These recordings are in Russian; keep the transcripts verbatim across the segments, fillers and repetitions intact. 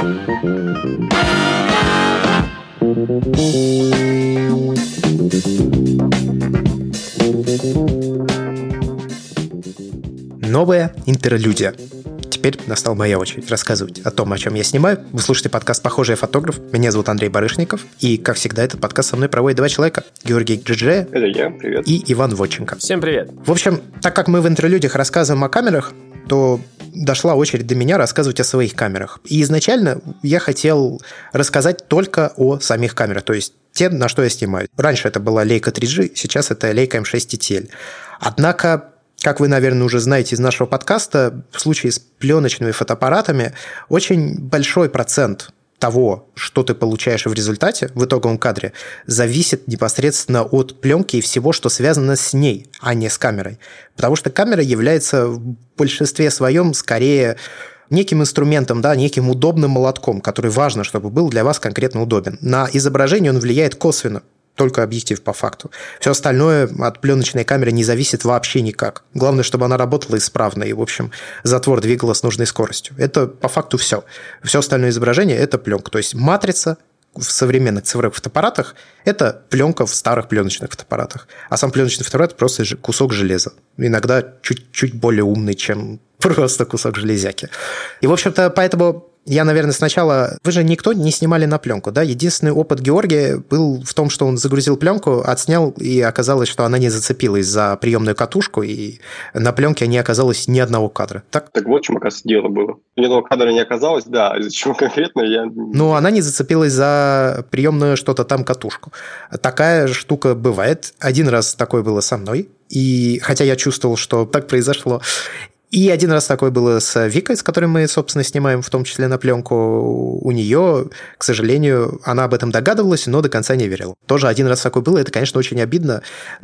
Новая интерлюдия. Теперь настала моя очередь рассказывать о том, о чем я снимаю. Вы слушаете подкаст «Похожий я фотограф». Меня зовут Андрей Барышников. И, как всегда, этот подкаст со мной проводит два человека. Георгий Джиджея. Это я, привет. И Иван Водченко. Всем привет. В общем, так как мы в интерлюдиях рассказываем о камерах, то дошла очередь до меня рассказывать о своих камерах. И изначально я хотел рассказать только о самих камерах, то есть те, на что я снимаю. Раньше это была Leica три джи, сейчас это Leica эм шесть ти эл. Однако, как вы, наверное, уже знаете из нашего подкаста, в случае с пленочными фотоаппаратами очень большой процент того, что ты получаешь в результате, в итоговом кадре, зависит непосредственно от пленки и всего, что связано с ней, а не с камерой. Потому что камера является в большинстве своем скорее неким инструментом, да, неким удобным молотком, который важно, чтобы был для вас конкретно удобен. На изображение он влияет косвенно, только объектив по факту. Все остальное от пленочной камеры не зависит вообще никак. Главное, чтобы она работала исправно и, в общем, затвор двигала с нужной скоростью. Это по факту все. Все остальное изображение – это пленка. То есть матрица в современных цифровых фотоаппаратах – это пленка в старых пленочных фотоаппаратах. А сам пленочный фотоаппарат – просто кусок железа. Иногда чуть-чуть более умный, чем просто кусок железяки. И, в общем-то, поэтому я, наверное, сначала... Вы же никто не снимали на пленку, да? Единственный опыт Георгия был в том, что он загрузил пленку, отснял, и оказалось, что она не зацепилась за приемную катушку, и на пленке не оказалось ни одного кадра. Так, так вот в чем, оказывается, дело было. Ни одного кадра не оказалось, да. Из-за чего конкретно я... Ну, она не зацепилась за приемную что-то там катушку. Такая штука бывает. Один раз такое было со мной, и хотя я чувствовал, что так произошло. И один раз такое было с Викой, с которой мы, собственно, снимаем, в том числе на пленку. У нее, к сожалению, она об этом догадывалась, но до конца не верила. Тоже один раз такое было, это, конечно, очень обидно,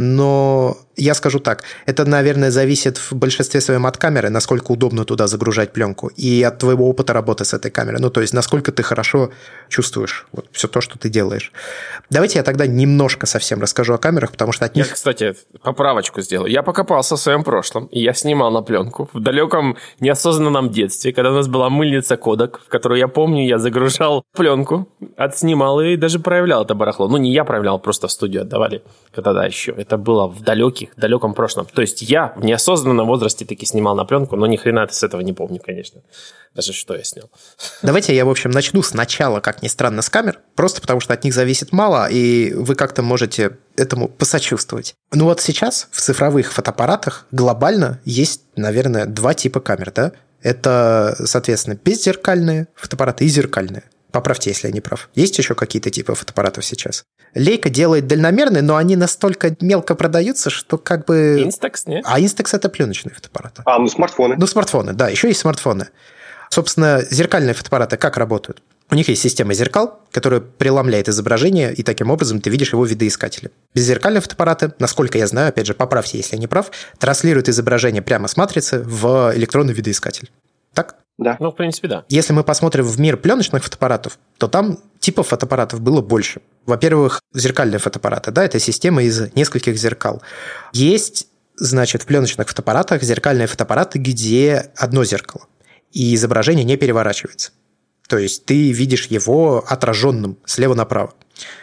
но я скажу так, это, наверное, зависит в большинстве своем от камеры, насколько удобно туда загружать пленку, и от твоего опыта работы с этой камерой, ну, то есть, насколько ты хорошо чувствуешь вот все то, что ты делаешь. Давайте я тогда немножко совсем расскажу о камерах, потому что от них... Я, кстати, поправочку сделаю. Я покопался в своем прошлом, и я снимал на пленку в далеком неосознанном детстве, когда у нас была мыльница Kodak, в которую, я помню, я загружал пленку, отснимал и даже проявлял это барахло. Ну, не я проявлял, просто в студию отдавали когда-то еще. Это было в далеких, далеком прошлом. То есть я в неосознанном возрасте таки снимал на пленку, но ни хрена с этого не помню, конечно. Даже что я снял. Давайте я, в общем, начну сначала, как ни странно, с камер, просто потому что от них зависит мало, и вы как-то можете этому посочувствовать. Ну вот сейчас в цифровых фотоаппаратах глобально есть, наверное, два типа камер, да? Это, соответственно, беззеркальные фотоаппараты и зеркальные. Поправьте, если я не прав. Есть еще какие-то типы фотоаппаратов сейчас? Leica делает дальномерные, но они настолько мелко продаются, что как бы... Instax, нет? А Instax – это пленочные фотоаппараты. А, ну смартфоны. Ну, смартфоны, да, еще есть смартфоны. Собственно, зеркальные фотоаппараты как работают? У них есть система зеркал, которая преломляет изображение, и таким образом ты видишь его в видоискателе. Беззеркальные фотоаппараты, насколько я знаю, опять же, поправьте, если я не прав, транслируют изображение прямо с матрицы в электронный видоискатель. Так? Да. Ну, в принципе, да. Если мы посмотрим в мир пленочных фотоаппаратов, то там типов фотоаппаратов было больше. Во-первых, зеркальные фотоаппараты, да, это система из нескольких зеркал. Есть, значит, в пленочных фотоаппаратах зеркальные фотоаппараты, где одно зеркало, и изображение не переворачивается. То есть ты видишь его отраженным слева направо.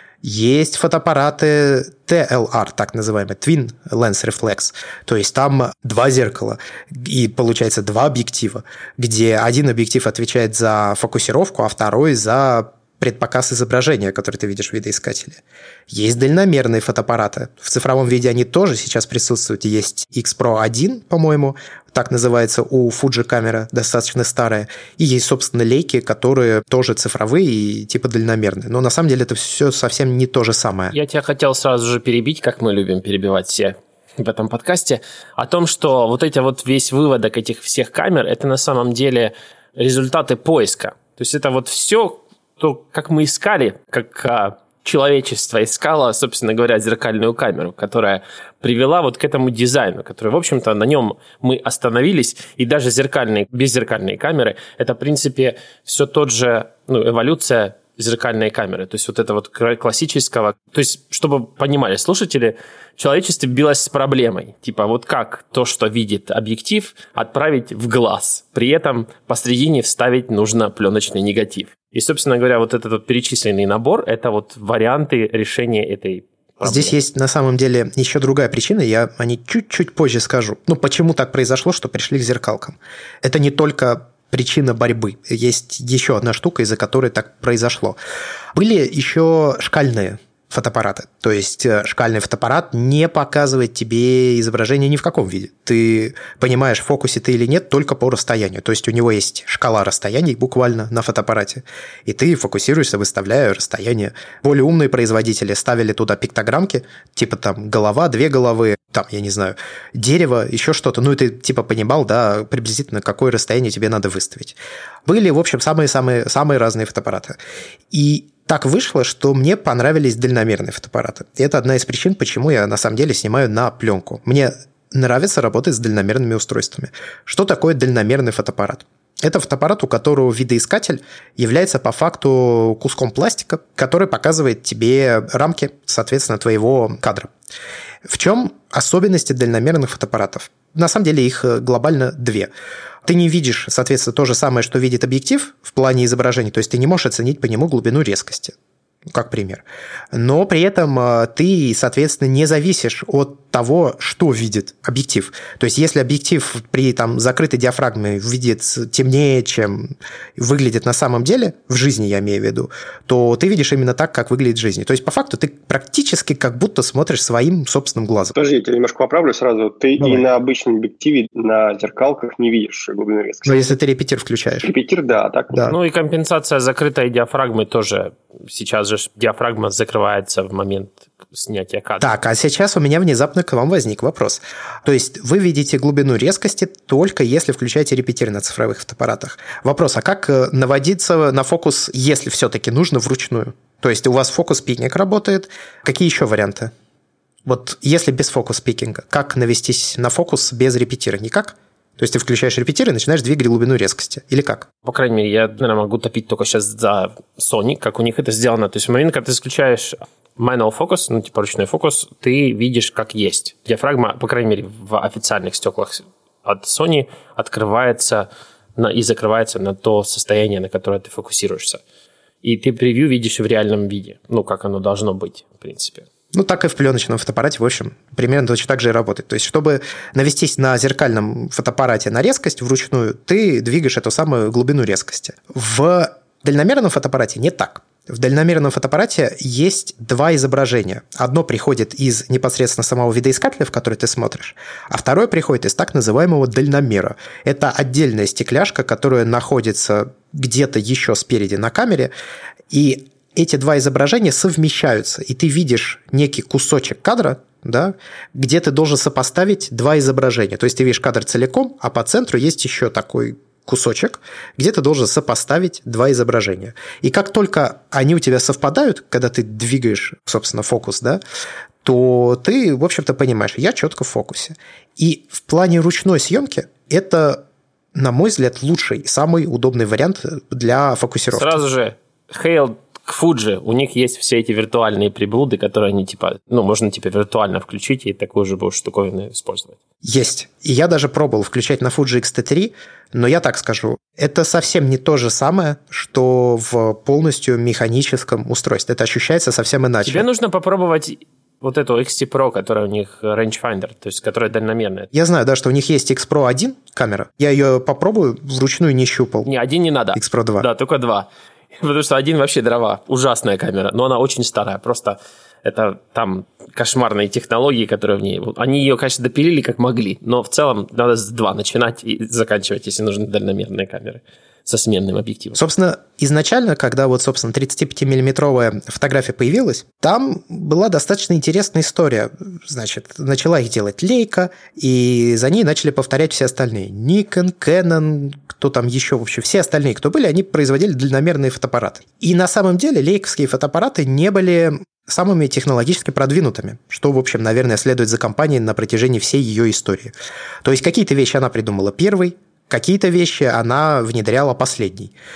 Есть фотоаппараты ти эл ар, так называемый Twin Lens Reflex. То есть там два зеркала и, получается, два объектива, где один объектив отвечает за фокусировку, а второй за предпоказ изображения, которое ты видишь в видоискателе. Есть дальномерные фотоаппараты. В цифровом виде они тоже сейчас присутствуют. Есть икс про один, по-моему, так называется, у Fuji камера, достаточно старая. И есть, собственно, Leica, которые тоже цифровые и типа дальномерные. Но на самом деле это все совсем не то же самое. Я тебя хотел сразу же перебить, как мы любим перебивать все в этом подкасте, о том, что вот эти вот весь выводок этих всех камер, это на самом деле результаты поиска. То есть это вот все... то, как мы искали, как а, человечество искало, собственно говоря, зеркальную камеру, которая привела вот к этому дизайну, который, в общем-то, на нем мы остановились, и даже зеркальные, беззеркальные камеры, это, в принципе, все тот же, ну, эволюция зеркальные камеры. То есть вот это вот классического... То есть, чтобы понимали слушатели, человечество билось с проблемой. Типа вот как то, что видит объектив, отправить в глаз. При этом посредине вставить нужно пленочный негатив. И, собственно говоря, вот этот вот перечисленный набор – это вот варианты решения этой проблемы. Здесь есть на самом деле еще другая причина, я о ней чуть-чуть позже скажу. Ну, почему так произошло, что пришли к зеркалкам. Это не только причина борьбы. Есть еще одна штука, из-за которой так произошло. Были еще шкальные фотоаппараты. То есть шкальный фотоаппарат не показывает тебе изображение ни в каком виде. Ты понимаешь, в фокусе ты или нет только по расстоянию. То есть у него есть шкала расстояний буквально на фотоаппарате, и ты фокусируешься, выставляя расстояние. Более умные производители ставили туда пиктограммки, типа там голова, две головы, там, я не знаю, дерево, еще что-то. Ну, и ты типа понимал, да, приблизительно какое расстояние тебе надо выставить. Были, в общем, самые-самые самые разные фотоаппараты. И так вышло, что мне понравились дальномерные фотоаппараты. И это одна из причин, почему я на самом деле снимаю на пленку. Мне нравится работать с дальномерными устройствами. Что такое дальномерный фотоаппарат? Это фотоаппарат, у которого видоискатель является по факту куском пластика, который показывает тебе рамки, соответственно, твоего кадра. В чем особенности дальномерных фотоаппаратов? На самом деле их глобально две. Ты не видишь, соответственно, то же самое, что видит объектив в плане изображения, то есть ты не можешь оценить по нему глубину резкости, как пример. Но при этом ты, соответственно, не зависишь от того, что видит объектив. То есть если объектив при там, закрытой диафрагме видит темнее, чем выглядит на самом деле, в жизни я имею в виду, то ты видишь именно так, как выглядит в жизни. То есть по факту ты практически как будто смотришь своим собственным глазом. Подожди, я тебя немножко поправлю сразу. Ты Давай. И на обычном объективе, на зеркалках не видишь глубину резкости. Но если ты репетир включаешь. Репетир, да, так. Да. Ну и компенсация закрытой диафрагмы тоже. Сейчас же диафрагма закрывается в момент снятия кадра. Так, а сейчас у меня внезапно к вам возник вопрос. То есть вы видите глубину резкости только если включаете репетир на цифровых фотоаппаратах. Вопрос, а как наводиться на фокус, если все-таки нужно вручную? То есть у вас фокус-пикинг работает. Какие еще варианты? Вот если без фокус-пикинга, как навестись на фокус без репетира? Никак? То есть ты включаешь репетир и начинаешь двигать глубину резкости. Или как? По крайней мере, я, наверное, могу топить только сейчас за Sony, как у них это сделано. То есть в момент, когда ты включаешь manual focus, ну, типа ручной фокус, ты видишь, как есть. Диафрагма, по крайней мере, в официальных стеклах от Sony открывается на, и закрывается на то состояние, на которое ты фокусируешься. И ты превью видишь в реальном виде. Ну, как оно должно быть, в принципе. Ну, так и в пленочном фотоаппарате, в общем, примерно точно так же и работает. То есть, чтобы навестись на зеркальном фотоаппарате на резкость вручную, ты двигаешь эту самую глубину резкости. В дальномерном фотоаппарате не так. В дальномерном фотоаппарате есть два изображения. Одно приходит из непосредственно самого видоискателя, в который ты смотришь, а второе приходит из так называемого дальномера. Это отдельная стекляшка, которая находится где-то еще спереди на камере, и эти два изображения совмещаются, и ты видишь некий кусочек кадра, да, где ты должен сопоставить два изображения. То есть ты видишь кадр целиком, а по центру есть еще такой кусочек, где ты должен сопоставить два изображения. И как только они у тебя совпадают, когда ты двигаешь, собственно, фокус, да, то ты, в общем-то, понимаешь, я четко в фокусе. И в плане ручной съемки это, на мой взгляд, лучший, самый удобный вариант для фокусировки. Сразу же, Hail к Fuji, у них есть все эти виртуальные приблуды, которые они, типа, ну, можно, типа, виртуально включить и такую же штуковину использовать. Есть. И я даже пробовал включать на Fuji икс ти три, но я так скажу, это совсем не то же самое, что в полностью механическом устройстве. Это ощущается совсем иначе. Тебе нужно попробовать вот эту икс ти Pro, которая у них rangefinder, то есть которая дальномерная. Я знаю, да, что у них есть X Pro один камера. Я ее попробую, вручную не щупал. Не, один не надо. X Pro два. Да, только два. Потому что один вообще дрова. Ужасная камера, но она очень старая. Просто это там кошмарные технологии, которые в ней... Они ее, конечно, допилили как могли, но в целом надо с два начинать и заканчивать, если нужны дальномерные камеры со сменным объективом. Собственно, изначально, когда вот, собственно, тридцатипятимиллиметровая фотография появилась, там была достаточно интересная история. Значит, начала их делать Leica, и за ней начали повторять все остальные. Nikon, Canon, кто там еще, вообще все остальные, кто были, они производили дальномерные фотоаппараты. И на самом деле лейковские фотоаппараты не были самыми технологически продвинутыми, что, в общем, наверное, следует за компанией на протяжении всей ее истории. То есть какие-то вещи она придумала первой, какие-то вещи она внедряла последней.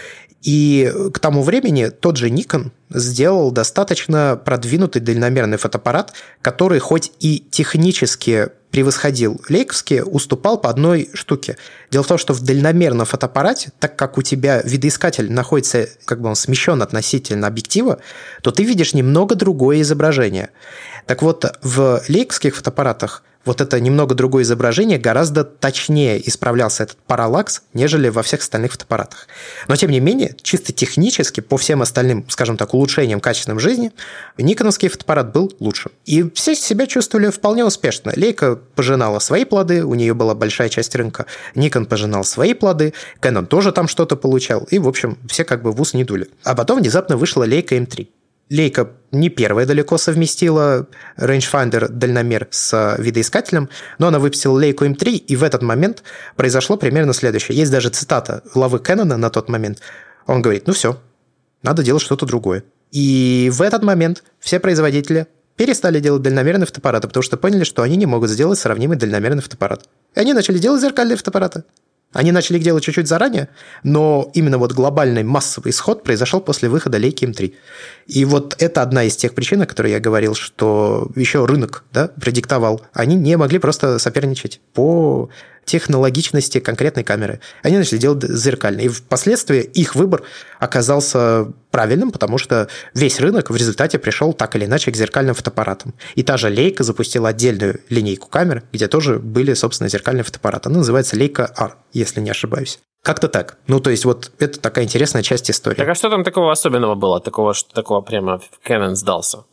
И к тому времени тот же Nikon сделал достаточно продвинутый дальномерный фотоаппарат, который хоть и технически превосходил лейковский, уступал по одной штуке. Дело в том, что в дальномерном фотоаппарате, так как у тебя видоискатель находится, как бы он смещен относительно объектива, то ты видишь немного другое изображение. Так вот, в лейковских фотоаппаратах вот это немного другое изображение гораздо точнее исправлялся этот параллакс, нежели во всех остальных фотоаппаратах. Но, тем не менее, чисто технически, по всем остальным, скажем так, улучшениям качественным жизни, никоновский фотоаппарат был лучше. И все себя чувствовали вполне успешно. Leica пожинала свои плоды, у нее была большая часть рынка. Nikon пожинал свои плоды, Canon тоже там что-то получал. И, в общем, все как бы в ус не дули. А потом внезапно вышла Leica эм три. Leica не первая далеко совместила rangefinder дальномер с видоискателем, но она выпустила Leica эм три, и в этот момент произошло примерно следующее. Есть даже цитата главы Canon на тот момент. Он говорит, ну все, надо делать что-то другое. И в этот момент все производители перестали делать дальномерные фотоаппараты, потому что поняли, что они не могут сделать сравнимый дальномерный фотоаппарат. И они начали делать зеркальные фотоаппараты. Они начали их делать чуть-чуть заранее, но именно вот глобальный массовый исход произошел после выхода Leica эм три. И вот это одна из тех причин, о которой я говорил, что еще рынок, да, предиктовал. Они не могли просто соперничать по технологичности конкретной камеры. Они начали делать зеркальные. И впоследствии их выбор оказался правильным, потому что весь рынок в результате пришел так или иначе к зеркальным фотоаппаратам. И та же Leica запустила отдельную линейку камер, где тоже были, собственно, зеркальные фотоаппараты. Она называется Leica R, если не ошибаюсь. Как-то так. Ну, то есть, вот это такая интересная часть истории. Так а что там такого особенного было? Такого, что такого прямо Canon сдался?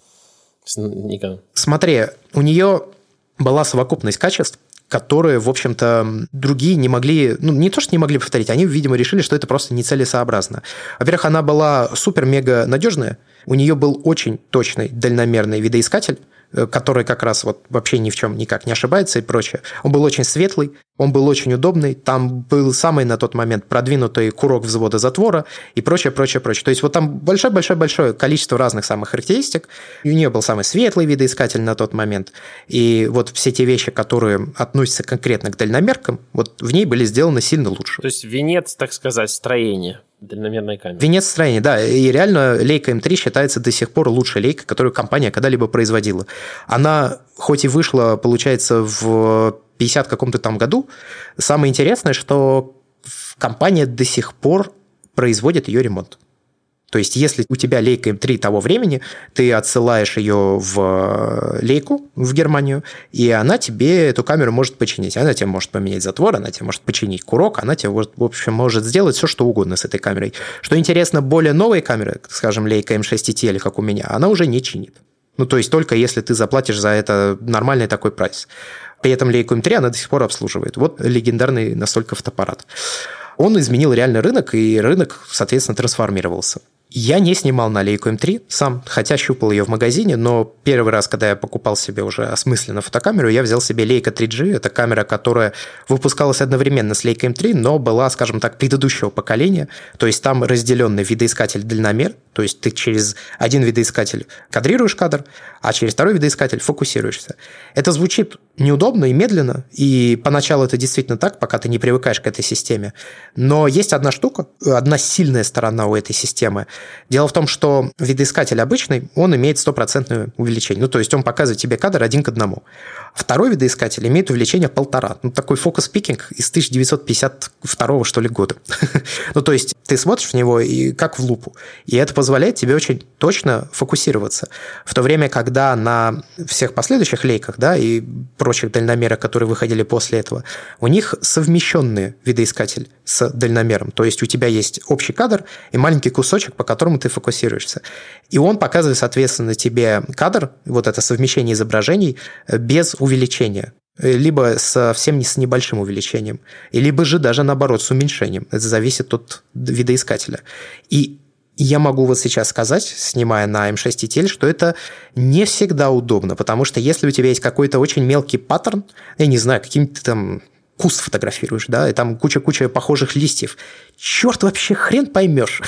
Nikon. Смотри, у нее была совокупность качеств, которые, в общем-то, другие не могли, ну, не то, что не могли повторить, они, видимо, решили, что это просто нецелесообразно. Во-первых, она была супер-мега надежная, у нее был очень точный дальномерный видоискатель, который как раз вот вообще ни в чем никак не ошибается и прочее. Он был очень светлый, он был очень удобный, там был самый на тот момент продвинутый курок взвода затвора и прочее, прочее, прочее. То есть вот там большое-большое-большое количество разных самых характеристик. И у нее был самый светлый видоискатель на тот момент. И вот все те вещи, которые относятся конкретно к дальномеркам, вот в ней были сделаны сильно лучше. То есть венец, так сказать, строения дальномерной камеры. Венец строения, да. И реально Leica эм три считается до сих пор лучшей лейкой, которую компания когда-либо производила. Она хоть и вышла, получается, в пятидесятом каком-то там году, самое интересное, что компания до сих пор производит ее ремонт. То есть, если у тебя Leica эм три того времени, ты отсылаешь ее в Leica, в Германию, и она тебе эту камеру может починить. Она тебе может поменять затвор, она тебе может починить курок, она тебе, в общем, может сделать все, что угодно с этой камерой. Что интересно, более новые камеры, скажем, Leica эм шесть ти или как у меня, она уже не чинит. Ну, то есть, только если ты заплатишь за это нормальный такой прайс. При этом Leica эм три она до сих пор обслуживает. Вот легендарный настолько фотоаппарат. Он изменил реальный рынок, и рынок, соответственно, трансформировался. Я не снимал на Leica эм три сам, хотя щупал ее в магазине, но первый раз, когда я покупал себе уже осмысленно фотокамеру, я взял себе Leica три джи. Это камера, которая выпускалась одновременно с Leica эм три, но была, скажем так, предыдущего поколения. То есть там разделенный видоискатель-дальномер, то есть ты через один видоискатель кадрируешь кадр, а через второй видоискатель фокусируешься. Это звучит неудобно и медленно, и поначалу это действительно так, пока ты не привыкаешь к этой системе. Но есть одна штука, одна сильная сторона у этой системы. Дело в том, что видоискатель обычный, он имеет стопроцентное увеличение. Ну, то есть он показывает тебе кадр один к одному. Второй видоискатель имеет увеличение полтора. Ну, такой фокус-пикинг из тысяча девятьсот пятьдесят второго, что ли, года. Ну, то есть ты смотришь в него и как в лупу. И это позволяет тебе очень точно фокусироваться. В то время, когда на всех последующих лейках, да, и прочих дальномерах, которые выходили после этого, у них совмещенный видоискатель с дальномером. То есть у тебя есть общий кадр и маленький кусочек, по которому ты фокусируешься. И он показывает, соответственно, тебе кадр, вот это совмещение изображений, без увеличения. Либо совсем с небольшим увеличением, либо же даже, наоборот, с уменьшением. Это зависит от видоискателя. И я могу вот сейчас сказать, снимая на эм шесть ти эл, что это не всегда удобно, потому что если у тебя есть какой-то очень мелкий паттерн, я не знаю, каким-то там куст фотографируешь, да, и там куча-куча похожих листьев. Черт, вообще хрен поймешь.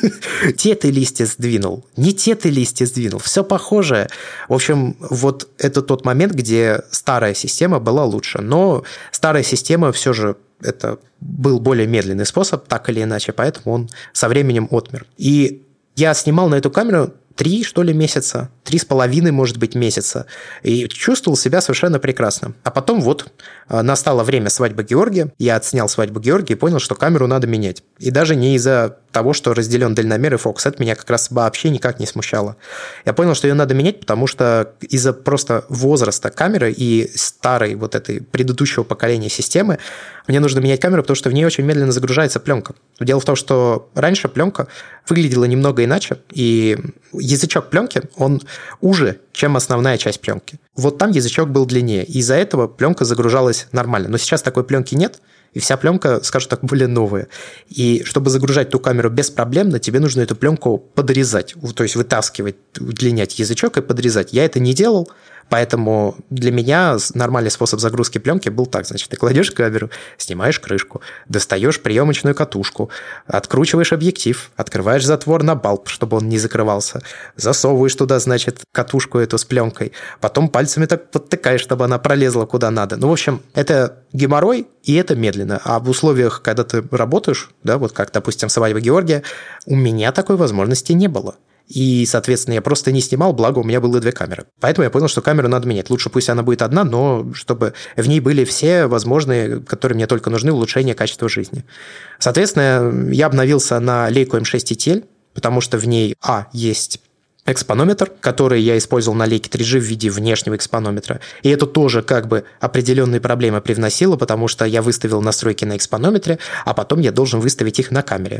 Те ты листья сдвинул, не те ты листья сдвинул, все похожее. В общем, вот это тот момент, где старая система была лучше. Но старая система все же это был более медленный способ, так или иначе, поэтому он со временем отмер. И я снимал на эту камеру три, что ли, месяца, три с половиной, может быть, месяца, и чувствовал себя совершенно прекрасно. А потом вот настало время свадьбы Георгия, я отснял свадьбу Георгия и понял, что камеру надо менять. И даже не из-за того, что разделен дальномер и фокус, это меня как раз вообще никак не смущало. Я понял, что ее надо менять, потому что из-за просто возраста камеры и старой вот этой предыдущего поколения системы мне нужно менять камеру, потому что в ней очень медленно загружается пленка. Дело в том, что раньше пленка выглядела немного иначе, и язычок пленки, он уже, чем основная часть пленки. Вот там язычок был длиннее, и из-за этого пленка загружалась нормально. Но сейчас такой пленки нет, и вся пленка, скажем так, более новая. И чтобы загружать ту камеру беспроблемно, тебе нужно эту пленку подрезать, то есть вытаскивать, удлинять язычок и подрезать. Я это не делал, поэтому для меня нормальный способ загрузки пленки был так. Значит, ты кладешь камеру, снимаешь крышку, достаешь приемочную катушку, откручиваешь объектив, открываешь затвор на балб, чтобы он не закрывался, засовываешь туда, значит, катушку эту с пленкой, потом пальцами так подтыкаешь, чтобы она пролезла куда надо. Ну, в общем, это геморрой, и это медленно. А в условиях, когда ты работаешь, да, вот как, допустим, свадьба Георгия, у меня такой возможности не было. И, соответственно, я просто не снимал, благо у меня было две камеры. Поэтому я понял, что камеру надо менять. Лучше пусть она будет одна, но чтобы в ней были все возможные, которые мне только нужны, улучшения качества жизни. Соответственно, я обновился на Leica эм шесть и ти эл, потому что в ней, а, есть экспонометр, который я использовал на Leica три джи в виде внешнего экспонометра. И это тоже как бы определенные проблемы привносило, потому что я выставил настройки на экспонометре, а потом я должен выставить их на камере.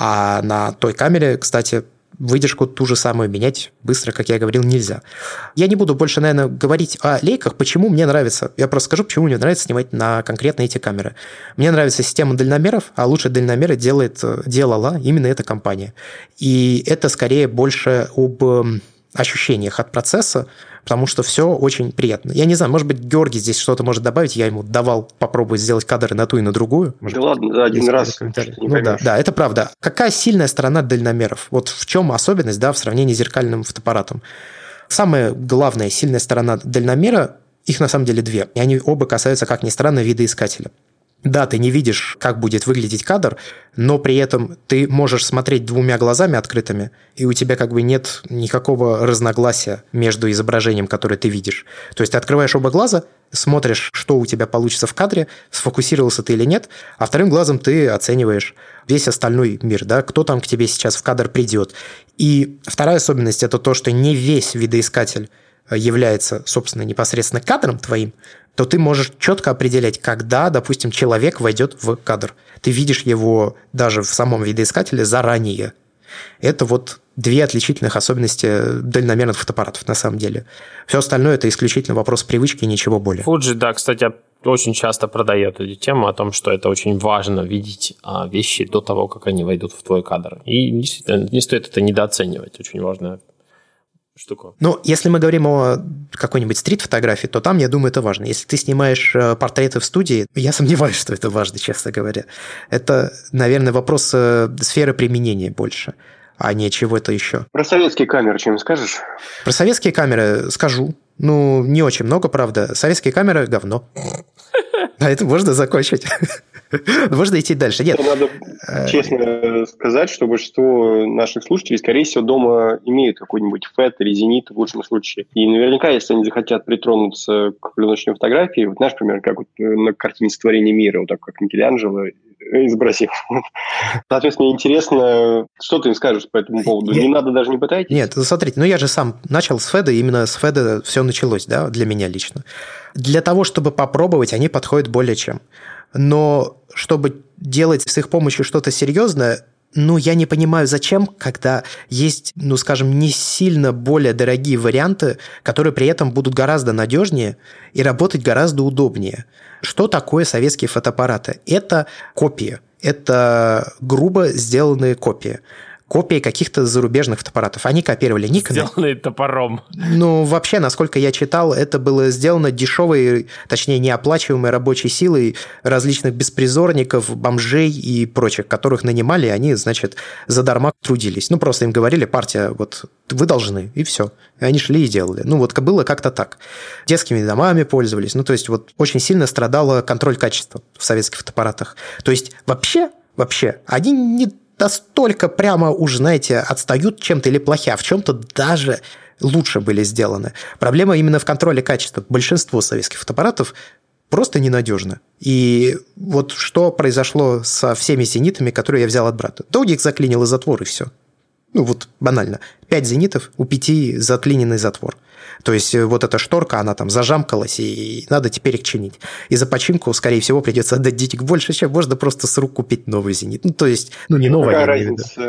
А на той камере, кстати, выдержку ту же самую менять быстро, как я говорил, нельзя. Я не буду больше, наверное, говорить о лейках, почему мне нравится. Я просто скажу, почему мне нравится снимать на конкретно эти камеры. Мне нравится система дальномеров, а лучше дальномеры делает, делала именно эта компания. И это скорее больше об ощущениях от процесса, потому что все очень приятно. Я не знаю, может быть, Георгий здесь что-то может добавить, я ему давал попробовать сделать кадры на ту и на другую. Может, да ладно, да, один раз. Ну да, да, это правда. Какая сильная сторона дальномеров? Вот в чем особенность, да, в сравнении с зеркальным фотоаппаратом? Самая главная сильная сторона дальномера, их на самом деле две, и они оба касаются, как ни странно, видоискателя. Да, ты не видишь, как будет выглядеть кадр, но при этом ты можешь смотреть двумя глазами открытыми, и у тебя как бы нет никакого разногласия между изображением, которое ты видишь. То есть ты открываешь оба глаза, смотришь, что у тебя получится в кадре, сфокусировался ты или нет, а вторым глазом ты оцениваешь весь остальной мир, да, кто там к тебе сейчас в кадр придет. И вторая особенность – это то, что не весь видоискатель является, собственно, непосредственно кадром твоим, то ты можешь четко определять, когда, допустим, человек войдет в кадр. Ты видишь его даже в самом видоискателе заранее. Это вот две отличительных особенности дальномерных фотоаппаратов на самом деле. Все остальное – это исключительно вопрос привычки и ничего более. Fuji, да, кстати, очень часто продает эту тему о том, что это очень важно видеть вещи до того, как они войдут в твой кадр. И действительно, не стоит это недооценивать. Очень важно. Штуку. Ну, если мы говорим о какой-нибудь стрит-фотографии, то там, я думаю, это важно. Если ты снимаешь портреты в студии, я сомневаюсь, что это важно, честно говоря. Это, наверное, вопрос сферы применения больше, а не чего-то еще. Про советские камеры что-нибудь скажешь? Про советские камеры скажу. Ну, не очень много, правда. Советские камеры – говно. А это можно закончить. Можно идти дальше. Нет. Надо честно сказать, что большинство наших слушателей, скорее всего, дома имеют какой-нибудь фэт или зенит в лучшем случае. И наверняка, если они захотят притронуться к пленочной фотографии, вот знаешь, например, как вот на картине «Сотворение мира», вот так как Микеланджело изобразил. Соответственно, интересно, что ты им скажешь по этому поводу? Не надо, даже не пытайтесь? Нет, смотрите, ну я же сам начал с фэда, именно с фэда все началось, да, для меня лично. Для того, чтобы попробовать, они подходят более чем. Но чтобы делать с их помощью что-то серьезное, ну, я не понимаю, зачем, когда есть, ну, скажем, не сильно более дорогие варианты, которые при этом будут гораздо надежнее и работать гораздо удобнее. Что такое советские фотоаппараты? Это копии, это грубо сделанные копии. копии каких-то зарубежных фотоаппаратов. Они копировали Nikon. Сделанные топором. Ну, вообще, насколько я читал, это было сделано дешевой, точнее, неоплачиваемой рабочей силой различных беспризорников, бомжей и прочих, которых нанимали, и они, значит, задарма трудились. Ну, просто им говорили, партия, вот, вы должны, и все. И они шли и делали. Ну, вот было как-то так. Детскими домами пользовались. Ну, то есть, вот очень сильно страдал контроль качества в советских фотоаппаратах. То есть, вообще, вообще, они не настолько прямо уж, знаете, отстают чем-то или плохи, а в чем-то даже лучше были сделаны. Проблема именно в контроле качества. Большинство советских фотоаппаратов просто ненадежно. И вот что произошло со всеми зенитами, которые я взял от брата. Да у них заклинило затвор, и все. Ну, вот банально. Пять зенитов, у пяти заклиненный затвор. То есть вот эта шторка, она там зажамкалась, и надо теперь их чинить. И за починку, скорее всего, придется отдать денег больше, чем можно просто с рук купить новый зенит. Ну, то есть, ну, не новый. Какая разница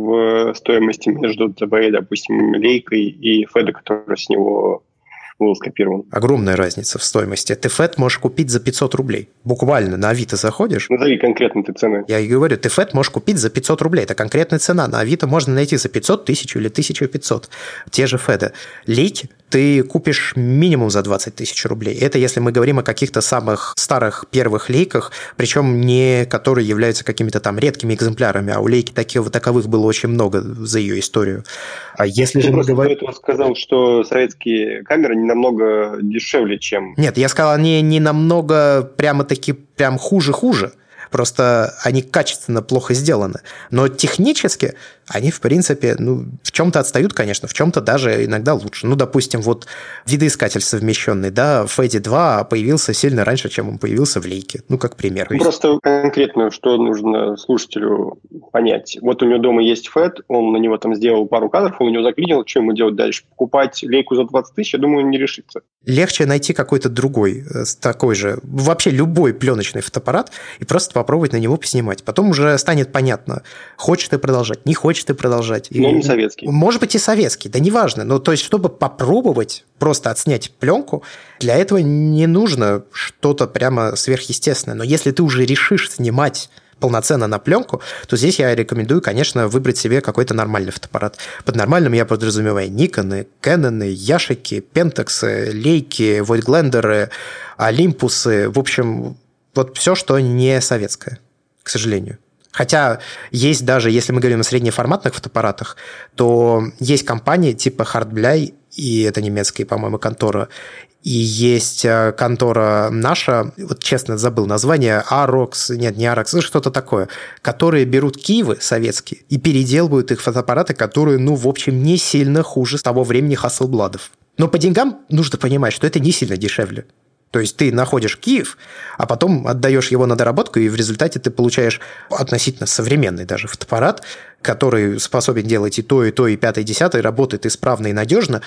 в стоимости между твоей, допустим, лейкой и фэда, которая с него был скопирован? Огромная разница в стоимости. Ты фэд можешь купить за пятьсот рублей. Буквально на Авито заходишь. Назови конкретно ты цены. Я и говорю, ты фэд можешь купить за пятьсот рублей. Это конкретная цена. На Авито можно найти за пятьсот, тысячу или тысячу пятьсот. Те же фэды. Лейки ты купишь минимум за двадцать тысяч рублей. Это если мы говорим о каких-то самых старых первых лейках, причем не которые являются какими-то там редкими экземплярами, а у лейки таких, таковых было очень много за ее историю. А если Ты же мы говорим... Ты сказал, что советские камеры не намного дешевле, чем... Нет, я сказал, они не намного прямо-таки прям хуже-хуже. Просто они качественно плохо сделаны. Но технически они, в принципе, ну, в чем-то отстают, конечно, в чем-то даже иногда лучше. Ну, допустим, вот видоискатель совмещенный, да, фэди два появился сильно раньше, чем он появился в лейке. Ну, как пример. Просто конкретно, что нужно слушателю понять. Вот у него дома есть фэд, он на него там сделал пару кадров, он у него заклинил, что ему делать дальше? Покупать лейку за двадцать тысяч, я думаю, он не решится. Легче найти какой-то другой, такой же, вообще любой пленочный фотоаппарат и просто попробовать на него поснимать. Потом уже станет понятно, хочешь ты продолжать, не хочешь ты продолжать. Но не советский. Может быть и советский, да неважно. Но то есть, чтобы попробовать просто отснять пленку, для этого не нужно что-то прямо сверхъестественное. Но если ты уже решишь снимать полноценно на пленку, то здесь я рекомендую, конечно, выбрать себе какой-то нормальный фотоаппарат. Под нормальным я подразумеваю Никоны, Кэноны, Яшики, Пентаксы, Лейки, Войтлендеры, Олимпусы. В общем, вот все, что не советское, к сожалению. Хотя есть даже, если мы говорим о среднеформатных фотоаппаратах, то есть компании типа Hardblay, и это немецкая, по-моему, контора, и есть контора наша, вот честно забыл название, Arox, нет, не Arox, что-то такое, которые берут Киевы советские и переделывают их фотоаппараты, которые, ну, в общем, не сильно хуже с того времени Hasselblad'ов. Но по деньгам нужно понимать, что это не сильно дешевле. То есть ты находишь Киев, а потом отдаешь его на доработку, и в результате ты получаешь относительно современный даже фотоаппарат, который способен делать и то, и то, и пятое, и десятое, работает исправно и надежно,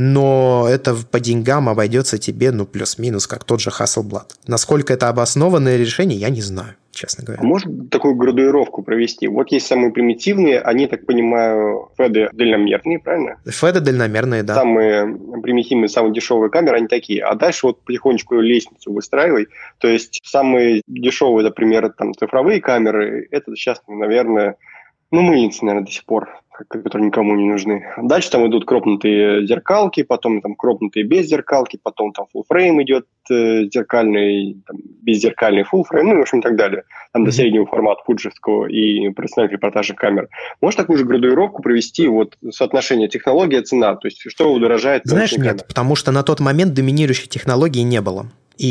но это по деньгам обойдется тебе, ну, плюс-минус, как тот же Hasselblad. Насколько это обоснованное решение, я не знаю, честно говоря. А можно такую градуировку провести? Вот есть самые примитивные, они, так понимаю, фэды дальномерные, правильно? Фэды дальномерные, да. Самые примитивные, самые дешевые камеры, они такие. А дальше вот потихонечку лестницу выстраивай. То есть самые дешевые, например, там цифровые камеры, это сейчас, наверное, ну, мыльницы, наверное, до сих пор, которые никому не нужны. Дальше там идут кропнутые зеркалки, потом там кропнутые без зеркалки, потом там фуллфрейм идет э, зеркальный, там, беззеркальный фуллфрейм, ну, и, в общем, и так далее. Там mm-hmm. до среднего формата фуджевского и профессиональных репортажных камер. Можешь такую же градуировку провести, вот, соотношение технология-цена, то есть что удорожает? Знаешь, нет, камеры? Потому что на тот момент доминирующей технологии не было.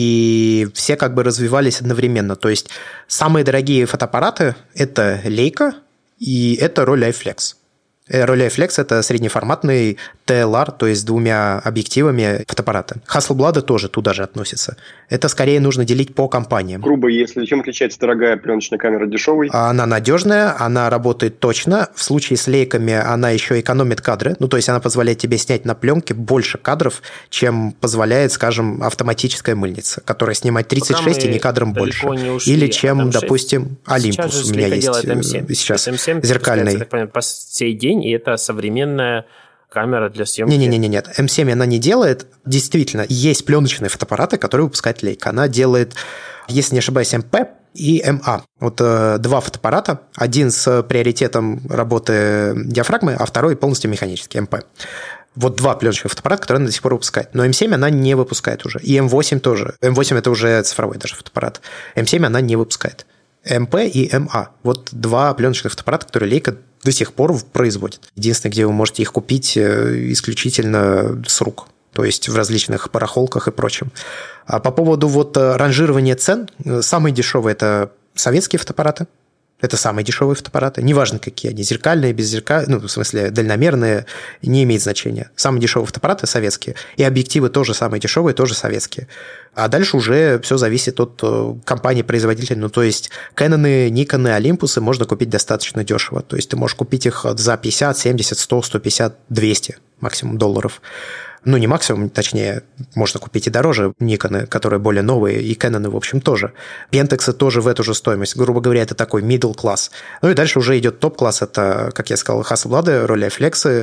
И все как бы развивались одновременно. То есть самые дорогие фотоаппараты – это Leica, и это Rolleiflex. Rolleiflex – это среднеформатный ти эл ар, то есть с двумя объективами фотоаппарата. Hasselblad тоже туда же относится. Это скорее нужно делить по компаниям. Грубо, если чем отличается дорогая пленочная камера от дешевой? Она надежная, она работает точно. В случае с лейками она еще экономит кадры. Ну, то есть она позволяет тебе снять на пленке больше кадров, чем позволяет, скажем, автоматическая мыльница, которая снимает тридцать шесть и не кадром больше. Не ушли, или чем, а допустим, Olympus у меня есть эм семь. Сейчас эм семь, зеркальный. Я так понимаю, по сей день, и это современная камера для съемки. Не-не-не, нет. эм семь она не делает. Действительно, есть пленочные фотоаппараты, которые выпускает Leica. Она делает, если не ошибаюсь, эм пи, и эм а. Вот э, два фотоаппарата, один с приоритетом работы диафрагмы, а второй полностью механический, эм пэ. Вот два пленочных фотоаппарата, которые она до сих пор выпускает. Но эм семь она не выпускает уже. И эм восемь тоже. эм восемь это уже цифровой даже фотоаппарат. эм семь она не выпускает. эм пэ и эм а. Вот два пленочных фотоаппарата, которые Leica до сих пор производит. Единственное, где вы можете их купить исключительно с рук. То есть в различных барахолках и прочем. А по поводу вот ранжирования цен, самые дешевые – это советские фотоаппараты. Это самые дешевые фотоаппараты. Неважно, какие они, зеркальные, беззеркальные, ну, в смысле, дальномерные, не имеет значения. Самые дешевые фотоаппараты советские. И объективы тоже самые дешевые, тоже советские. А дальше уже все зависит от компании-производителя. Ну, то есть, Canon, Nikon, Olympus можно купить достаточно дешево. То есть, ты можешь купить их за пятьдесят, семьдесят, сто, сто пятьдесят, двести максимум долларов. Ну, не максимум, точнее, можно купить и дороже Nikon, которые более новые, и Canon, в общем, тоже. Pentax тоже в эту же стоимость. Грубо говоря, это такой middle класс. Ну и дальше уже идет топ-класс. Это, как я сказал, Hasselblad, Rolleiflex,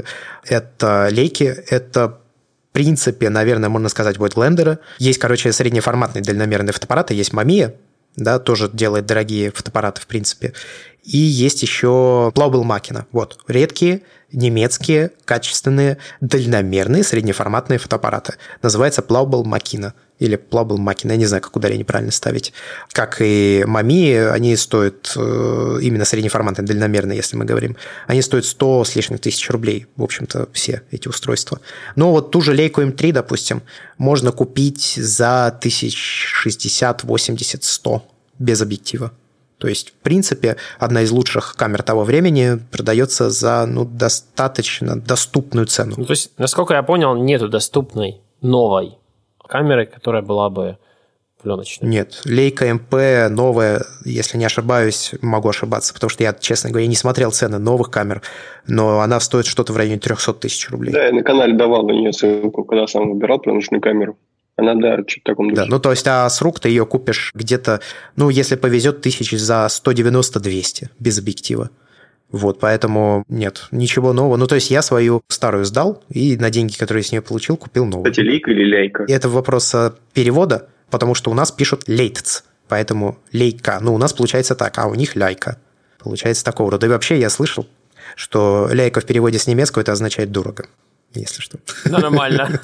это Leica, это в принципе, наверное, можно сказать, будет Blender. Есть, короче, среднеформатные дальномерные фотоаппараты, есть Mamiya, да, тоже делает дорогие фотоаппараты, в принципе. И есть еще Blaubel Machina. Вот, редкие, немецкие, качественные, дальномерные, среднеформатные фотоаппараты. Называется Blaubel Machina. Или Blaubel Machina, я не знаю, как ударение правильно ставить. Как и Mamiya, они стоят именно среднеформатные, дальномерные, если мы говорим. Они стоят сто с лишним тысяч рублей, в общем-то, все эти устройства. Но вот ту же Leica эм три, допустим, можно купить за тысяч шестьдесят, восемьдесят, сто без объектива. То есть, в принципе, одна из лучших камер того времени продается за ну, достаточно доступную цену. Ну, то есть, насколько я понял, нету доступной новой камеры, которая была бы пленочной. Нет, Leica эм пэ новая, если не ошибаюсь, могу ошибаться, потому что я, честно говоря, не смотрел цены новых камер, но она стоит что-то в районе триста тысяч рублей. Да, я на канале давал на нее ссылку, когда сам выбирал пленочную камеру. Она, да, чуть в таком духе. Да, ну, то есть, а с рук ты ее купишь где-то, ну, если повезет, тысяч за сто девяносто - двести без объектива. Вот, поэтому нет, ничего нового. Ну, то есть, я свою старую сдал, и на деньги, которые я с нее получил, купил новую. Кстати, Leica или Leica? И это вопрос перевода, потому что у нас пишут Leitz, поэтому Leica. Ну, у нас получается так, а у них Leica. Получается такого рода. И вообще я слышал, что Leica в переводе с немецкого это означает дорого. Если что. Ну, нормально.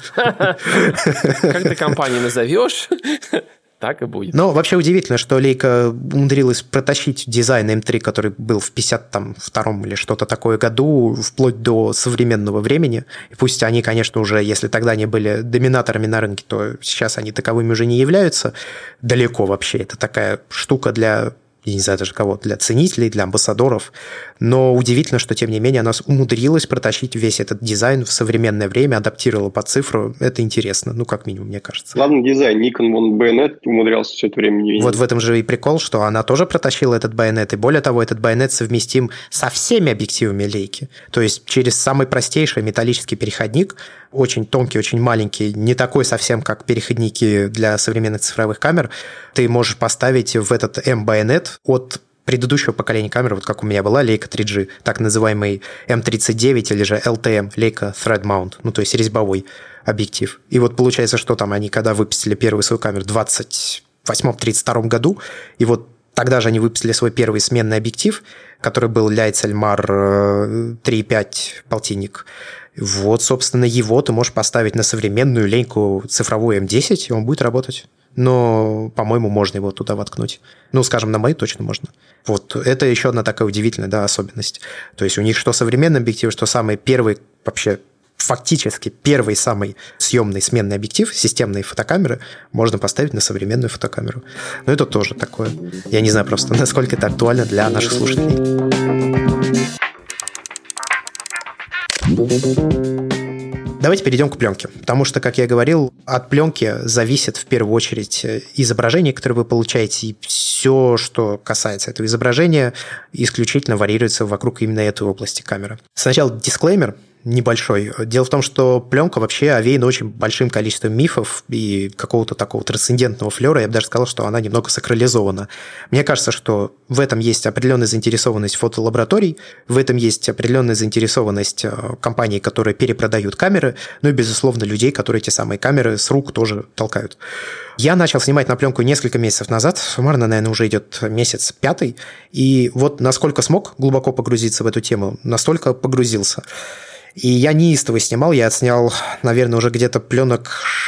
Как ты компанию назовешь, так и будет. Но вообще удивительно, что Leica умудрилась протащить дизайн эм три, который был в пятьдесят втором или что-то такое году, вплоть до современного времени. И пусть они, конечно, уже, если тогда они были доминаторами на рынке, то сейчас они таковыми уже не являются. Далеко вообще. Это такая штука для... я не знаю даже кого, для ценителей, для амбассадоров. Но удивительно, что, тем не менее, она умудрилась протащить весь этот дизайн в современное время, адаптировала под цифру. Это интересно, ну, как минимум, мне кажется. Ладно, дизайн. Nikon, вон, байонет умудрялся все это время не видеть. Вот в этом же и прикол, что она тоже протащила этот байонет. И более того, этот байонет совместим со всеми объективами Leica. То есть через самый простейший металлический переходник, очень тонкий, очень маленький, не такой совсем, как переходники для современных цифровых камер, ты можешь поставить в этот M-байонет от предыдущего поколения камер, вот как у меня была Leica три джи, так называемый эм тридцать девять или же эл тэ эм, Leica Thread Mount, ну, то есть резьбовой объектив. И вот получается, что там они, когда выпустили первую свою камеру в двадцать восьмом - тридцать втором году, и вот тогда же они выпустили свой первый сменный объектив, который был Leitz Elmar три и пять полтинник. Вот, собственно, его ты можешь поставить на современную Leica цифровую эм десять, и он будет работать. Но, по-моему, можно его туда воткнуть. Ну, скажем, на мою точно можно. Вот, это еще одна такая удивительная, да, особенность. То есть у них что современный объектив, что самый первый, вообще фактически первый самый съемный сменный объектив системной фотокамеры можно поставить на современную фотокамеру. Но это тоже такое. Я не знаю просто, насколько это актуально для наших слушателей. Давайте перейдем к пленке, потому что, как я говорил, от пленки зависит в первую очередь изображение, которое вы получаете, и все, что касается этого изображения, исключительно варьируется вокруг именно этой области камеры. Сначала дисклеймер. небольшой. Дело в том, что пленка вообще овеяна очень большим количеством мифов и какого-то такого трансцендентного флера. Я бы даже сказал, что она немного сакрализована. Мне кажется, что в этом есть определенная заинтересованность фотолабораторий, в этом есть определенная заинтересованность компаний, которые перепродают камеры, ну и, безусловно, людей, которые эти самые камеры с рук тоже толкают. Я начал снимать на пленку несколько месяцев назад, суммарно, наверное, уже идет месяц пятый, и вот насколько смог глубоко погрузиться в эту тему, настолько погрузился. И я неистово снимал, я отснял, наверное, уже где-то пленок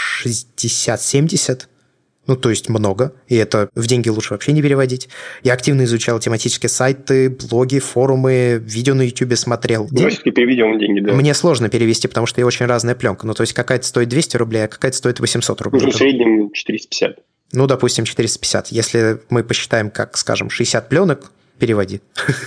шестьдесят-семьдесят, ну, то есть много, и это в деньги лучше вообще не переводить. Я активно изучал тематические сайты, блоги, форумы, видео на YouTube смотрел. Мы все-таки переведем деньги, да. Мне сложно перевести, потому что я очень разная пленка. Ну, то есть какая-то стоит двести рублей, а какая-то стоит восемьсот рублей. Ну, в среднем четыреста пятьдесят. Ну, допустим, четыреста пятьдесят. Если мы посчитаем, как, скажем, шестьдесят пленок, переводи.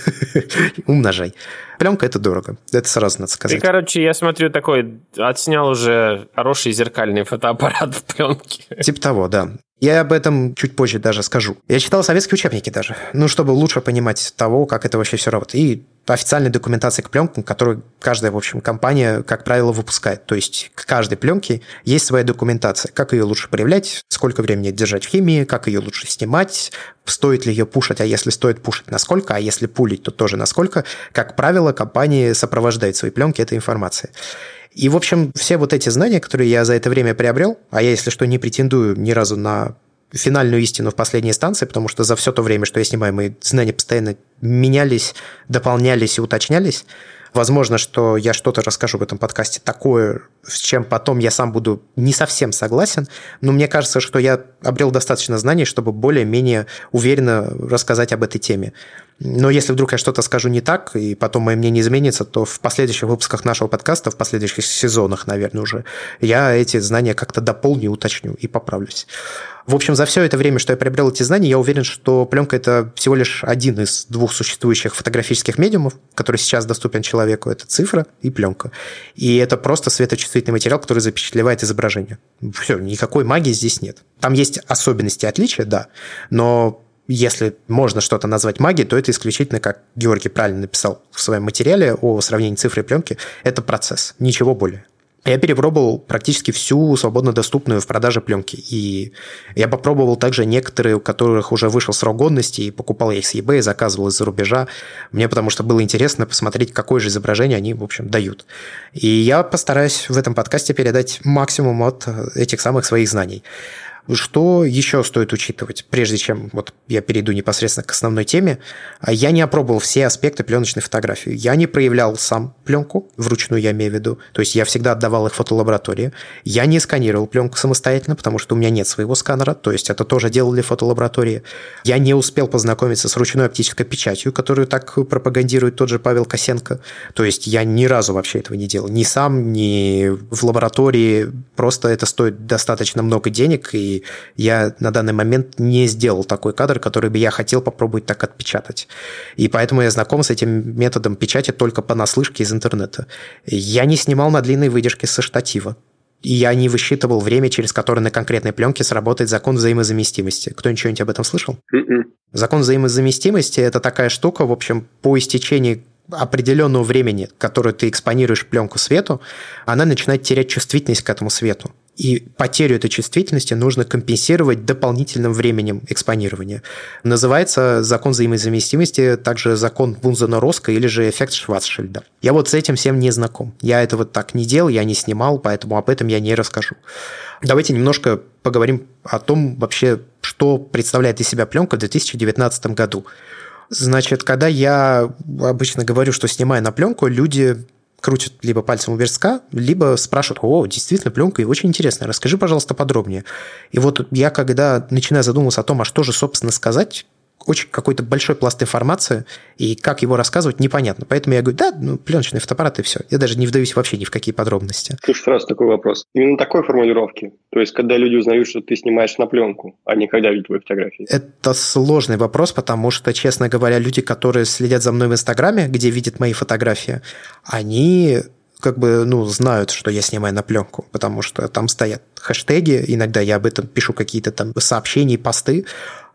Умножай. Пленка – это дорого. Это сразу надо сказать. Ты, короче, я смотрю, такой отснял уже хороший зеркальный фотоаппарат в пленке. Типа того, да. Я об этом чуть позже даже скажу. Я читал советские учебники даже, ну, чтобы лучше понимать того, как это вообще все работает. И официальной документации к пленкам, которую каждая, в общем, компания, как правило, выпускает. То есть к каждой пленке есть своя документация. Как ее лучше проявлять, сколько времени держать в химии, как ее лучше снимать, стоит ли ее пушить, а если стоит пушить, насколько, а если пулить, то тоже насколько. Как правило, компании сопровождают свои пленки этой информацией. И, в общем, все вот эти знания, которые я за это время приобрел, а я, если что, не претендую ни разу на финальную истину в последней инстанции, потому что за все то время, что я снимаю, мои знания постоянно менялись, дополнялись и уточнялись. Возможно, что я что-то расскажу в этом подкасте такое, с чем потом я сам буду не совсем согласен, но мне кажется, что я обрел достаточно знаний, чтобы более-менее уверенно рассказать об этой теме. Но если вдруг я что-то скажу не так, и потом мое мнение изменится, то в последующих выпусках нашего подкаста, в последующих сезонах, наверное, уже, я эти знания как-то дополню, уточню и поправлюсь. В общем, за все это время, что я приобрел эти знания, я уверен, что пленка – это всего лишь один из двух существующих фотографических медиумов, который сейчас доступен человеку. Это цифра и пленка. И это просто светочувствительный материал, который запечатлевает изображение. Все, никакой магии здесь нет. Там есть особенности и отличия, да, но если можно что-то назвать магией, то это исключительно, как Георгий правильно написал в своем материале о сравнении цифры и пленки, это процесс, ничего более. Я перепробовал практически всю свободно доступную в продаже пленки. И я попробовал также некоторые, у которых уже вышел срок годности, и покупал я их с eBay, заказывал из-за рубежа. Мне потому что было интересно посмотреть, какое же изображение они, в общем, дают. И я постараюсь в этом подкасте передать максимум от этих самых своих знаний. Что еще стоит учитывать, прежде чем вот я перейду непосредственно к основной теме? Я не опробовал все аспекты пленочной фотографии. Я не проявлял сам пленку, вручную я имею в виду, то есть я всегда отдавал их в фотолаборатории. Я не сканировал пленку самостоятельно, потому что у меня нет своего сканера, то есть это тоже делали фотолаборатории. Я не успел познакомиться с ручной оптической печатью, которую так пропагандирует тот же Павел Косенко. То есть я ни разу вообще этого не делал. Ни сам, ни в лаборатории. Просто это стоит достаточно много денег, и я на данный момент не сделал такой кадр, который бы я хотел попробовать так отпечатать. И поэтому я знаком с этим методом печати только понаслышке из интернета. Я не снимал на длинной выдержке со штатива. И я не высчитывал время, через которое на конкретной пленке сработает закон взаимозаместимости. Кто-нибудь что-нибудь об этом слышал? Mm-mm. Закон взаимозаместимости – это такая штука, в общем, по истечении определенного времени, которое ты экспонируешь пленку свету, она начинает терять чувствительность к этому свету. И потерю этой чувствительности нужно компенсировать дополнительным временем экспонирования. Называется закон взаимозаместимости, также закон Бунзена-Роско или же эффект Шварцшильда. Я вот с этим всем не знаком. Я этого так не делал, я не снимал, поэтому об этом я не расскажу. Давайте немножко поговорим о том вообще, что представляет из себя пленка в две тысячи девятнадцатом году. Значит, когда я обычно говорю, что снимаю на пленку, люди крутят либо пальцем у виска, либо спрашивают: о, действительно, пленка и очень интересная, расскажи, пожалуйста, подробнее. И вот я, когда начинаю задумываться о том, а что же, собственно, сказать, очень какой-то большой пласт информации, и как его рассказывать, непонятно. Поэтому я говорю: да, ну, пленочный фотоаппарат и все. Я даже не вдаюсь вообще ни в какие подробности. Слушай, сразу такой вопрос. Именно такой формулировки? То есть, когда люди узнают, что ты снимаешь на пленку, а не когда видят твои фотографии? Это сложный вопрос, потому что, честно говоря, люди, которые следят за мной в Инстаграме, где видят мои фотографии, они как бы, ну, знают, что я снимаю на пленку, потому что там стоят хэштеги, иногда я об этом пишу какие-то там сообщения, посты.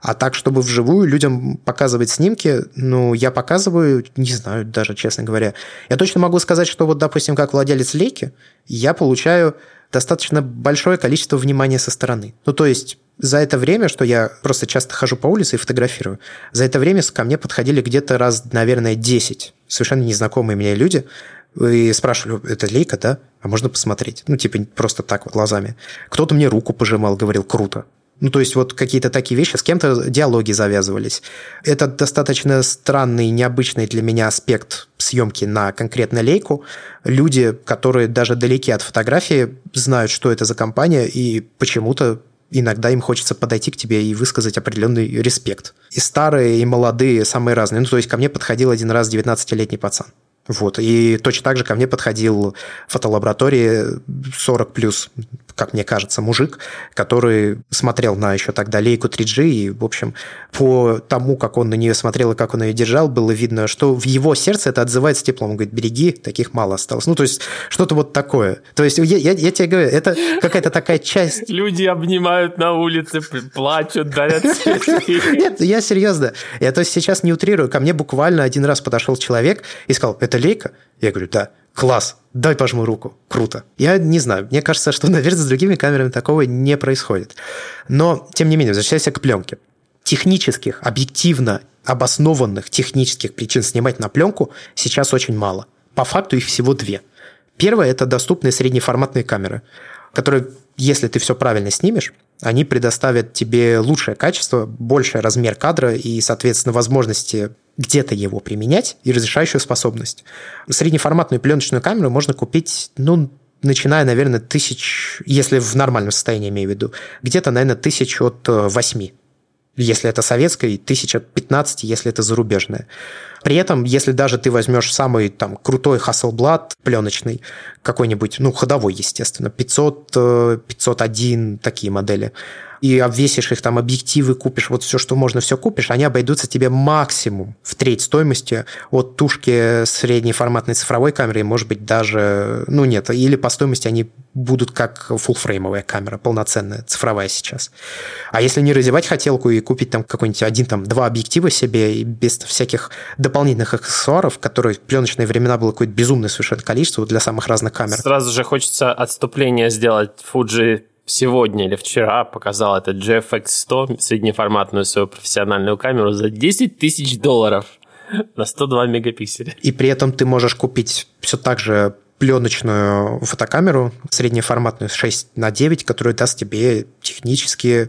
А так, чтобы вживую людям показывать снимки, ну, я показываю, не знаю даже, честно говоря. Я точно могу сказать, что вот, допустим, как владелец лейки, я получаю достаточно большое количество внимания со стороны. Ну, то есть за это время, что я просто часто хожу по улице и фотографирую, за это время ко мне подходили где-то раз, наверное, десять совершенно незнакомые мне люди и спрашивали, это лейка, да? А можно посмотреть? Ну, типа просто так вот глазами. Кто-то мне руку пожимал, говорил, круто. Ну, то есть вот какие-то такие вещи, с кем-то диалоги завязывались. Это достаточно странный, необычный для меня аспект съемки на конкретно лейку. Люди, которые даже далеки от фотографии, знают, что это за компания, и почему-то иногда им хочется подойти к тебе и высказать определенный респект. И старые, и молодые, самые разные. Ну, то есть ко мне подходил один раз девятнадцатилетний пацан. Вот. И точно так же ко мне подходил в фотолаборатории сорок плюс, как мне кажется, мужик, который смотрел на еще тогда лейку три джи, и, в общем, по тому, как он на нее смотрел и как он ее держал, было видно, что в его сердце это отзывается теплом. Он говорит, береги, таких мало осталось. Ну, то есть, что-то вот такое. То есть, я, я, я тебе говорю, это какая-то такая часть... Люди обнимают на улице, плачут, дарят цветы. Нет, я серьезно. Я то есть сейчас не утрирую. Ко мне буквально один раз подошел человек и сказал, это лейка? Я говорю, да. Класс, дай пожму руку. Круто. Я не знаю, мне кажется, что, наверное, с другими камерами такого не происходит. Но, тем не менее, возвращаясь к пленке. Технических, объективно обоснованных технических причин снимать на пленку сейчас очень мало. По факту их всего две. Первое – это доступные среднеформатные камеры, которые, если ты все правильно снимешь, они предоставят тебе лучшее качество, больший размер кадра и, соответственно, возможности где-то его применять и разрешающую способность. Среднеформатную пленочную камеру можно купить, ну, начиная, наверное, тысяч, если в нормальном состоянии имею в виду, где-то, наверное, тысяч от восьми. Если это советская, и тысяч от пятнадцати, если это зарубежная. При этом, если даже ты возьмешь самый там, крутой Hasselblad пленочный, какой-нибудь, ну, ходовой, естественно, пятьсот, пятьсот один, такие модели, и обвесишь их, там, объективы купишь, вот все, что можно, все купишь, они обойдутся тебе максимум в треть стоимости от тушки среднеформатной цифровой камеры, и, может быть, даже, ну, нет, или по стоимости они будут как фуллфреймовая камера, полноценная, цифровая сейчас. А если не разевать хотелку и купить там какой-нибудь один, там, два объектива себе, и без всяких дополнительных аксессуаров, которые в пленочные времена было какое-то безумное совершенно количество для самых разных камер. Сразу же хочется отступление сделать. Fuji сегодня или вчера показал этот джи эф икс сто, среднеформатную свою профессиональную камеру, за десять тысяч долларов на сто два мегапикселя. И при этом ты можешь купить все так же пленочную фотокамеру среднеформатную шесть на девять, которая даст тебе технически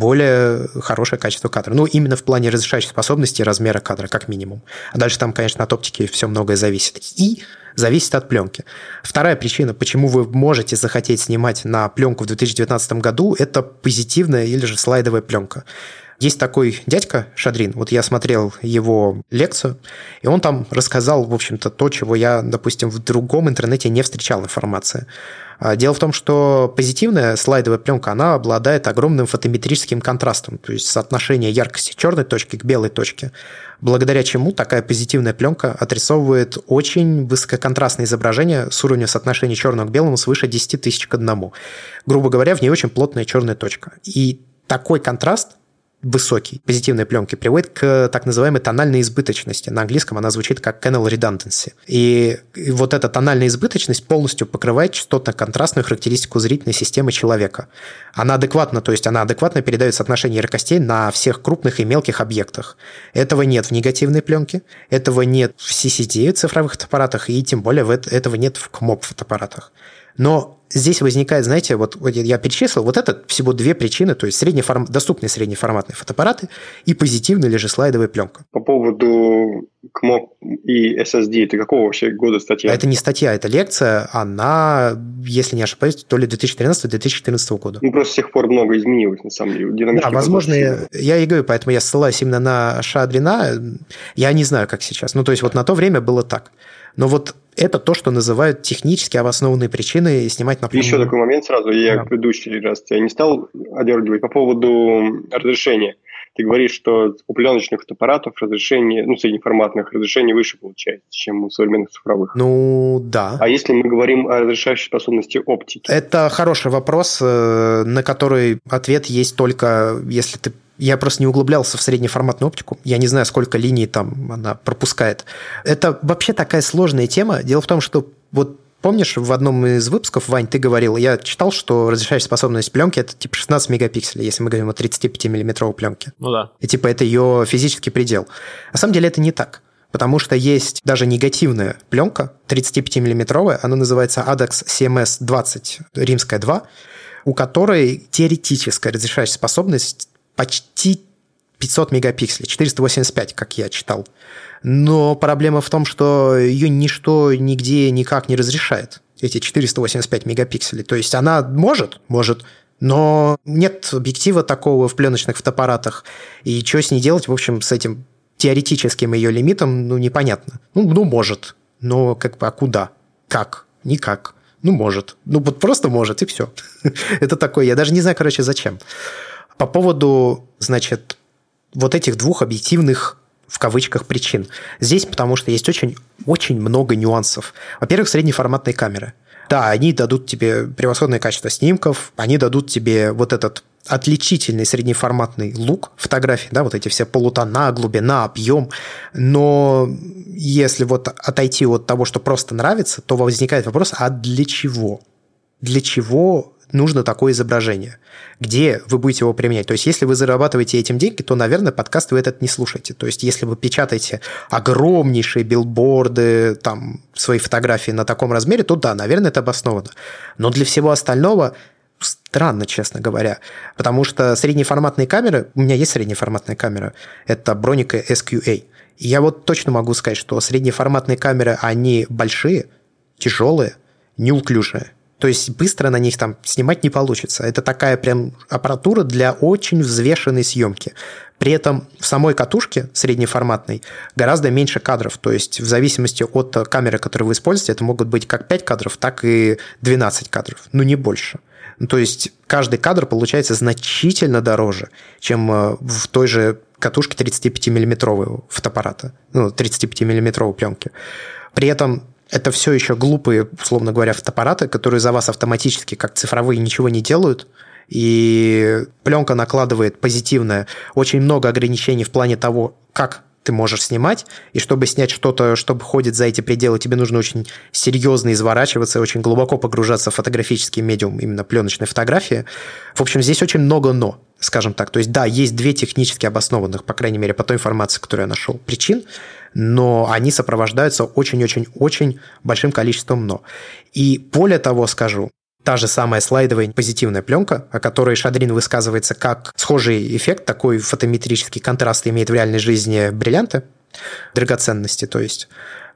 более хорошее качество кадра. Ну, именно в плане разрешающей способности и размера кадра, как минимум. А дальше там, конечно, от оптики все многое зависит. И зависит от пленки. Вторая причина, почему вы можете захотеть снимать на пленку в две тысячи девятнадцатом году, это позитивная или же слайдовая пленка. Есть такой дядька Шадрин, вот я смотрел его лекцию, и он там рассказал, в общем-то, то, чего я, допустим, в другом интернете не встречал информации. Дело в том, что позитивная слайдовая пленка, она обладает огромным фотометрическим контрастом, то есть соотношение яркости черной точки к белой точке, благодаря чему такая позитивная пленка отрисовывает очень высококонтрастное изображение с уровнем соотношения черного к белому свыше десять тысяч к одному. Грубо говоря, в ней очень плотная черная точка. И такой контраст высокий позитивной пленки приводит к так называемой тональной избыточности. На английском она звучит как canal redundancy. И вот эта тональная избыточность полностью покрывает частотно-контрастную характеристику зрительной системы человека. Она адекватно, то есть она адекватно передает соотношение яркостей на всех крупных и мелких объектах. Этого нет в негативной пленке, этого нет в си си ди цифровых фотоаппаратах, и тем более этого нет в кмоп фотоаппаратах. Но здесь возникает, знаете, вот, вот я перечислил, вот это всего две причины, то есть среднеформ... доступные среднеформатные фотоаппараты и позитивная или же слайдовая пленка. По поводу кмоп и эс эс ди, это какого вообще года статья? Это не статья, это лекция, она, если не ошибаюсь, то ли две тысячи тринадцатого - две тысячи четырнадцатого года. Ну, просто с тех пор много изменилось, на самом деле. Да, возможно, я, я и говорю, поэтому я ссылаюсь именно на Шадрина, я не знаю, как сейчас. Ну, то есть вот на то время было так. Но вот это то, что называют технически обоснованные причины снимать на пленку. Еще такой момент сразу, я да. предыдущий раз я не стал одергивать по поводу разрешения. Ты говоришь, что у пленочных фотоаппаратов разрешение, ну, среднеформатных разрешение выше получается, чем у современных цифровых. Ну, да. А если мы говорим о разрешающей способности оптики? Это хороший вопрос, на который ответ есть только, если ты Я просто не углублялся в среднеформатную оптику. Я не знаю, сколько линий там она пропускает. Это вообще такая сложная тема. Дело в том, что вот помнишь, в одном из выпусков, Вань, ты говорил, я читал, что разрешающая способность пленки – это типа шестнадцать мегапикселей, если мы говорим о тридцатипятимиллиметровой пленке. Ну да. И типа это ее физический предел. На самом деле это не так. Потому что есть даже негативная пленка, тридцатипятимиллиметровая, она называется Adax си эм эс двадцать, римская два, у которой теоретическая разрешающая способность почти пятьсот мегапикселей, четыреста восемьдесят пять, как я читал. Но проблема в том, что ее ничто нигде никак не разрешает, эти четыреста восемьдесят пять мегапикселей. То есть она может, может, но нет объектива такого в пленочных фотоаппаратах. И что с ней делать, в общем, с этим теоретическим ее лимитом, ну, непонятно. Ну, ну, может, но как бы, а куда? Как? Никак. Ну, может. Ну, вот просто может, и все. Это такое, я даже не знаю, короче, зачем. По поводу, значит, вот этих двух объективных в кавычках причин. Здесь потому что есть очень, очень много нюансов. Во-первых, среднеформатные камеры. Да, они дадут тебе превосходное качество снимков, они дадут тебе вот этот отличительный среднеформатный лук фотографий, да, вот эти все полутона, глубина, объем. Но если вот отойти от того, что просто нравится, то возникает вопрос, а для чего? Для чего нужно такое изображение? Где вы будете его применять? То есть, если вы зарабатываете этим деньги, то, наверное, подкаст вы этот не слушаете. То есть, если вы печатаете огромнейшие билборды, там, свои фотографии на таком размере, то да, наверное, это обосновано. Но для всего остального странно, честно говоря. Потому что среднеформатные камеры, у меня есть среднеформатная камера, это Bronica эс кью эй. И я вот точно могу сказать, что среднеформатные камеры, они большие, тяжелые, неуклюжие. То есть быстро на них там снимать не получится. Это такая прям аппаратура для очень взвешенной съемки. При этом в самой катушке среднеформатной гораздо меньше кадров. То есть в зависимости от камеры, которую вы используете, это могут быть как пять кадров, так и двенадцать кадров. Но не больше. То есть каждый кадр получается значительно дороже, чем в той же катушке тридцатипятимиллиметрового фотоаппарата, ну, тридцатипятимиллиметровой пленки. При этом это все еще глупые, условно говоря, фотоаппараты, которые за вас автоматически, как цифровые, ничего не делают, и пленка накладывает позитивное очень много ограничений в плане того, как ты можешь снимать, и чтобы снять что-то, что ходит за эти пределы, тебе нужно очень серьезно изворачиваться, очень глубоко погружаться в фотографический медиум, именно пленочной фотографии. В общем, здесь очень много «но», скажем так. То есть, да, есть две технически обоснованных, по крайней мере, по той информации, которую я нашел, причин, но они сопровождаются очень-очень-очень большим количеством «но». И более того скажу, та же самая слайдовая позитивная пленка, о которой Шадрин высказывается как схожий эффект, такой фотометрический контраст имеет в реальной жизни бриллианты, драгоценности, то есть.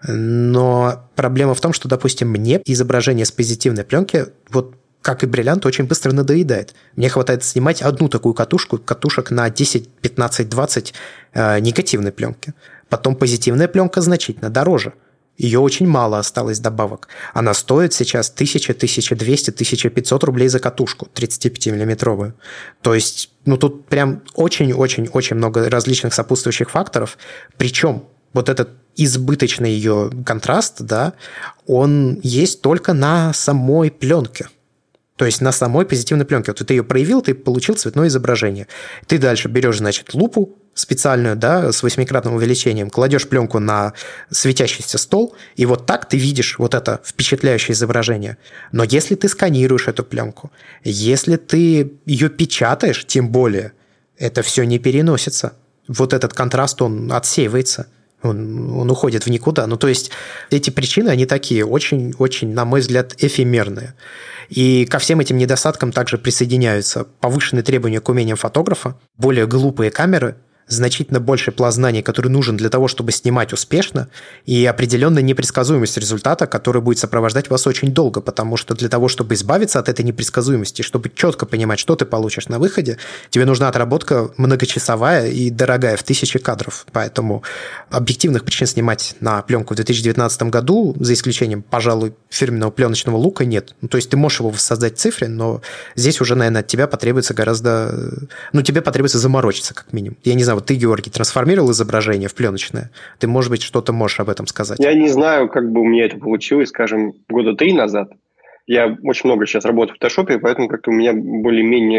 Но проблема в том, что, допустим, мне изображение с позитивной пленки, вот как и бриллиант, очень быстро надоедает. Мне хватает снимать одну такую катушку, катушек на десять, пятнадцать, двадцать э, негативной пленки. Потом позитивная пленка значительно дороже. Ее очень мало осталось добавок. Она стоит сейчас тысяча, тысяча двести, тысяча пятьсот рублей за катушку тридцатипятимиллиметровую. То есть, ну, тут прям очень-очень-очень много различных сопутствующих факторов. Причем вот этот избыточный ее контраст, да, он есть только на самой пленке. То есть на самой позитивной пленке. Вот ты ее проявил, ты получил цветное изображение. Ты дальше берешь, значит, лупу специальную, да, с восьмикратным увеличением, кладешь пленку на светящийся стол, и вот так ты видишь вот это впечатляющее изображение. Но если ты сканируешь эту пленку, если ты ее печатаешь, тем более, это все не переносится. Вот этот контраст, он отсеивается. Он, он уходит в никуда. Ну, то есть, эти причины, они такие очень-очень, на мой взгляд, эфемерные. И ко всем этим недостаткам также присоединяются повышенные требования к умениям фотографа, более глупые камеры, значительно больше пласт знаний, который нужен для того, чтобы снимать успешно, и определенная непредсказуемость результата, который будет сопровождать вас очень долго, потому что для того, чтобы избавиться от этой непредсказуемости, чтобы четко понимать, что ты получишь на выходе, тебе нужна отработка многочасовая и дорогая, в тысячи кадров. Поэтому объективных причин снимать на пленку в две тысячи девятнадцатом году, за исключением, пожалуй, фирменного пленочного лука, нет. Ну, то есть ты можешь его воссоздать в цифре, но здесь уже, наверное, от тебя потребуется гораздо... Ну, тебе потребуется заморочиться, как минимум. Я не знаю, вот ты, Георгий, трансформировал изображение в пленочное. Ты, может быть, что-то можешь об этом сказать? Я не знаю, как бы у меня это получилось, скажем, года три назад. Я очень много сейчас работаю в фотошопе, поэтому как-то у меня более-менее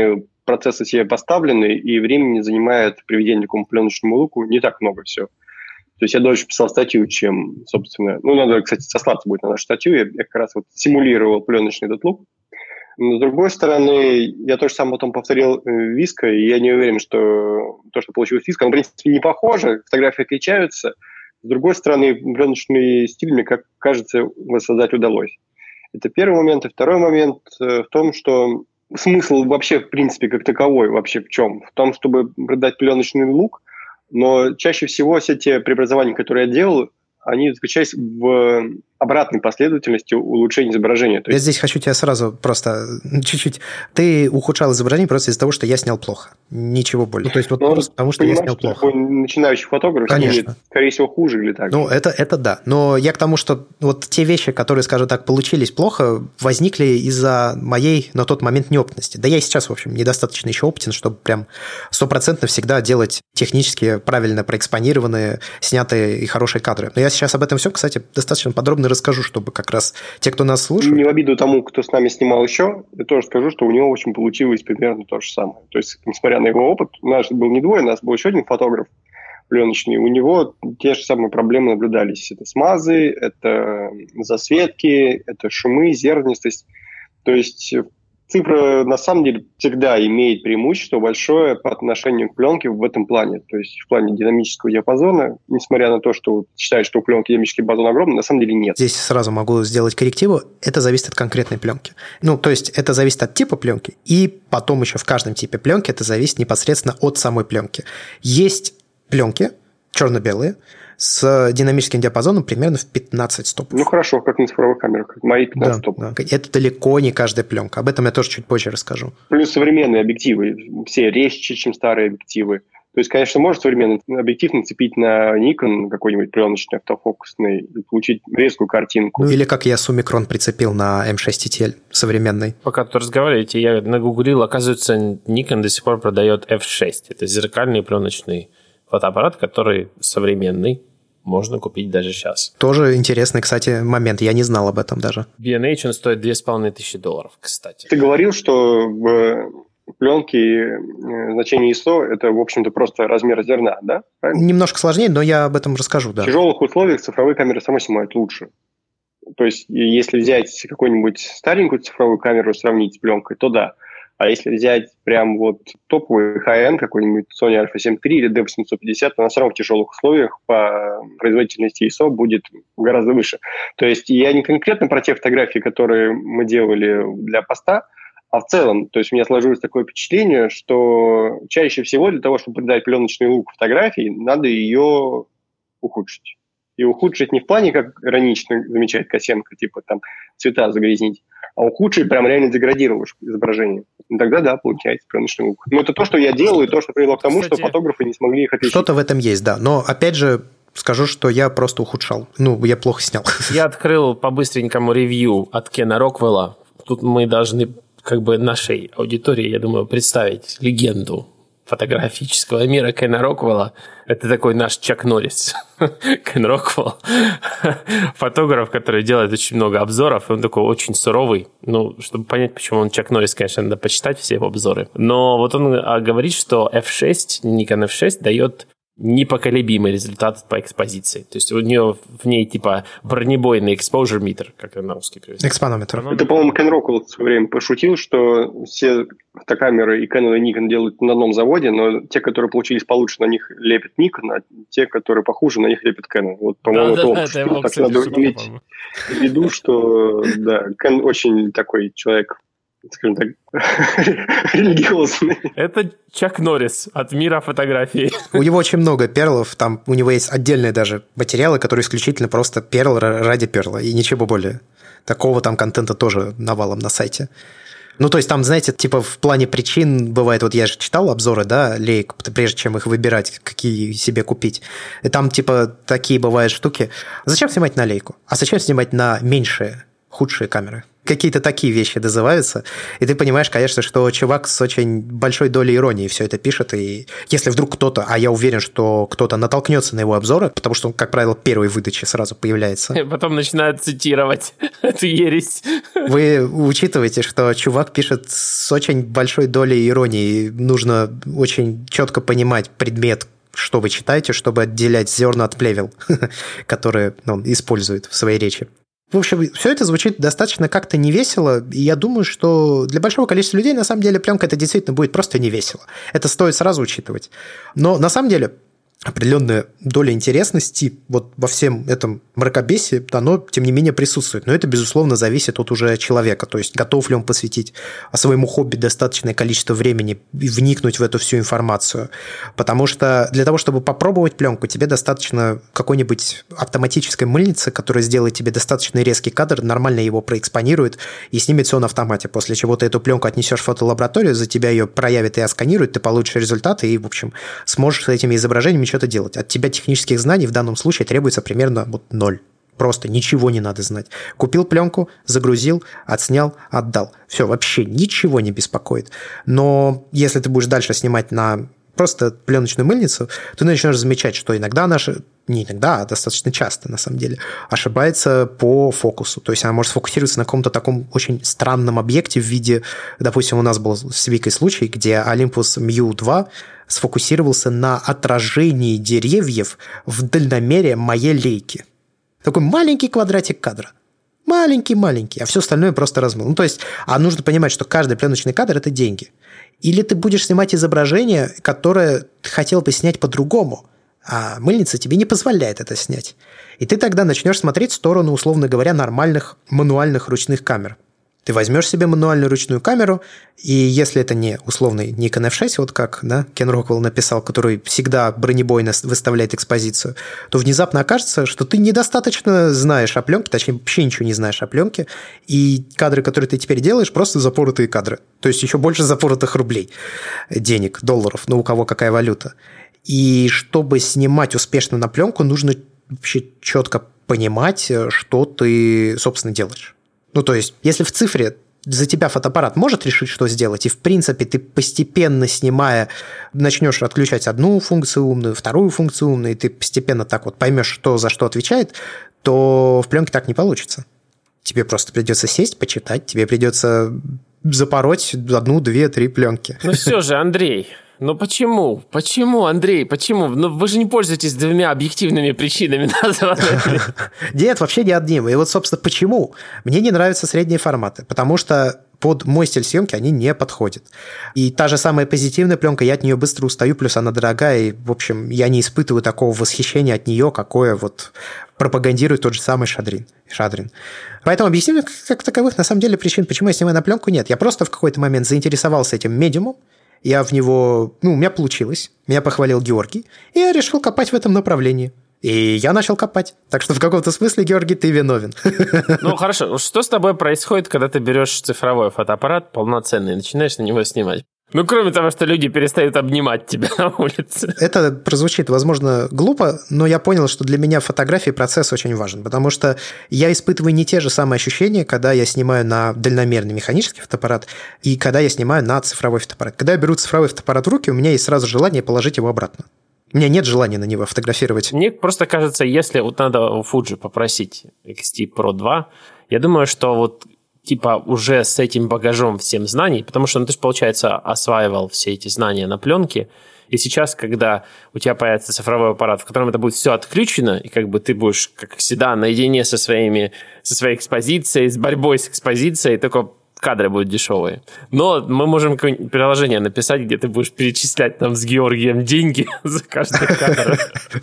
процессы себе поставлены, и времени занимает приведение к такому пленочному луку не так много все. То есть я дольше писал статью, чем, собственно... Ну, надо, кстати, сослаться будет на нашу статью. Я, я как раз вот симулировал пленочный этот лук. Но, с другой стороны, я тоже сам потом повторил Виска, и я не уверен, что то, что получилось Виска, оно, в принципе, не похоже, фотографии отличаются. С другой стороны, пленочный стиль, мне, как кажется, воссоздать удалось. Это первый момент. И второй момент в том, что смысл вообще, в принципе, как таковой вообще в чем? В том, чтобы продать пленочный лук, но чаще всего все те преобразования, которые я делал, они заключались в обратной последовательности улучшения изображения. То я есть... здесь хочу тебя сразу просто чуть-чуть... Ты ухудшал изображение просто из-за того, что я снял плохо. Ничего более. Ну, то есть вот ну, просто потому, что я снял плохо. Такой начинающий фотограф снимет, скорее всего, хуже или так. Ну, это, это да. Но я к тому, что вот те вещи, которые, скажем так, получились плохо, возникли из-за моей на тот момент неопытности. Да я и сейчас, в общем, недостаточно еще опытен, чтобы прям стопроцентно всегда делать технически правильно проэкспонированные, снятые и хорошие кадры. Но я сейчас об этом все, кстати, достаточно подробно расскажу, чтобы как раз те, кто нас слушает... Не в обиду тому, кто с нами снимал еще, я тоже скажу, что у него, в общем, получилось примерно то же самое. То есть, несмотря на его опыт, у нас был не двое, у нас был еще один фотограф пленочный, у него те же самые проблемы наблюдались. Это смазы, это засветки, это шумы, зернистость. То есть цифра на самом деле всегда имеет преимущество большое по отношению к пленке в этом плане. То есть в плане динамического диапазона, несмотря на то, что считают, что у пленки динамический диапазон огромный, на самом деле нет. Здесь сразу могу сделать коррективу. Это зависит от конкретной пленки. Ну, то есть это зависит от типа пленки, и потом еще в каждом типе пленки это зависит непосредственно от самой пленки. Есть пленки черно-белые, с динамическим диапазоном примерно в пятнадцать стопов. Ну, хорошо, как на цифровых камерах, как мои пятнадцать да, стопов. Да. Это далеко не каждая пленка. Об этом я тоже чуть позже расскажу. Плюс современные объективы. Все резче, чем старые объективы. То есть, конечно, может современный объектив нацепить на Nikon какой-нибудь пленочный автофокусный и получить резкую картинку. Ну, или как я Summicron прицепил на эм шесть ти эл современный. Пока тут разговариваете, я нагуглил, оказывается, Nikon до сих пор продает эф шесть. Это зеркальный пленочный фотоаппарат, который современный. Можно купить даже сейчас. Тоже интересный, кстати, момент. Я не знал об этом даже. би эн эйч он стоит две с половиной тысячи долларов, кстати. Ты говорил, что в пленке значение ай эс о это, в общем-то, просто размер зерна, да? Правильно? Немножко сложнее, но я об этом расскажу, да. В тяжелых условиях цифровые камеры сами снимают лучше. То есть, если взять какую-нибудь старенькую цифровую камеру и сравнить с пленкой, то да. А если взять прям вот топовый хай-энд какой-нибудь Sony Alpha семь три или ди восемьсот пятьдесят, то она все равно в тяжелых условиях по производительности ай эс о будет гораздо выше. То есть я не конкретно про те фотографии, которые мы делали для поста, а в целом. То есть у меня сложилось такое впечатление, что чаще всего для того, чтобы придать пленочный лук фотографии, надо ее ухудшить. И ухудшить не в плане, как иронично замечает Косенко, типа там цвета загрязнить, а ухудшить прям реально деградируешь изображение. И тогда, да, получается пленочный лук. Но это то, что я делал, и то, что привело к тому, Кстати, что фотографы не смогли их отличить. Что-то в этом есть, да. Но, опять же, скажу, что я просто ухудшал. Ну, я плохо снял. Я открыл по-быстренькому ревью от Кена Роквелла. Тут мы должны как бы нашей аудитории, я думаю, представить легенду фотографического мира Кена Роквелла. Это такой наш Чак Норрис. Кен Роквелл. Фотограф, который делает очень много обзоров. Он такой очень суровый. Ну, чтобы понять, почему он Чак Норрис, конечно, надо почитать все его обзоры. Но вот он говорит, что эф шесть, Nikon эф шесть дает непоколебимый результат по экспозиции. То есть у нее в ней типа бронебойный exposure meter, как это на русский перевести. Экспанометр. Это, по-моему, Кен Роквелл в свое время пошутил, что все фотокамеры и Canon, и Nikon делают на одном заводе, но те, которые получились получше, на них лепит Nikon, а те, которые похуже, на них лепит Canon. Вот, по-моему, да, это да, он. это его, Так кстати, надо шутка, иметь в виду, что да, Кен очень такой человек, скажем так, религиозный. Это Чак Норрис от мира фотографии. У него очень много перлов, там у него есть отдельные даже материалы, которые исключительно просто перл ради перла, и ничего более. Такого там контента тоже навалом на сайте. Ну, то есть там, знаете, типа в плане причин бывает, вот я же читал обзоры, да, лейк, прежде чем их выбирать, какие себе купить. И там типа такие бывают штуки. Зачем снимать на лейку? А зачем снимать на меньшие худшие камеры. Какие-то такие вещи дозываются, и ты понимаешь, конечно, что чувак с очень большой долей иронии все это пишет, и если вдруг кто-то, а я уверен, что кто-то натолкнется на его обзоры, потому что он, как правило, первой выдачи сразу появляется. И потом начинают цитировать эту ересь. Вы учитываете, что чувак пишет с очень большой долей иронии, и нужно очень четко понимать предмет, что вы читаете, чтобы отделять зерна от плевел, которые он использует в своей речи. В общем, все это звучит достаточно как-то невесело, и я думаю, что для большого количества людей на самом деле пленка это действительно будет просто невесело. Это стоит сразу учитывать. Но на самом деле определенная доля интересности вот во всем этом мракобесии, оно, тем не менее, присутствует. Но это, безусловно, зависит от уже человека. То есть, готов ли он посвятить своему хобби достаточное количество времени и вникнуть в эту всю информацию. Потому что для того, чтобы попробовать пленку, тебе достаточно какой-нибудь автоматической мыльницы, которая сделает тебе достаточно резкий кадр, нормально его проэкспонирует и снимет все на автомате. После чего ты эту пленку отнесешь в фотолабораторию, за тебя ее проявит и отсканирует, ты получишь результаты и, в общем, сможешь с этими изображениями что-то делать. От тебя технических знаний в данном случае требуется примерно вот ноль. Просто ничего не надо знать. Купил пленку, загрузил, отснял, отдал. Все, вообще ничего не беспокоит. Но если ты будешь дальше снимать на просто пленочную мыльницу, ты начнешь замечать, что иногда наша, не иногда, а достаточно часто, на самом деле, ошибается по фокусу. То есть она может сфокусироваться на каком-то таком очень странном объекте в виде, допустим, у нас был с Викой случай, где Olympus Мью два сфокусировался на отражении деревьев в дальномере моей лейки. Такой маленький квадратик кадра. Маленький-маленький, а все остальное просто размыл. Ну, то есть, а нужно понимать, что каждый пленочный кадр – это деньги. Или ты будешь снимать изображение, которое ты хотел бы снять по-другому, а мыльница тебе не позволяет это снять. И ты тогда начнешь смотреть в сторону, условно говоря, нормальных мануальных ручных камер. Ты возьмешь себе мануальную ручную камеру, и если это не условный Nikon эф шесть, вот как да, Кен Роквелл написал, который всегда бронебойно выставляет экспозицию, то внезапно окажется, что ты недостаточно знаешь о пленке, точнее, вообще ничего не знаешь о пленке, и кадры, которые ты теперь делаешь, просто запоротые кадры. То есть еще больше запоротых рублей, денег, долларов, ну у кого какая валюта. И чтобы снимать успешно на пленку, нужно вообще четко понимать, что ты, собственно, делаешь. Ну, то есть, если в цифре за тебя фотоаппарат может решить, что сделать, и, в принципе, ты постепенно снимая, начнешь отключать одну функцию умную, вторую функцию умную, и ты постепенно так вот поймешь, что за что отвечает, то в пленке так не получится. Тебе просто придется сесть, почитать, тебе придется запороть одну, две, три пленки. Ну все же, Андрей... Ну почему? Почему, Андрей? Почему? Ну вы же не пользуетесь двумя объективными причинами названными. Нет, вообще не одним. И вот, собственно, почему? Мне не нравятся средние форматы, потому что под мой стиль съемки они не подходят. И та же самая позитивная пленка, я от нее быстро устаю, плюс она дорогая, и, в общем, я не испытываю такого восхищения от нее, какое вот пропагандирует тот же самый Шадрин. Шадрин. Поэтому объяснений как таковых, на самом деле, причин, почему я снимаю на пленку, нет. Я просто в какой-то момент заинтересовался этим медиумом, я в него... Ну, у меня получилось. Меня похвалил Георгий. И я решил копать в этом направлении. И я начал копать. Так что в каком-то смысле, Георгий, ты виновен. Ну, хорошо. Что с тобой происходит, когда ты берешь цифровой фотоаппарат полноценный и начинаешь на него снимать? Ну, кроме того, что люди перестают обнимать тебя на улице. Это прозвучит, возможно, глупо, но я понял, что для меня фотографии процесс очень важен, потому что я испытываю не те же самые ощущения, когда я снимаю на дальномерный механический фотоаппарат и когда я снимаю на цифровой фотоаппарат. Когда я беру цифровой фотоаппарат в руки, у меня есть сразу желание положить его обратно. У меня нет желания на него фотографировать. Мне просто кажется, если вот надо у Fuji попросить икс ти про два, я думаю, что вот типа уже с этим багажом всем знаний, потому что, ну, ты же, получается, осваивал все эти знания на пленке, и сейчас, когда у тебя появится цифровой аппарат, в котором это будет все отключено, и как бы ты будешь, как всегда, наедине со, своими, со своей экспозицией, с борьбой с экспозицией, только кадры будут дешевые. Но мы можем какое-нибудь приложение написать, где ты будешь перечислять нам с Георгием деньги за каждый кадр,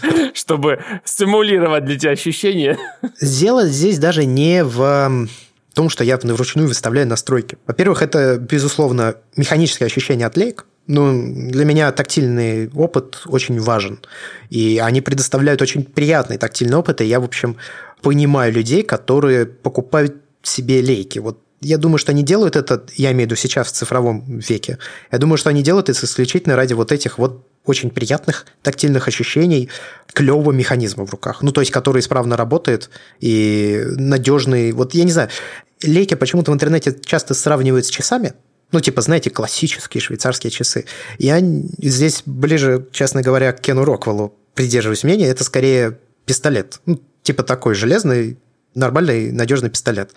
чтобы стимулировать для тебя ощущения. Дело здесь даже не в... в том, что я вручную выставляю настройки. Во-первых, это, безусловно, механическое ощущение от лейк. Ну, для меня тактильный опыт очень важен. И они предоставляют очень приятный тактильный опыт. И я, в общем, понимаю людей, которые покупают себе лейки. Вот я думаю, что они делают это, я имею в виду сейчас в цифровом веке, я думаю, что они делают это исключительно ради вот этих вот очень приятных тактильных ощущений клевого механизма в руках. Ну, то есть, который исправно работает и надежный. Вот я не знаю, лейки почему-то в интернете часто сравнивают с часами. Ну, типа, знаете, классические швейцарские часы. Я здесь ближе, честно говоря, к Кену Роквеллу придерживаюсь мнения. Это скорее пистолет. Ну, типа такой железный, нормальный, надежный пистолет.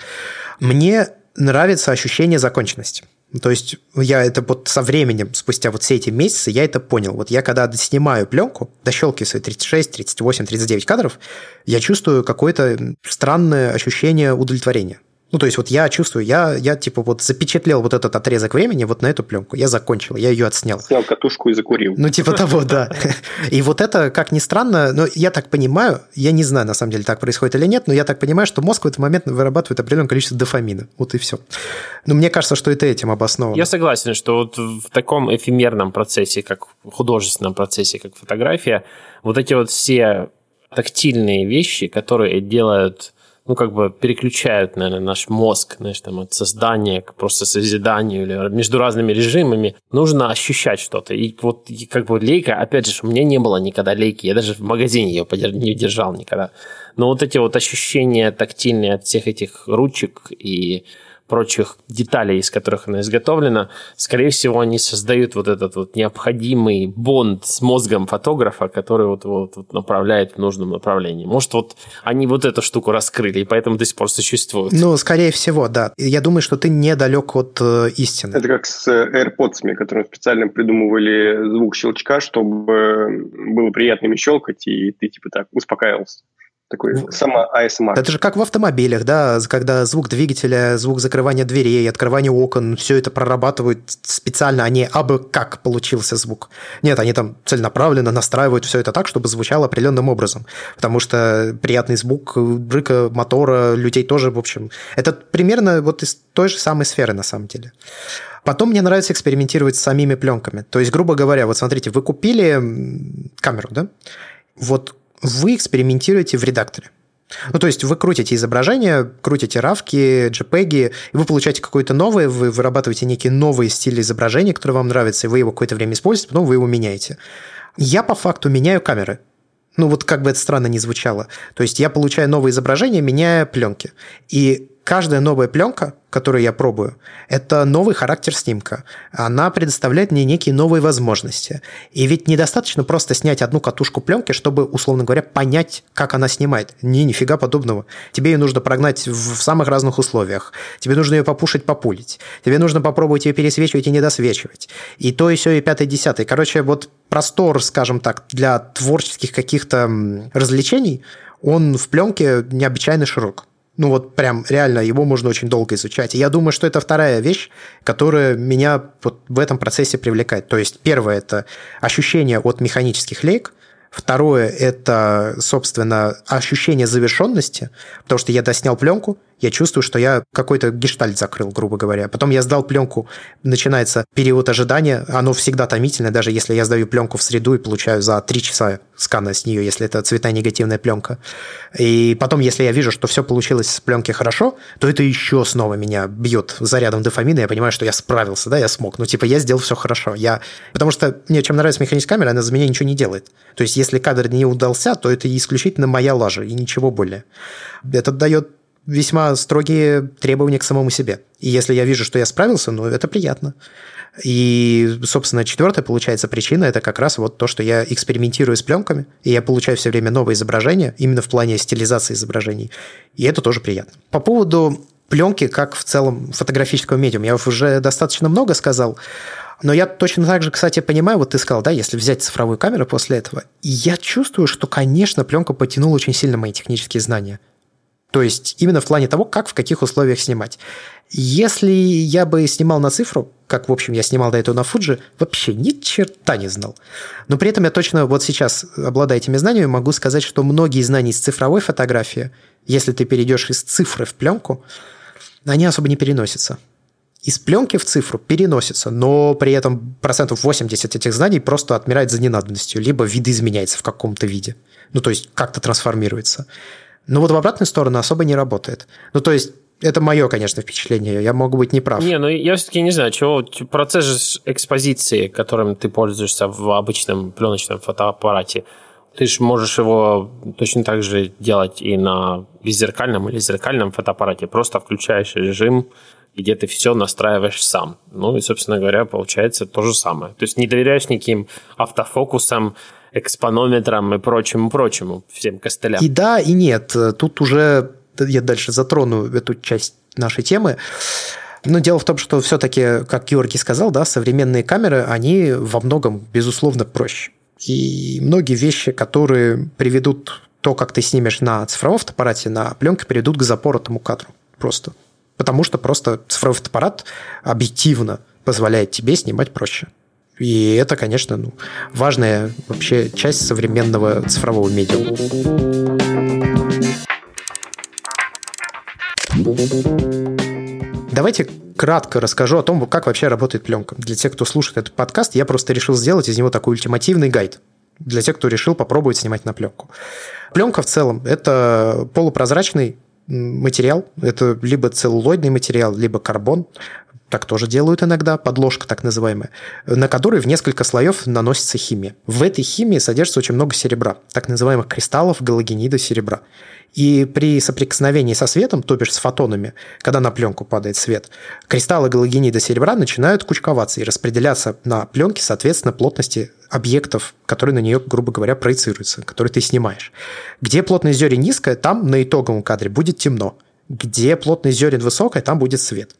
Мне нравится ощущение законченности. То есть я это вот со временем, спустя вот все эти месяцы, я это понял. Вот я когда снимаю пленку, дощелкиваю свои тридцать шесть, тридцать восемь, тридцать девять кадров, я чувствую какое-то странное ощущение удовлетворения. Ну, то есть вот я чувствую, я, я типа вот запечатлел вот этот отрезок времени вот на эту пленку, я закончил, я ее отснял. Снял катушку и закурил. Ну, типа того, да. И вот это, как ни странно, но я так понимаю, я не знаю, на самом деле, так происходит или нет, но я так понимаю, что мозг в этот момент вырабатывает определенное количество дофамина. Вот и все. Но мне кажется, что это этим обосновано. Я согласен, что вот в таком эфемерном процессе, как в художественном процессе, как фотография, вот эти вот все тактильные вещи, которые делают... ну, как бы переключают, наверное, наш мозг, знаешь, там, от создания к просто созиданию или между разными режимами. Нужно ощущать что-то. И вот как бы лейка, опять же, у меня не было никогда лейки, я даже в магазине ее не держал никогда. Но вот эти вот ощущения тактильные от всех этих ручек и прочих деталей, из которых она изготовлена, скорее всего, они создают вот этот вот необходимый бонд с мозгом фотографа, который вот, вот, вот направляет в нужном направлении. Может, вот они вот эту штуку раскрыли, и поэтому до сих пор существуют. Ну, скорее всего, да. Я думаю, что ты недалек от э, истины. Это как с AirPods, которые специально придумывали звук щелчка, чтобы было приятными щелкать, и ты типа так успокаивался. Такой само-эй эс эм ар. Это же как в автомобилях, да, когда звук двигателя, звук закрывания дверей, открывания окон, все это прорабатывают специально, а не абы как получился звук. Нет, они там целенаправленно настраивают все это так, чтобы звучало определенным образом, потому что приятный звук рыка мотора людей тоже, в общем, это примерно вот из той же самой сферы на самом деле. Потом мне нравится экспериментировать с самими пленками. То есть, грубо говоря, вот смотрите, вы купили камеру, да? Вот вы экспериментируете в редакторе. Ну, то есть вы крутите изображения, крутите равки, джепеги, и вы получаете какое-то новое, вы вырабатываете некие новые стили изображения, которые вам нравятся, и вы его какое-то время используете, потом вы его меняете. Я по факту меняю камеры. Ну, вот как бы это странно ни звучало. То есть я получаю новые изображения, меняя пленки. И каждая новая пленка, которую я пробую, это новый характер снимка. Она предоставляет мне некие новые возможности. И ведь недостаточно просто снять одну катушку пленки, чтобы, условно говоря, понять, как она снимает. Не, нифига подобного. Тебе ее нужно прогнать в самых разных условиях. Тебе нужно ее попушить, популить. Тебе нужно попробовать ее пересвечивать и недосвечивать. И то, и сё, и пятое, и десятое. Короче, вот простор, скажем так, для творческих каких-то развлечений, он в пленке необычайно широк. Ну вот прям реально его можно очень долго изучать. И я думаю, что это вторая вещь, которая меня вот в этом процессе привлекает. То есть первое – это ощущение от механических лейк. Второе – это, собственно, ощущение завершенности, потому что я доснял пленку, я чувствую, что я какой-то гештальт закрыл, грубо говоря. Потом я сдал пленку, начинается период ожидания, оно всегда томительное, даже если я сдаю пленку в среду и получаю за три часа скана с нее, если это цветная негативная пленка. И потом, если я вижу, что все получилось с пленки хорошо, то это еще снова меня бьет зарядом дофамина, я понимаю, что я справился, да, я смог. Ну, типа, я сделал все хорошо. Я... Потому что мне чем нравится механическая камера, она за меня ничего не делает. То есть, если кадр не удался, то это исключительно моя лажа и ничего более. Это дает весьма строгие требования к самому себе. И если я вижу, что я справился, ну, это приятно. И, собственно, четвертая, получается, причина – это как раз вот то, что я экспериментирую с пленками, и я получаю все время новые изображения, именно в плане стилизации изображений. И это тоже приятно. По поводу пленки, как в целом фотографического медиума, я уже достаточно много сказал. Но я точно так же, кстати, понимаю, вот ты сказал, да, если взять цифровую камеру после этого, и я чувствую, что, конечно, пленка потянула очень сильно мои технические знания. То есть именно в плане того, как, в каких условиях снимать. Если я бы снимал на цифру, как, в общем, я снимал до этого на Fuji, вообще ни черта не знал. Но при этом я точно вот сейчас, обладая этими знаниями, могу сказать, что многие знания из цифровой фотографии, если ты перейдешь из цифры в пленку, они особо не переносятся. Из пленки в цифру переносится, но при этом процентов восемьдесят этих знаний просто отмирает за ненадобностью, либо видоизменяется в каком-то виде. Ну, то есть как-то трансформируется. Но вот в обратную сторону особо не работает. Ну, то есть Это мое, конечно, впечатление. Я могу быть неправ. Не, ну я все-таки не знаю, чего процесс же экспозиции, которым ты пользуешься в обычном пленочном фотоаппарате, ты же можешь его точно так же делать и на беззеркальном или зеркальном фотоаппарате. Просто включаешь режим, где ты все настраиваешь сам. Ну и, собственно говоря, получается то же самое. То есть не доверяешь никаким автофокусам, экспонометрам и прочему-прочему, всем костылям. И да, и нет. Тут уже я дальше затрону эту часть нашей темы. Но дело в том, что все-таки, как Георгий сказал, да, современные камеры, они во многом, безусловно, проще. И многие вещи, которые приведут то, как ты снимешь на цифровом фотоаппарате, на пленке, приведут к запоротому кадру. Просто. Потому что просто цифровой фотоаппарат объективно позволяет тебе снимать проще. И это, конечно, ну, важная вообще часть современного цифрового медиа. Давайте кратко расскажу о том, как вообще работает пленка. Для тех, кто слушает этот подкаст, я просто решил сделать из него такой ультимативный гайд. Для тех, кто решил попробовать снимать на пленку. Пленка в целом – это полупрозрачный материал. Это либо целлулоидный материал, либо карбон. Так тоже делают иногда, подложка так называемая, на которой в несколько слоев наносится химия. В этой химии содержится очень много серебра, так называемых кристаллов галогенида серебра. И при соприкосновении со светом, то бишь с фотонами, когда на пленку падает свет, кристаллы галогенида серебра начинают кучковаться и распределяться на пленке соответственно плотности объектов, которые на нее, грубо говоря, проецируются, которые ты снимаешь. Где плотность зерен низкая, там на итоговом кадре будет темно. Где плотность зерен высокая, там будет свет.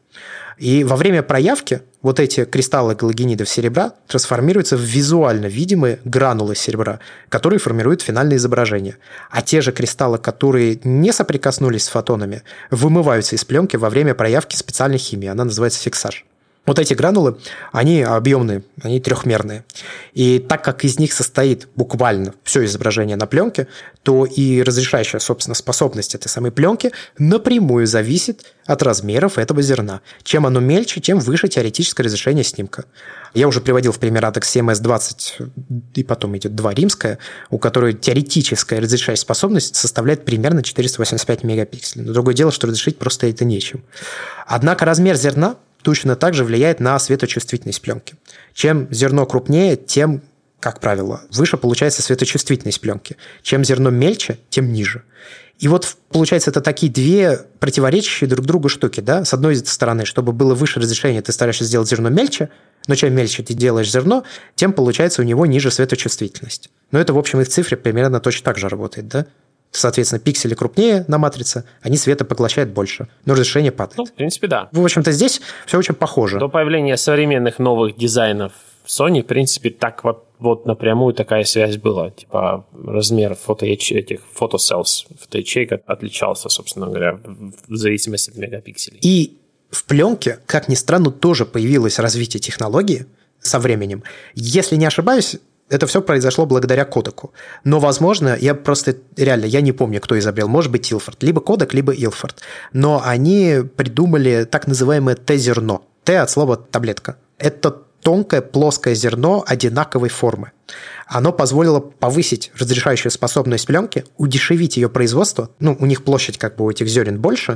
И во время проявки вот эти кристаллы галогенидов серебра трансформируются в визуально видимые гранулы серебра, которые формируют финальное изображение. А те же кристаллы, которые не соприкоснулись с фотонами, вымываются из пленки во время проявки специальной химии. Она называется фиксаж. Вот эти гранулы, они объемные, они трехмерные. И так как из них состоит буквально все изображение на пленке, то и разрешающая, собственно, способность этой самой пленки напрямую зависит от размеров этого зерна. Чем оно мельче, тем выше теоретическое разрешение снимка. Я уже приводил в пример Adox си эм эс двадцать, и потом идет два римская, у которой теоретическая разрешающая способность составляет примерно четыреста восемьдесят пять мегапикселей. Но другое дело, что разрешить просто это нечем. Однако размер зерна точно так же влияет на светочувствительность пленки. Чем зерно крупнее, тем, как правило, выше получается светочувствительность пленки. Чем зерно мельче, тем ниже. И вот, получается, это такие две противоречащие друг другу штуки. Да? С одной стороны, чтобы было выше разрешение, ты стараешься сделать зерно мельче, но чем мельче ты делаешь зерно, тем, получается, у него ниже светочувствительность. Но это, в общем, и в цифре примерно точно так же работает, да? Соответственно, пиксели крупнее на матрице, они света поглощают больше, но разрешение падает. Ну, в принципе, да. В общем-то, здесь все очень похоже. До появления современных новых дизайнов Sony, в принципе, так вот, вот напрямую такая связь была. Типа размер фотоячеек, этих фотоселс, фотоячеек отличался, собственно говоря, в зависимости от мегапикселей. И в пленке, как ни странно, тоже появилось развитие технологии со временем. Если не ошибаюсь, это все произошло благодаря кодеку. Но, возможно, я просто реально, я не помню, кто изобрел. Может быть, Илфорд. Либо кодек, либо Илфорд. Но они придумали так называемое Т-зерно. Т от слова таблетка. Это тонкое плоское зерно одинаковой формы. Оно позволило повысить разрешающую способность пленки, удешевить ее производство. Ну, у них площадь как бы у этих зерен больше,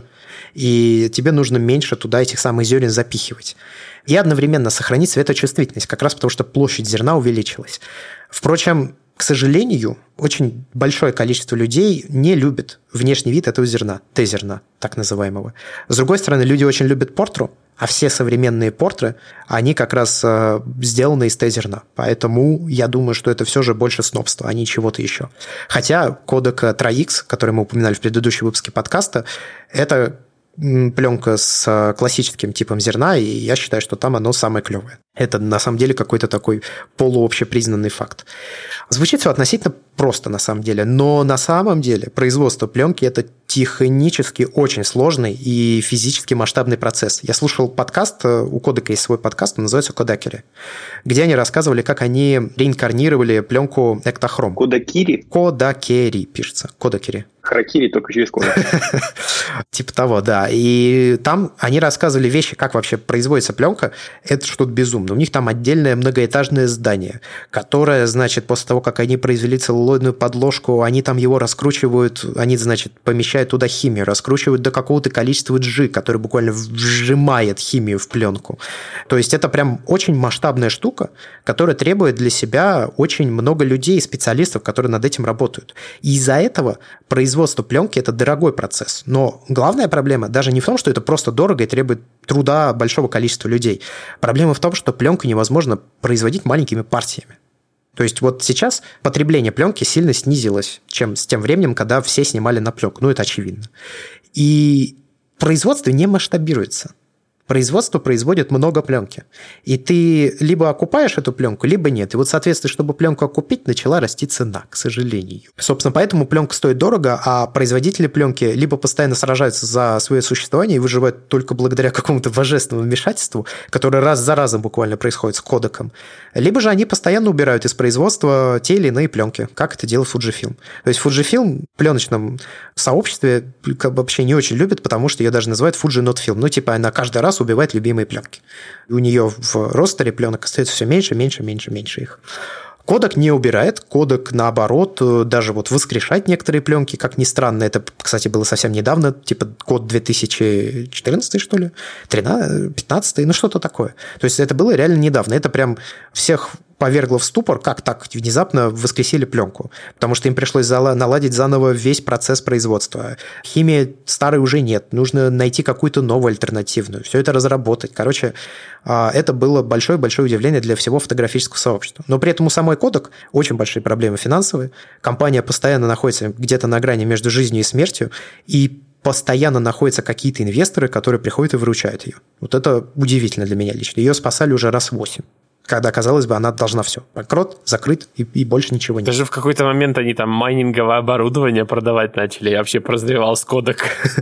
и тебе нужно меньше туда этих самых зерен запихивать. И одновременно сохранить светочувствительность, как раз потому что площадь зерна увеличилась. Впрочем, к сожалению, очень большое количество людей не любит внешний вид этого зерна, Т-зерна, так называемого. С другой стороны, люди очень любят портру, а все современные портры, они как раз э, сделаны из Т-зерна. Поэтому я думаю, что это все же больше снобства, а не чего-то еще. Хотя кодек три икс, который мы упоминали в предыдущем выпуске подкаста, это пленка с классическим типом зерна, и я считаю, что там оно самое клевое. Это на самом деле какой-то такой полуобщепризнанный факт. Звучит все относительно просто на самом деле, но на самом деле производство пленки – это технически очень сложный и физически масштабный процесс. Я слушал подкаст, у Кодека есть свой подкаст, он называется «Кодакери», где они рассказывали, как они реинкарнировали пленку Ektachrome. Кодакири? Кодакери пишется. Кодакери. Харакири только через кодек. Типа того, да. И там они рассказывали вещи, как вообще производится пленка. Это что-то безумно. У них там отдельное многоэтажное здание, которое, значит, после того, как они произвели целлулоидную подложку, они там его раскручивают, они, значит, помещают туда химию, раскручивают до какого-то количества джи, который буквально вжимает химию в пленку. То есть это прям очень масштабная штука, которая требует для себя очень много людей, специалистов, которые над этим работают. И из-за этого производство пленки – это дорогой процесс. Но главная проблема даже не в том, что это просто дорого и требует труда большого количества людей. Проблема в том, что пленку невозможно производить маленькими партиями. То есть вот сейчас потребление пленки сильно снизилось, чем с тем временем, когда все снимали на пленку. Ну, это очевидно. И производство не масштабируется. Производство производит много пленки. И ты либо окупаешь эту пленку, либо нет. И вот, соответственно, чтобы пленку окупить, начала расти цена, к сожалению. Собственно, поэтому пленка стоит дорого, а производители пленки либо постоянно сражаются за свое существование и выживают только благодаря какому-то божественному вмешательству, которое раз за разом буквально происходит с кодеком, либо же они постоянно убирают из производства те или иные пленки, как это делает Fujifilm. То есть Fujifilm в пленочном сообществе вообще не очень любят, потому что ее даже называют Fuji Not Film. Ну, типа, она каждый раз убивает любимые пленки. И у нее в ростере пленок остается все меньше, меньше, меньше, меньше их. Кодек не убирает, кодек, наоборот, даже вот воскрешает некоторые пленки, как ни странно, это, кстати, было совсем недавно, типа код две тысячи четырнадцатый, что ли, тринадцатый, пятнадцатый, ну что-то такое. То есть это было реально недавно, это прям всех повергло в ступор, как так внезапно воскресили пленку, потому что им пришлось наладить заново весь процесс производства. Химии старой уже нет, нужно найти какую-то новую альтернативную, все это разработать. Короче, это было большое-большое удивление для всего фотографического сообщества. Но при этом у самой Kodak очень большие проблемы финансовые, компания постоянно находится где-то на грани между жизнью и смертью, и постоянно находятся какие-то инвесторы, которые приходят и выручают ее. Вот это удивительно для меня лично. Ее спасали уже раз восемь. Когда, казалось бы, она должна все. Банкрот, закрыт, и, и больше ничего нет. Даже в какой-то момент они там майнинговое оборудование продавать начали. Я вообще прозревал с Kodak.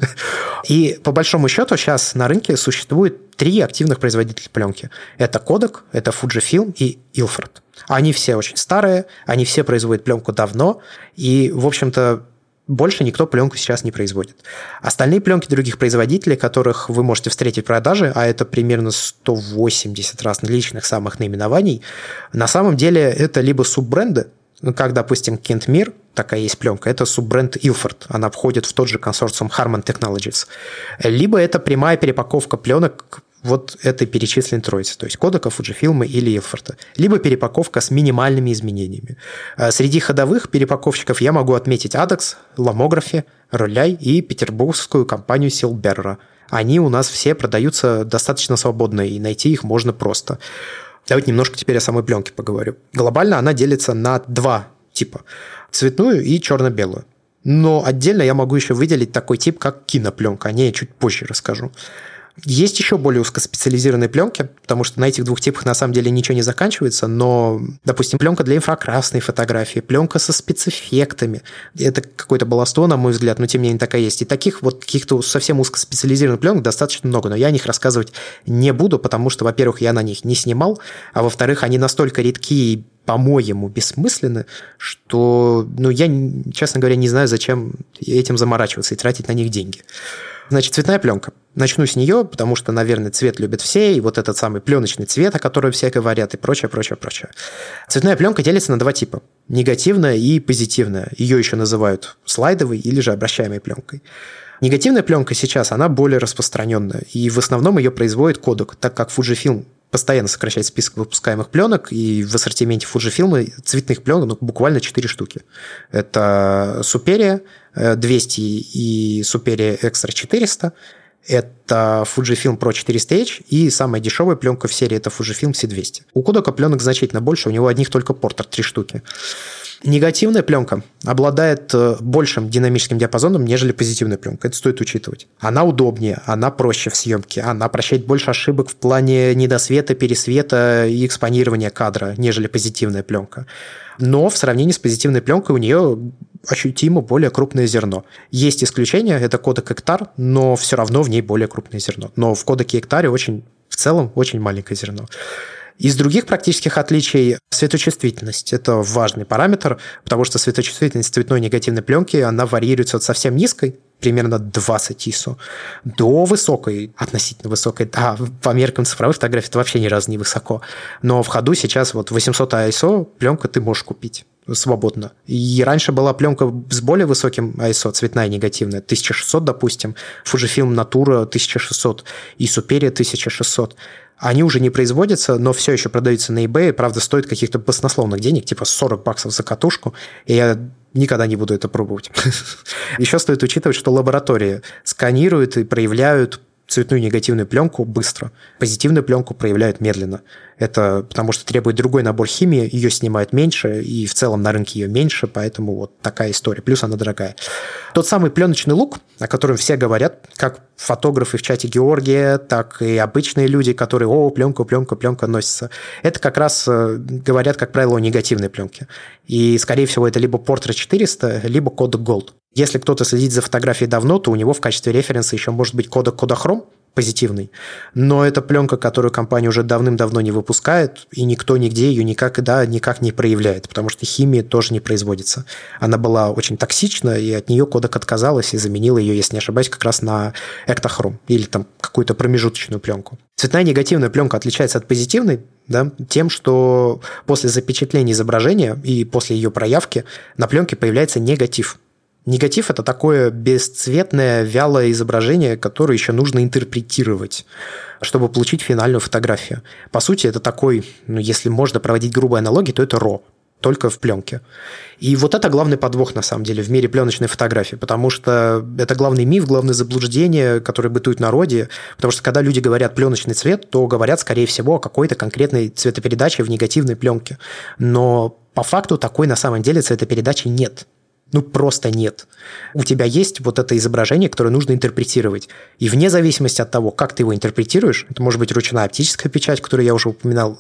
И по большому счету сейчас на рынке существует три активных производителя пленки. Это Kodak, это Fujifilm и Ilford. Они все очень старые, они все производят пленку давно, и, в общем-то, больше никто пленку сейчас не производит. Остальные пленки других производителей, которых вы можете встретить в продаже, а это примерно сто восемьдесят различных самых наименований, на самом деле это либо суббренды, как, допустим, Kentmere, такая есть пленка, это суббренд Ilford, она входит в тот же консорциум Harman Technologies, либо это прямая перепаковка пленок вот этой перечисленной троицы, то есть Kodak, Fujifilm или Ilford, либо перепаковка с минимальными изменениями. Среди ходовых перепаковщиков я могу отметить Adox, Lomography, Rollei и петербургскую компанию Silberra. Они у нас все продаются достаточно свободно, и найти их можно просто. Давайте немножко теперь о самой пленке поговорю. Глобально она делится на два типа – цветную и черно-белую. Но отдельно я могу еще выделить такой тип, как кинопленка. О ней я чуть позже расскажу. Есть еще более узкоспециализированные пленки, потому что на этих двух типах на самом деле ничего не заканчивается, но, допустим, пленка для инфракрасной фотографии, пленка со спецэффектами. Это какой-то баловство, на мой взгляд, но тем не менее такая есть. И таких вот каких-то совсем узкоспециализированных пленок достаточно много, но я о них рассказывать не буду, потому что, во-первых, я на них не снимал, а во-вторых, они настолько редки и, по-моему, бессмысленны, что, ну, я, честно говоря, не знаю, зачем этим заморачиваться и тратить на них деньги. Значит, цветная пленка. Начну с нее, потому что, наверное, цвет любят все, и вот этот самый пленочный цвет, о котором все говорят, и прочее, прочее, прочее. Цветная пленка делится на два типа. Негативная и позитивная. Ее еще называют слайдовой или же обращаемой пленкой. Негативная пленка сейчас, она более распространенная, и в основном ее производит Kodak, так как Fujifilm постоянно сокращает список выпускаемых пленок, и в ассортименте Fujifilm цветных пленок ну, буквально четыре штуки. Это Superia двести и Superia Extra четыреста, это Fujifilm Pro четыреста эйч и самая дешевая пленка в серии – это Fujifilm си двести. У Kodak пленок значительно больше, у него одних только Portra три штуки. Негативная пленка обладает большим динамическим диапазоном, нежели позитивная пленка. Это стоит учитывать. Она удобнее, она проще в съемке, она прощает больше ошибок в плане недосвета, пересвета и экспонирования кадра, нежели позитивная пленка. Но в сравнении с позитивной пленкой у нее ощутимо более крупное зерно. Есть исключения, это Kodak Ektar, но все равно в ней более крупное зерно. Но в Kodak Ektar очень, в целом очень маленькое зерно. Из других практических отличий светочувствительность – это важный параметр, потому что светочувствительность цветной негативной пленки, она варьируется от совсем низкой, примерно двадцать ай эс о, до высокой, относительно высокой. Да, по меркам цифровой фотографии это вообще ни разу не высоко. Но в ходу сейчас вот восемьсот ай эс о пленка ты можешь купить свободно. И раньше была пленка с более высоким ай эс о, цветная негативная, тысяча шестьсот, допустим, Fujifilm Natura тысяча шестьсот и Superia тысяча шестьсот. Они уже не производятся, но все еще продаются на eBay, правда, стоят каких-то баснословных денег, типа сорок баксов за катушку, и я никогда не буду это пробовать. Еще стоит учитывать, что лаборатории сканируют и проявляют цветную негативную пленку быстро, позитивную пленку проявляют медленно. Это потому что требует другой набор химии, ее снимают меньше, и в целом на рынке ее меньше, поэтому вот такая история. Плюс она дорогая. Тот самый пленочный лук, о котором все говорят, как фотографы в чате Георгия, так и обычные люди, которые «О, пленка, пленка, пленка» носится. Это как раз говорят, как правило, о негативной пленке. И, скорее всего, это либо Portra четыреста, либо Kodak Gold. Если кто-то следит за фотографией давно, то у него в качестве референса еще может быть Kodak Kodachrome, позитивный, но это пленка, которую компания уже давным-давно не выпускает, и никто нигде ее никак, да, никак не проявляет, потому что химия тоже не производится. Она была очень токсична, и от нее Kodak отказалась и заменила ее, если не ошибаюсь, как раз на Ektachrome или там какую-то промежуточную пленку. Цветная негативная пленка отличается от позитивной, да, тем, что после запечатления изображения и после ее проявки на пленке появляется негатив. Негатив – это такое бесцветное, вялое изображение, которое еще нужно интерпретировать, чтобы получить финальную фотографию. По сути, это такой, ну, если можно проводить грубые аналогии, то это ро, только в пленке. И вот это главный подвох, на самом деле, в мире пленочной фотографии, потому что это главный миф, главное заблуждение, которое бытует в народе, потому что когда люди говорят «пленочный цвет», то говорят, скорее всего, о какой-то конкретной цветопередаче в негативной пленке. Но по факту такой на самом деле цветопередачи нет. Ну, просто нет. У тебя есть вот это изображение, которое нужно интерпретировать. И вне зависимости от того, как ты его интерпретируешь, это может быть ручная оптическая печать, которую я уже упоминал,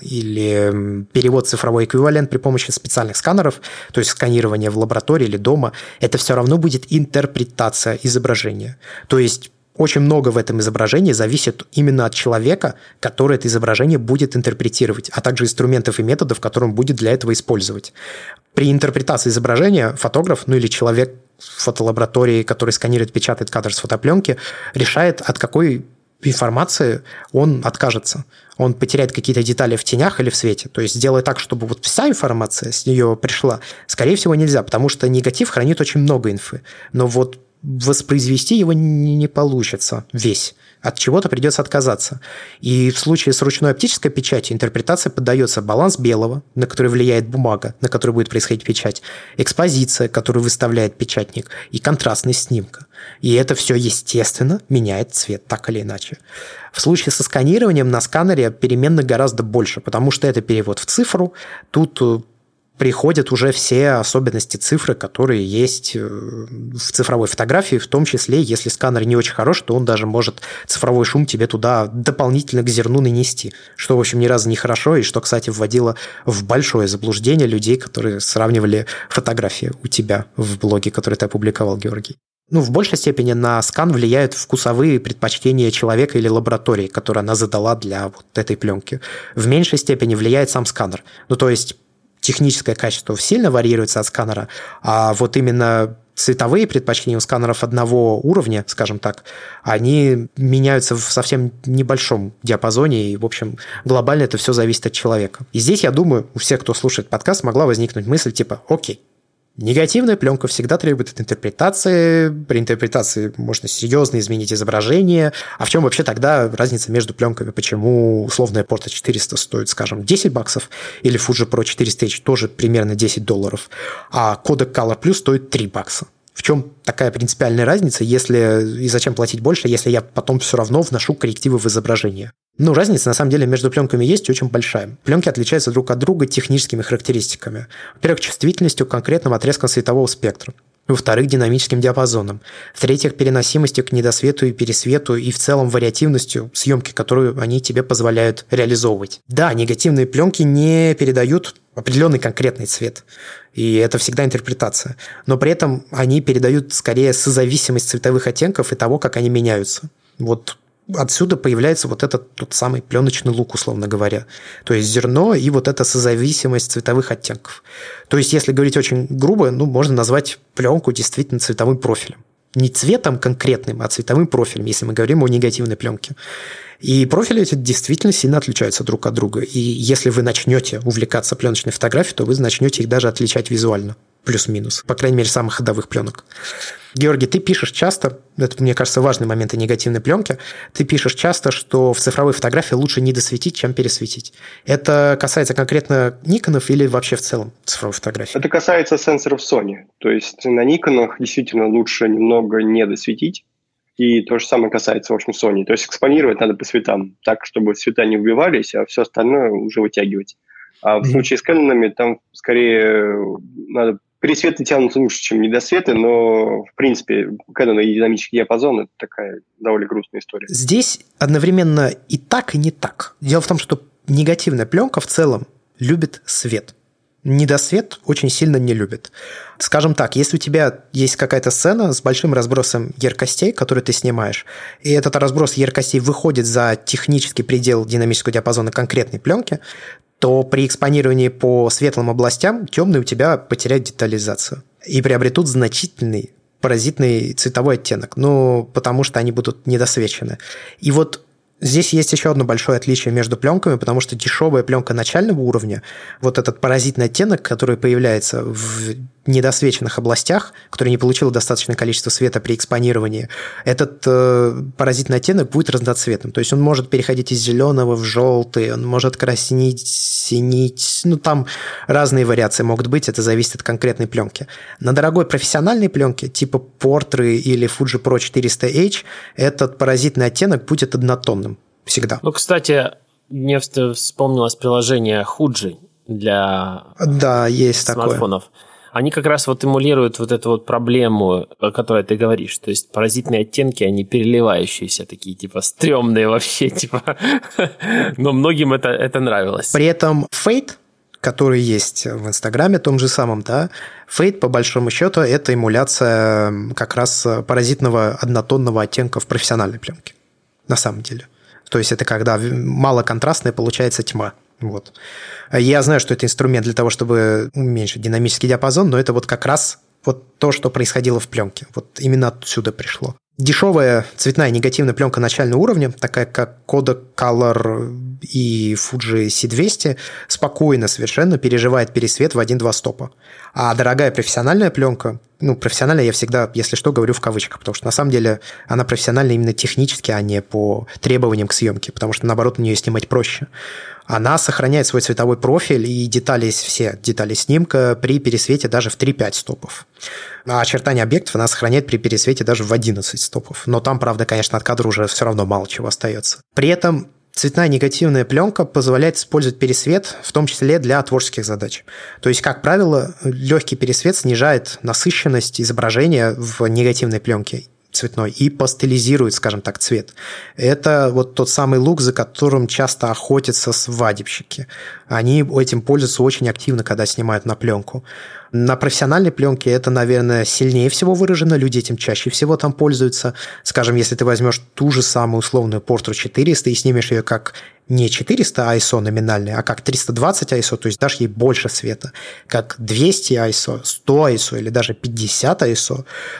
или перевод цифровой эквивалент при помощи специальных сканеров, то есть сканирование в лаборатории или дома, это все равно будет интерпретация изображения. То есть очень много в этом изображении зависит именно от человека, который это изображение будет интерпретировать, а также инструментов и методов, которые он будет для этого использовать. При интерпретации изображения фотограф, ну или человек в фотолаборатории, который сканирует, печатает кадр с фотопленки, решает, от какой информации он откажется. Он потеряет какие-то детали в тенях или в свете. То есть сделать так, чтобы вот вся информация с нее пришла, скорее всего, нельзя, потому что негатив хранит очень много инфы. Но вот воспроизвести его не получится весь. От чего-то придется отказаться. И в случае с ручной оптической печатью интерпретация поддается баланс белого, на который влияет бумага, на которой будет происходить печать, экспозиция, которую выставляет печатник, и контрастность снимка. И это все, естественно, меняет цвет, так или иначе. В случае со сканированием на сканере переменных гораздо больше, потому что это перевод в цифру. Тут приходят уже все особенности цифры, которые есть в цифровой фотографии, в том числе, если сканер не очень хорош, то он даже может цифровой шум тебе туда дополнительно к зерну нанести, что, в общем, ни разу не хорошо, и что, кстати, вводило в большое заблуждение людей, которые сравнивали фотографии у тебя в блоге, который ты опубликовал, Георгий. Ну, в большей степени на скан влияют вкусовые предпочтения человека или лаборатории, которые она задала для вот этой пленки. В меньшей степени влияет сам сканер. Ну, то есть техническое качество сильно варьируется от сканера, а вот именно цветовые предпочтения у сканеров одного уровня, скажем так, они меняются в совсем небольшом диапазоне, и, в общем, глобально это все зависит от человека. И здесь, я думаю, у всех, кто слушает подкаст, могла возникнуть мысль типа «Окей, негативная пленка всегда требует интерпретации, при интерпретации можно серьезно изменить изображение, а в чем вообще тогда разница между пленками, почему условная Portra четыреста стоит, скажем, десять баксов, или Fuji Pro четыреста эйч тоже примерно десять долларов, а Kodak Color Plus стоит три бакса. В чем такая принципиальная разница, если и зачем платить больше, если я потом все равно вношу коррективы в изображение? Ну, разница, на самом деле, между пленками есть очень большая. Пленки отличаются друг от друга техническими характеристиками. Во-первых, чувствительностью к конкретным отрезкам светового спектра. Во-вторых, динамическим диапазоном. В-третьих, переносимостью к недосвету и пересвету и в целом вариативностью съемки, которую они тебе позволяют реализовывать. Да, негативные пленки не передают определенный конкретный цвет, и это всегда интерпретация. Но при этом они передают скорее созависимость цветовых оттенков и того, как они меняются. Вот отсюда появляется вот этот тот самый пленочный лук, условно говоря. То есть зерно и вот эта созависимость цветовых оттенков. То есть, если говорить очень грубо, ну, можно назвать пленку действительно цветовым профилем. Не цветом конкретным, а цветовым профилем, если мы говорим о негативной пленке. И профили эти действительно сильно отличаются друг от друга. И если вы начнете увлекаться пленочной фотографией, то вы начнете их даже отличать визуально. Плюс-минус. По крайней мере, самых ходовых пленок. Георгий, ты пишешь часто, это, мне кажется, важный момент о негативной пленке, ты пишешь часто, что в цифровой фотографии лучше не досветить, чем пересветить. Это касается конкретно Никонов или вообще в целом цифровой фотографии? Это касается сенсоров Sony. То есть на Никонах действительно лучше немного не досветить. И то же самое касается, в общем, Sony. То есть экспонировать надо по цветам, так, чтобы цвета не убивались, а все остальное уже вытягивать. А в mm-hmm. случае с Кэнонами там скорее надо... Пересветы тянут лучше, чем недосветы, но, в принципе, Canon и динамический диапазон – это такая довольно грустная история. Здесь одновременно и так, и не так. Дело в том, что негативная пленка в целом любит свет. Недосвет очень сильно не любит. Скажем так, если у тебя есть какая-то сцена с большим разбросом яркостей, которые ты снимаешь, и этот разброс яркостей выходит за технический предел динамического диапазона конкретной пленки, то при экспонировании по светлым областям темные у тебя потеряют детализацию и приобретут значительный паразитный цветовой оттенок, ну, потому что они будут недосвечены. И вот здесь есть еще одно большое отличие между пленками, потому что дешевая пленка начального уровня, вот этот паразитный оттенок, который появляется в недосвеченных областях, который не получил достаточное количество света при экспонировании, этот э, паразитный оттенок будет разноцветным. То есть он может переходить из зеленого в желтый, он может краснеть, синить, ну там разные вариации могут быть, это зависит от конкретной пленки. На дорогой профессиональной пленке, типа Portra или Fuji Pro четыреста эйч, этот паразитный оттенок будет однотонным всегда. Ну, кстати, мне вспомнилось приложение Fuji для да, есть смартфонов. Такое. Они как раз вот эмулируют вот эту вот проблему, о которой ты говоришь. То есть паразитные оттенки, они переливающиеся, такие типа стрёмные вообще, типа. Но многим это, это нравилось. При этом Fade, который есть в Инстаграме, том же самом, да, Fade, по большому счету, это эмуляция как раз паразитного однотонного оттенка в профессиональной пленке. На самом деле. То есть это когда малоконтрастная получается тьма. Вот. Я знаю, что это инструмент для того, чтобы уменьшить динамический диапазон, но это вот как раз вот то, что происходило в пленке. Вот именно отсюда пришло. Дешевая цветная негативная пленка начального уровня, такая как Kodak Color и Fuji си двести, спокойно совершенно переживает пересвет в один-два стопа. А дорогая профессиональная пленка, ну, профессиональная я всегда, если что, говорю в кавычках, потому что на самом деле она профессиональная именно технически, а не по требованиям к съемке, потому что, наоборот, на нее снимать проще. Она сохраняет свой цветовой профиль и детали, все детали снимка при пересвете даже в три-пять стопов. А очертания объектов она сохраняет при пересвете даже в одиннадцать стопов. Но там, правда, конечно, от кадра уже все равно мало чего остается. При этом цветная негативная пленка позволяет использовать пересвет, в том числе для творческих задач. То есть, как правило, легкий пересвет снижает насыщенность изображения в негативной пленке цветной и пастелизирует, скажем так, цвет. Это вот тот самый лук, за которым часто охотятся свадебщики. Они этим пользуются очень активно, когда снимают на пленку. На профессиональной пленке это, наверное, сильнее всего выражено, люди этим чаще всего там пользуются. Скажем, если ты возьмешь ту же самую условную Portra четыреста и снимешь ее как не четыреста ай эс о номинальный, а как триста двадцать ай эс о, то есть дашь ей больше света, как двести ай эс о, сто ай эс о или даже пятьдесят ай эс о,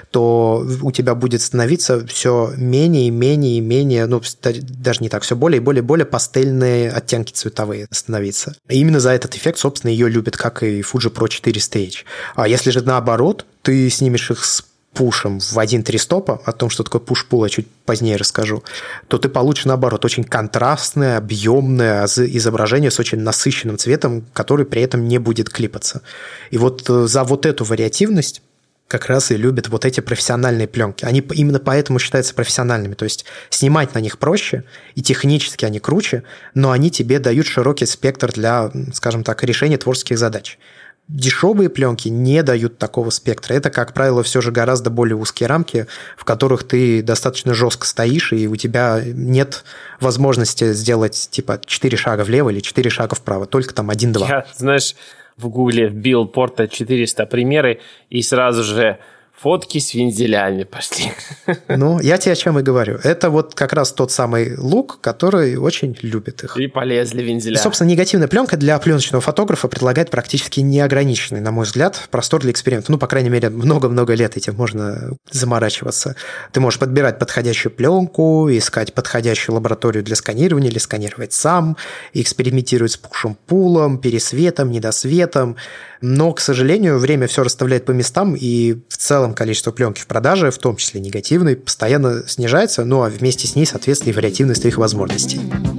то у тебя будет становиться все менее и менее и менее, ну, даже не так, все более и более и более пастельные оттенки цветовые становиться. И именно за этот эффект, собственно, ее любят, как и Fuji Pro четыреста эйч. А если же наоборот, ты снимешь их с пушем в один-три стопа, о том, что такое пуш-пул, я чуть позднее расскажу, то ты получишь, наоборот, очень контрастное, объемное изображение с очень насыщенным цветом, который при этом не будет клипаться. И вот за вот эту вариативность как раз и любят вот эти профессиональные пленки. Они именно поэтому считаются профессиональными. То есть снимать на них проще, и технически они круче, но они тебе дают широкий спектр для, скажем так, решения творческих задач. Дешевые пленки не дают такого спектра. Это, как правило, все же гораздо более узкие рамки, в которых ты достаточно жестко стоишь, и у тебя нет возможности сделать типа четыре шага влево или четыре шага вправо, только там один-два. Я, знаешь, в Гугле вбил Portra четыреста примеры, и сразу же Фотки с вензелями пошли. Ну, я тебе о чем и говорю. Это вот как раз тот самый лук, который очень любит их. И полезли вензеля. И, собственно, негативная пленка для пленочного фотографа предлагает практически неограниченный, на мой взгляд, простор для эксперимента. Ну, по крайней мере, много-много лет этим можно заморачиваться. Ты можешь подбирать подходящую пленку, искать подходящую лабораторию для сканирования или сканировать сам, экспериментировать с пушем пулом, пересветом, недосветом. Но, к сожалению, время все расставляет по местам, и в целом количество пленки в продаже, в том числе негативной, постоянно снижается, ну а вместе с ней, соответственно, и вариативность их возможностей.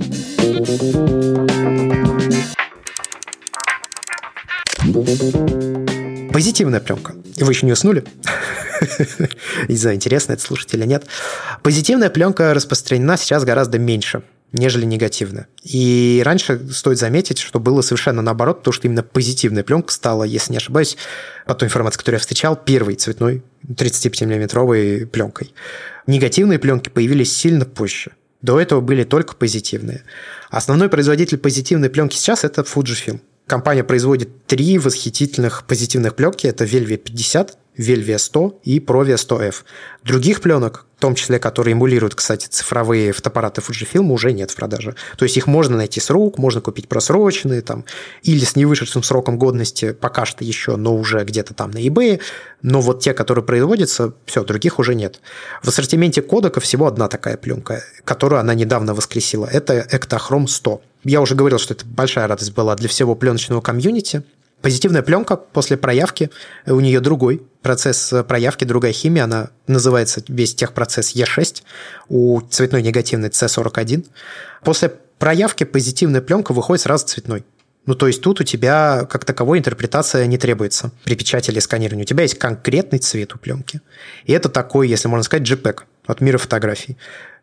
Позитивная пленка. Вы еще не уснули? Не знаю, интересно это слушать или нет. Позитивная пленка распространена сейчас гораздо меньше, нежели негативная. И раньше стоит заметить, что было совершенно наоборот, потому что именно позитивная пленка стала, если не ошибаюсь, по той информации, которую я встречал, первой цветной тридцатипятимиллиметровой пленкой. Негативные пленки появились сильно позже. До этого были только позитивные. Основной производитель позитивной пленки сейчас – это Fujifilm. Компания производит три восхитительных позитивных пленки. Это Velvia пятьдесят, Velvia сто и Provia сто эф. Других пленок, в том числе, которые эмулируют, кстати, цифровые фотоаппараты Fujifilm, уже нет в продаже. То есть их можно найти с рук, можно купить просроченные там, или с невышедшим сроком годности пока что еще, но уже где-то там на eBay. Но вот те, которые производятся, все, других уже нет. В ассортименте Kodak всего одна такая пленка, которую она недавно воскресила. Это Ektachrome сто. Я уже говорил, что это большая радость была для всего пленочного комьюнити. Позитивная пленка после проявки, у нее другой процесс проявки, другая химия, она называется весь техпроцесс Е шесть, у цветной негативной С сорок один. После проявки позитивная пленка выходит сразу цветной. Ну, то есть тут у тебя как таковой интерпретация не требуется при печати или сканировании. У тебя есть конкретный цвет у пленки. И это такой, если можно сказать, JPEG от мира фотографий.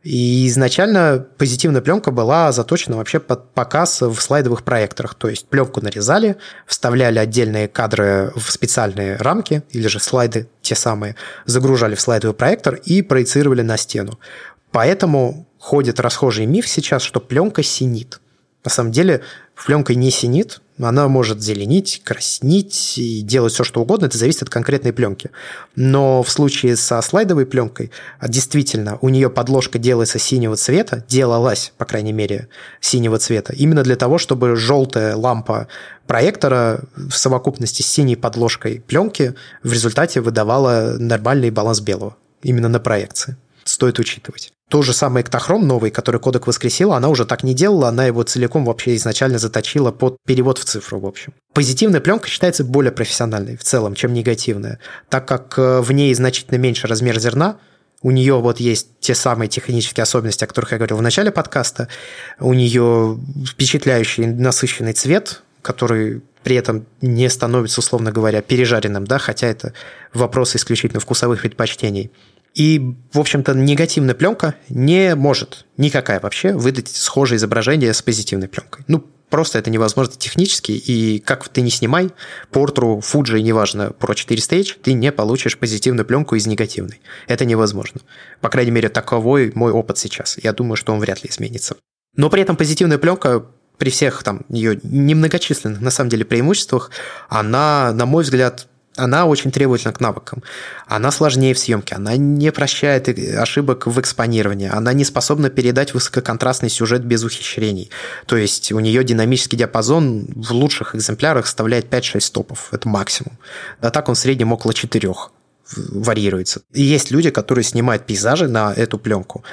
И изначально позитивная пленка была заточена вообще под показ в слайдовых проекторах. То есть пленку нарезали, вставляли отдельные кадры в специальные рамки или же слайды те самые, загружали в слайдовый проектор и проецировали на стену. Поэтому ходит расхожий миф сейчас, что пленка синит. На самом деле пленка не синит, она может зеленить, краснить и делать все, что угодно, это зависит от конкретной пленки. Но в случае со слайдовой пленкой, действительно, у нее подложка делается синего цвета, делалась, по крайней мере, синего цвета, именно для того, чтобы желтая лампа проектора в совокупности с синей подложкой пленки в результате выдавала нормальный баланс белого, именно на проекции. Стоит учитывать. То же самое Ektachrome новый, который Kodak воскресила, она уже так не делала, она его целиком вообще изначально заточила под перевод в цифру, в общем. Позитивная пленка считается более профессиональной в целом, чем негативная, так как в ней значительно меньше размер зерна, у нее вот есть те самые технические особенности, о которых я говорил в начале подкаста, у нее впечатляющий насыщенный цвет, который при этом не становится, условно говоря, пережаренным, да, хотя это вопрос исключительно вкусовых предпочтений. И, в общем-то, негативная пленка не может никакая вообще выдать схожее изображение с позитивной пленкой. Ну, просто это невозможно технически, и как ты не снимай, Portra, Fuji, неважно, Pro четыреста эйч, ты не получишь позитивную пленку из негативной. Это невозможно. По крайней мере, таковой мой опыт сейчас. Я думаю, что он вряд ли изменится. Но при этом позитивная пленка при всех там ее немногочисленных, на самом деле, преимуществах, она, на мой взгляд, она очень требовательна к навыкам. Она сложнее в съемке, она не прощает ошибок в экспонировании, она не способна передать высококонтрастный сюжет без ухищрений. То есть у нее динамический диапазон в лучших экземплярах составляет пять-шесть стопов, это максимум. А так он в среднем около четырех варьируется. И есть люди, которые снимают пейзажи на эту пленку,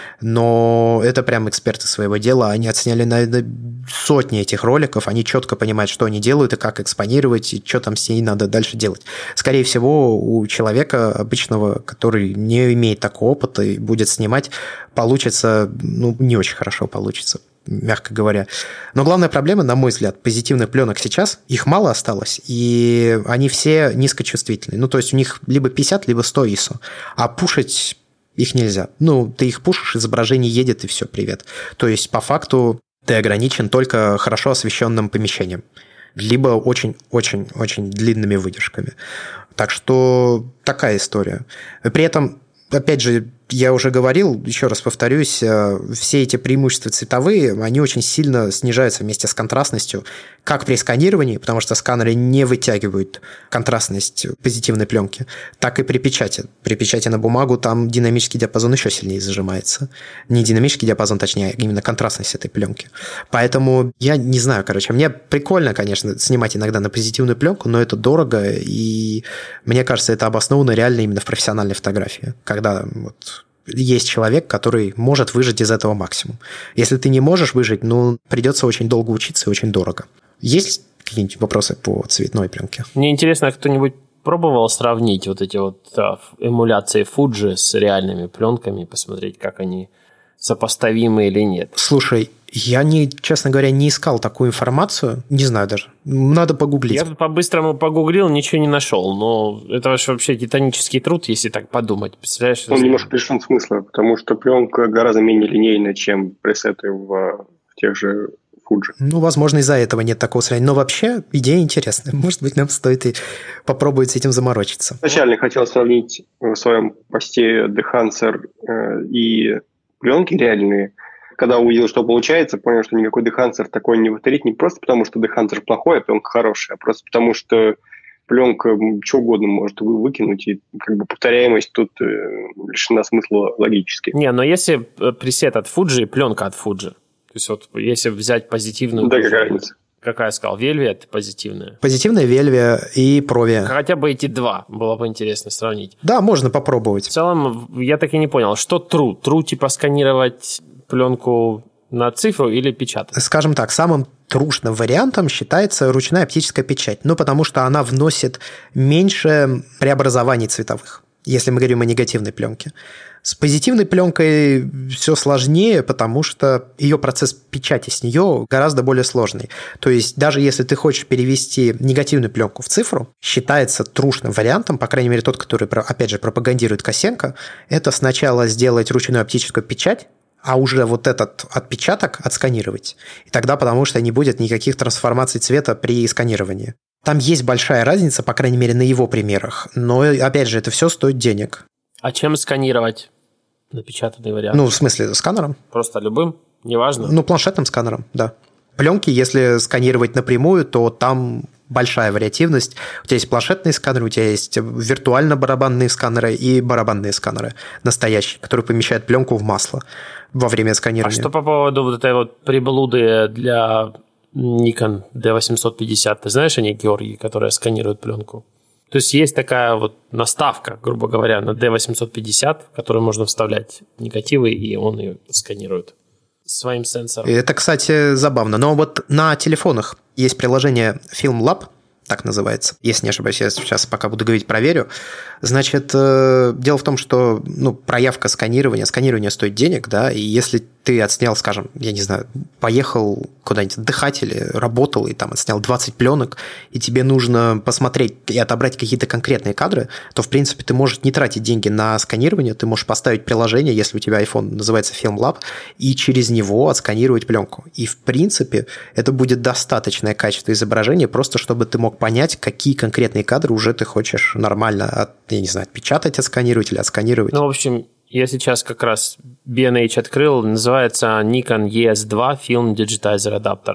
но это прям эксперты своего дела, они отсняли, наверное, сотни этих роликов, они четко понимают, что они делают и как экспонировать, и что там с ней надо дальше делать. Скорее всего, у человека обычного, который не имеет такого опыта и будет снимать, получится, ну, не очень хорошо получится, мягко говоря. Но главная проблема, на мой взгляд, позитивных пленок сейчас, их мало осталось, и они все низкочувствительные. Ну, то есть у них либо пятьдесят, либо сто ай эс о, а пушить их нельзя. Ну, ты их пушишь, изображение едет, и все, привет. То есть, по факту, ты ограничен только хорошо освещенным помещением, либо очень-очень-очень длинными выдержками. Так что такая история. При этом, опять же, я уже говорил, еще раз повторюсь, все эти преимущества цветовые, они очень сильно снижаются вместе с контрастностью, как при сканировании, потому что сканеры не вытягивают контрастность позитивной пленки, так и при печати. При печати на бумагу там динамический диапазон еще сильнее зажимается. Не динамический диапазон, точнее, а именно контрастность этой пленки. Поэтому я не знаю, короче, мне прикольно, конечно, снимать иногда на позитивную пленку, но это дорого, и мне кажется, это обосновано реально именно в профессиональной фотографии, когда вот есть человек, который может выжать из этого максимум. Если ты не можешь выжать, ну, придется очень долго учиться и очень дорого. Есть какие-нибудь вопросы по цветной пленке? Мне интересно, кто-нибудь пробовал сравнить вот эти вот да, эмуляции Fuji с реальными пленками, посмотреть, как они сопоставимы или нет? Слушай, я, не, честно говоря, не искал такую информацию. Не знаю даже. Надо погуглить. Я по-быстрому погуглил, ничего не нашел. Но это вообще титанический труд, если так подумать. Представляешь? Он немножко лишен смысла, потому что пленка гораздо менее линейная, чем пресеты в, в тех же Fuji. Ну, возможно, из-за этого нет такого сравнения. Но вообще идея интересная. Может быть, нам стоит и попробовать с этим заморочиться. Изначально хотел сравнить в своем посте Dehancer и пленки реальные. Когда увидел, что получается, понял, что никакой Dehancer такой не повторить, не просто потому, что Dehancer плохой, а пленка хорошая, а просто потому, что пленка что угодно может выкинуть, и как бы повторяемость тут лишена смысла логически. Не, но если пресет от Fuji и пленка от Fuji, то есть вот если взять позитивную... Да, какая разница? Какая я сказал? Вельвия позитивная? Позитивная Вельвия и Провия. Хотя бы эти два. Было бы интересно сравнить. Да, можно попробовать. В целом, я так и не понял, что true? True типа сканировать пленку на цифру или печатать? Скажем так, самым трушным вариантом считается ручная оптическая печать. Ну, потому что она вносит меньше преобразований цветовых, если мы говорим о негативной пленке. С позитивной пленкой все сложнее, потому что ее процесс печати с нее гораздо более сложный. То есть даже если ты хочешь перевести негативную пленку в цифру, считается трушным вариантом, по крайней мере тот, который, опять же, пропагандирует Косенко, это сначала сделать ручную оптическую печать, а уже вот этот отпечаток отсканировать. И тогда потому что не будет никаких трансформаций цвета при сканировании. Там есть большая разница, по крайней мере, на его примерах. Но, опять же, это все стоит денег. А чем сканировать напечатанный вариант? Ну, в смысле, сканером? Просто любым? Неважно? Ну, планшетным сканером, да. Пленки, если сканировать напрямую, то там большая вариативность. У тебя есть планшетные сканеры, у тебя есть виртуально-барабанные сканеры и барабанные сканеры настоящие, которые помещают пленку в масло во время сканирования. А что по поводу вот этой вот приблуды для Nikon ди восемьсот пятьдесят? Ты знаешь о ней, Георгий, которая сканирует пленку? То есть есть такая вот наставка, грубо говоря, на ди восемьсот пятьдесят, в которую можно вставлять негативы, и он ее сканирует своим сенсором. Это, кстати, забавно. Но вот на телефонах есть приложение FilmLab, так называется. Если не ошибаюсь, я сейчас пока буду говорить, проверю. Значит, дело в том, что ну, проявка сканирования, сканирование стоит денег, да, и если ты отснял, скажем, я не знаю, поехал куда-нибудь отдыхать или работал, и там отснял двадцать пленок, и тебе нужно посмотреть и отобрать какие-то конкретные кадры, то, в принципе, ты можешь не тратить деньги на сканирование, ты можешь поставить приложение, если у тебя iPhone называется FilmLab, и через него отсканировать пленку. И, в принципе, это будет достаточное качество изображения, просто чтобы ты мог понять, какие конкретные кадры уже ты хочешь нормально, от, я не знаю, отпечатать, отсканировать или отсканировать. Ну, в общем, я сейчас как раз би эн эйч открыл, называется Nikon и эс два Film Digitizer Adapter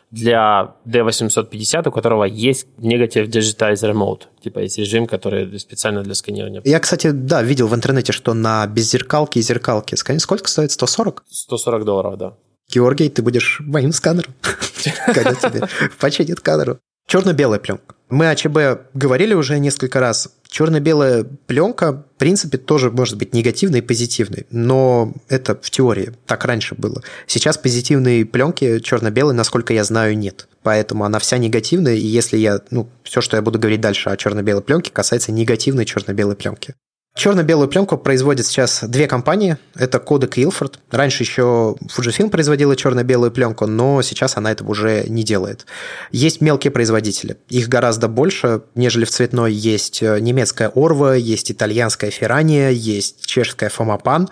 для ди восемьсот пятьдесят, у которого есть Negative Digitizer Mode. Типа есть режим, который специально для сканирования. Я, кстати, да, видел в интернете, что на беззеркалке и зеркалке сколько стоит? сто сорок? сто сорок долларов, да. Георгий, ты будешь моим сканером, когда тебе починят камеру. Черно-белая пленка. Мы о ЧБ говорили уже несколько раз. Черно-белая пленка, в принципе, тоже может быть негативной и позитивной, но это в теории, так раньше было. Сейчас позитивной пленки черно-белой, насколько я знаю, нет. Поэтому она вся негативная, и если я, ну, все, что я буду говорить дальше о черно-белой пленке, касается негативной черно-белой пленки. Черно-белую пленку производят сейчас две компании. Это Kodak и Ilford. Раньше еще Fujifilm производила черно-белую пленку, но сейчас она этого уже не делает. Есть мелкие производители. Их гораздо больше, нежели в цветной. Есть немецкая Orva, есть итальянская Ferrania, есть чешская Fomapan.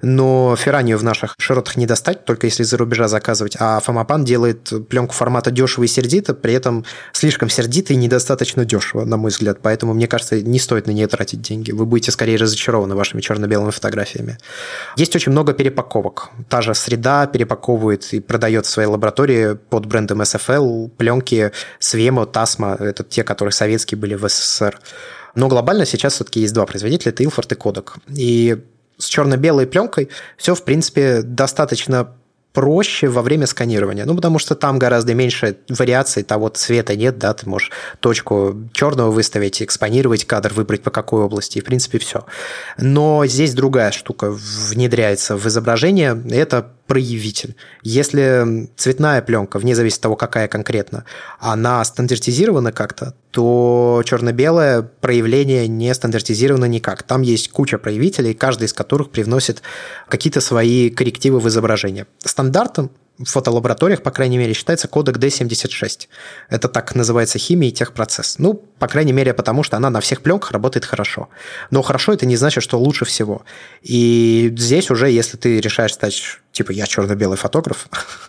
Но Ferrania в наших широтах не достать, только если из-за рубежа заказывать. А Fomapan делает пленку формата дешево и сердито, при этом слишком сердито и недостаточно дешево, на мой взгляд. Поэтому, мне кажется, не стоит на нее тратить деньги. Вы будете скорее скорее разочарованы вашими черно-белыми фотографиями. Есть очень много перепаковок. Та же среда перепаковывает и продает в своей лаборатории под брендом эс эф эл пленки Свемо, Tasma. Это те, которые советские были в эс эс эс эр. Но глобально сейчас все-таки есть два производителя, это Ilford и Kodak. И с черно-белой пленкой все, в принципе, достаточно проще во время сканирования. Ну, потому что там гораздо меньше вариаций того цвета нет, да, ты можешь точку черного выставить, экспонировать кадр, выбрать по какой области, и, в принципе, все. Но здесь другая штука внедряется в изображение, это проявитель. Если цветная пленка, вне зависимости от того, какая конкретно, она стандартизирована как-то, то черно-белое проявление не стандартизировано никак. Там есть куча проявителей, каждый из которых привносит какие-то свои коррективы в изображение. Стандартом в фотолабораториях, по крайней мере, считается кодек ди семьдесят шесть. Это так называется химия и техпроцесс. Ну, по крайней мере, потому что она на всех пленках работает хорошо. Но хорошо это не значит, что лучше всего. И здесь уже, если ты решаешь стать, типа, я черно-белый фотограф,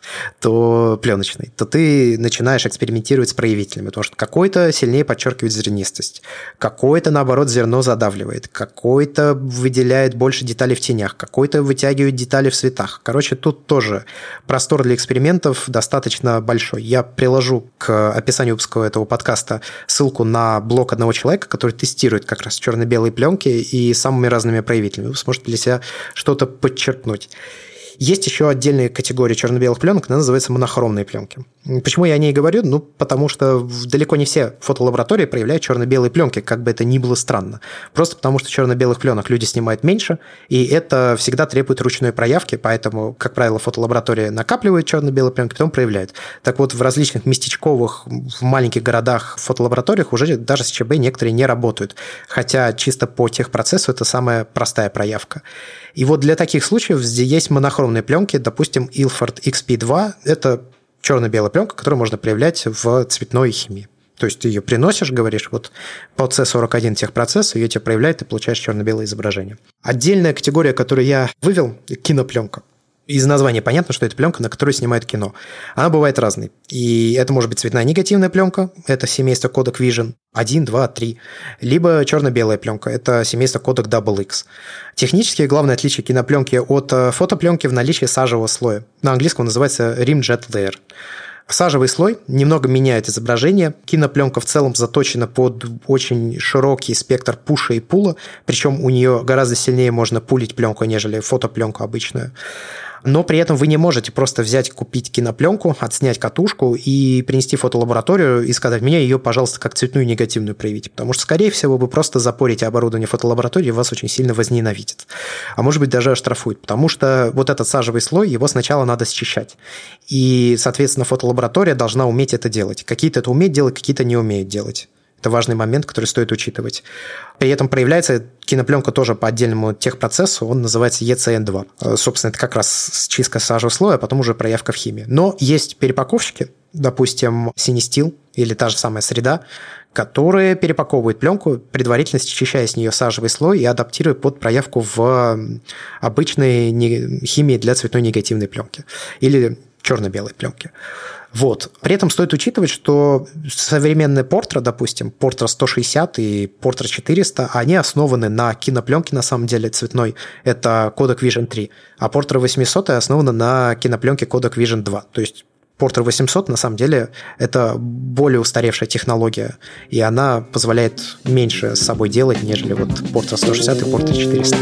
то пленочный, то ты начинаешь экспериментировать с проявителями, потому что какой-то сильнее подчеркивает зернистость, какой-то, наоборот, зерно задавливает, какой-то выделяет больше деталей в тенях, какой-то вытягивает детали в цветах. Короче, тут тоже простор для экспериментов достаточно большой. Я приложу к описанию выпуска этого подкаста ссылку на блог одного человека, который тестирует как раз черно-белые пленки и самыми разными проявителями. Вы сможете для себя что-то подчеркнуть. Есть еще отдельная категория черно-белых пленок, она называется монохромные пленки. Почему я о ней говорю? Ну, потому что далеко не все фотолаборатории проявляют черно-белые пленки, как бы это ни было странно. Просто потому что черно-белых пленок люди снимают меньше, и это всегда требует ручной проявки, поэтому, как правило, фотолаборатории накапливают черно-белые пленки, потом проявляют. Так вот, в различных местечковых, в маленьких городах фотолабораториях уже даже с ЧБ некоторые не работают, хотя чисто по техпроцессу это самая простая проявка. И вот для таких случаев здесь есть монохромные пленки, допустим, Ilford икс пи два, это черно-белая пленка, которую можно проявлять в цветной химии. То есть ты ее приносишь, говоришь, вот по си сорок один техпроцессу, ее тебе проявляет, ты получаешь черно-белое изображение. Отдельная категория, которую я вывел, кинопленка. Из названия понятно, что это пленка, на которой снимают кино. Она бывает разной. И это может быть цветная негативная пленка, это семейство Kodak Vision один, два, три, либо черно-белая пленка, это семейство Kodak дабл икс. Технически главное отличие кинопленки от фотопленки в наличии сажевого слоя. На английском называется Rim Jet Layer. Сажевый слой немного меняет изображение. Кинопленка в целом заточена под очень широкий спектр пуша и пула, причем у нее гораздо сильнее можно пулить пленку, нежели фотопленку обычную. Но при этом вы не можете просто взять, купить кинопленку, отснять катушку и принести в фотолабораторию и сказать, мне ее, пожалуйста, как цветную негативную проявите. Потому что, скорее всего, вы просто запорите оборудование фотолаборатории, и вас очень сильно возненавидят. А может быть, даже оштрафуют. Потому что вот этот сажевый слой, его сначала надо счищать. И, соответственно, фотолаборатория должна уметь это делать. Какие-то это умеют делать, какие-то не умеют делать. Это важный момент, который стоит учитывать. При этом проявляется кинопленка тоже по отдельному техпроцессу, он называется и си эн два. Собственно, это как раз чистка сажевого слоя, а потом уже проявка в химии. Но есть перепаковщики, допустим, Cinestill или та же самая среда, которые перепаковывают пленку, предварительно счищая с нее сажевый слой и адаптируя под проявку в обычной химии для цветной негативной пленки или черно-белой пленки. Вот. При этом стоит учитывать, что современные Portra, допустим, Portra сто шестьдесят и Portra четыреста, они основаны на кинопленке, на самом деле, цветной. Это Kodak Vision три. А Portra восемьсот основана на кинопленке Kodak Vision два. То есть Portra восемьсот, на самом деле, это более устаревшая технология, и она позволяет меньше с собой делать, нежели вот Portra сто шестьдесят и Portra четыреста.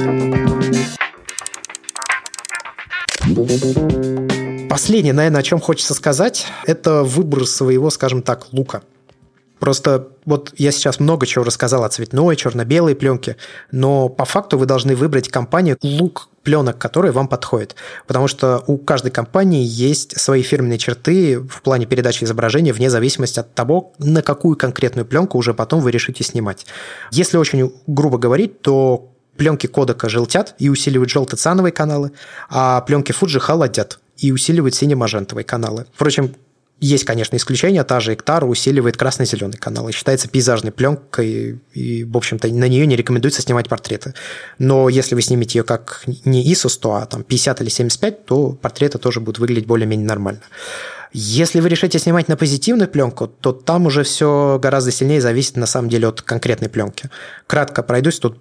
Последнее, наверное, о чем хочется сказать, это выбор своего, скажем так, лука. Просто вот я сейчас много чего рассказал о цветной, черно-белой пленке, но по факту вы должны выбрать компанию, лук пленок, который вам подходит. Потому что у каждой компании есть свои фирменные черты в плане передачи изображения вне зависимости от того, на какую конкретную пленку уже потом вы решите снимать. Если очень грубо говорить, то пленки Kodak желтят и усиливают желто-циановые каналы, а пленки Fuji холодят и усиливают сине-мажентовые каналы. Впрочем, есть, конечно, исключения. Та же Ektara усиливает красно-зеленый канал и считается пейзажной пленкой, и, в общем-то, на нее не рекомендуется снимать портреты. Но если вы снимете ее как не ай эс о сто, а там пятьдесят или семьдесят пять, то портреты тоже будут выглядеть более-менее нормально. Если вы решите снимать на позитивную пленку, то там уже все гораздо сильнее зависит, на самом деле, от конкретной пленки. Кратко пройдусь, тут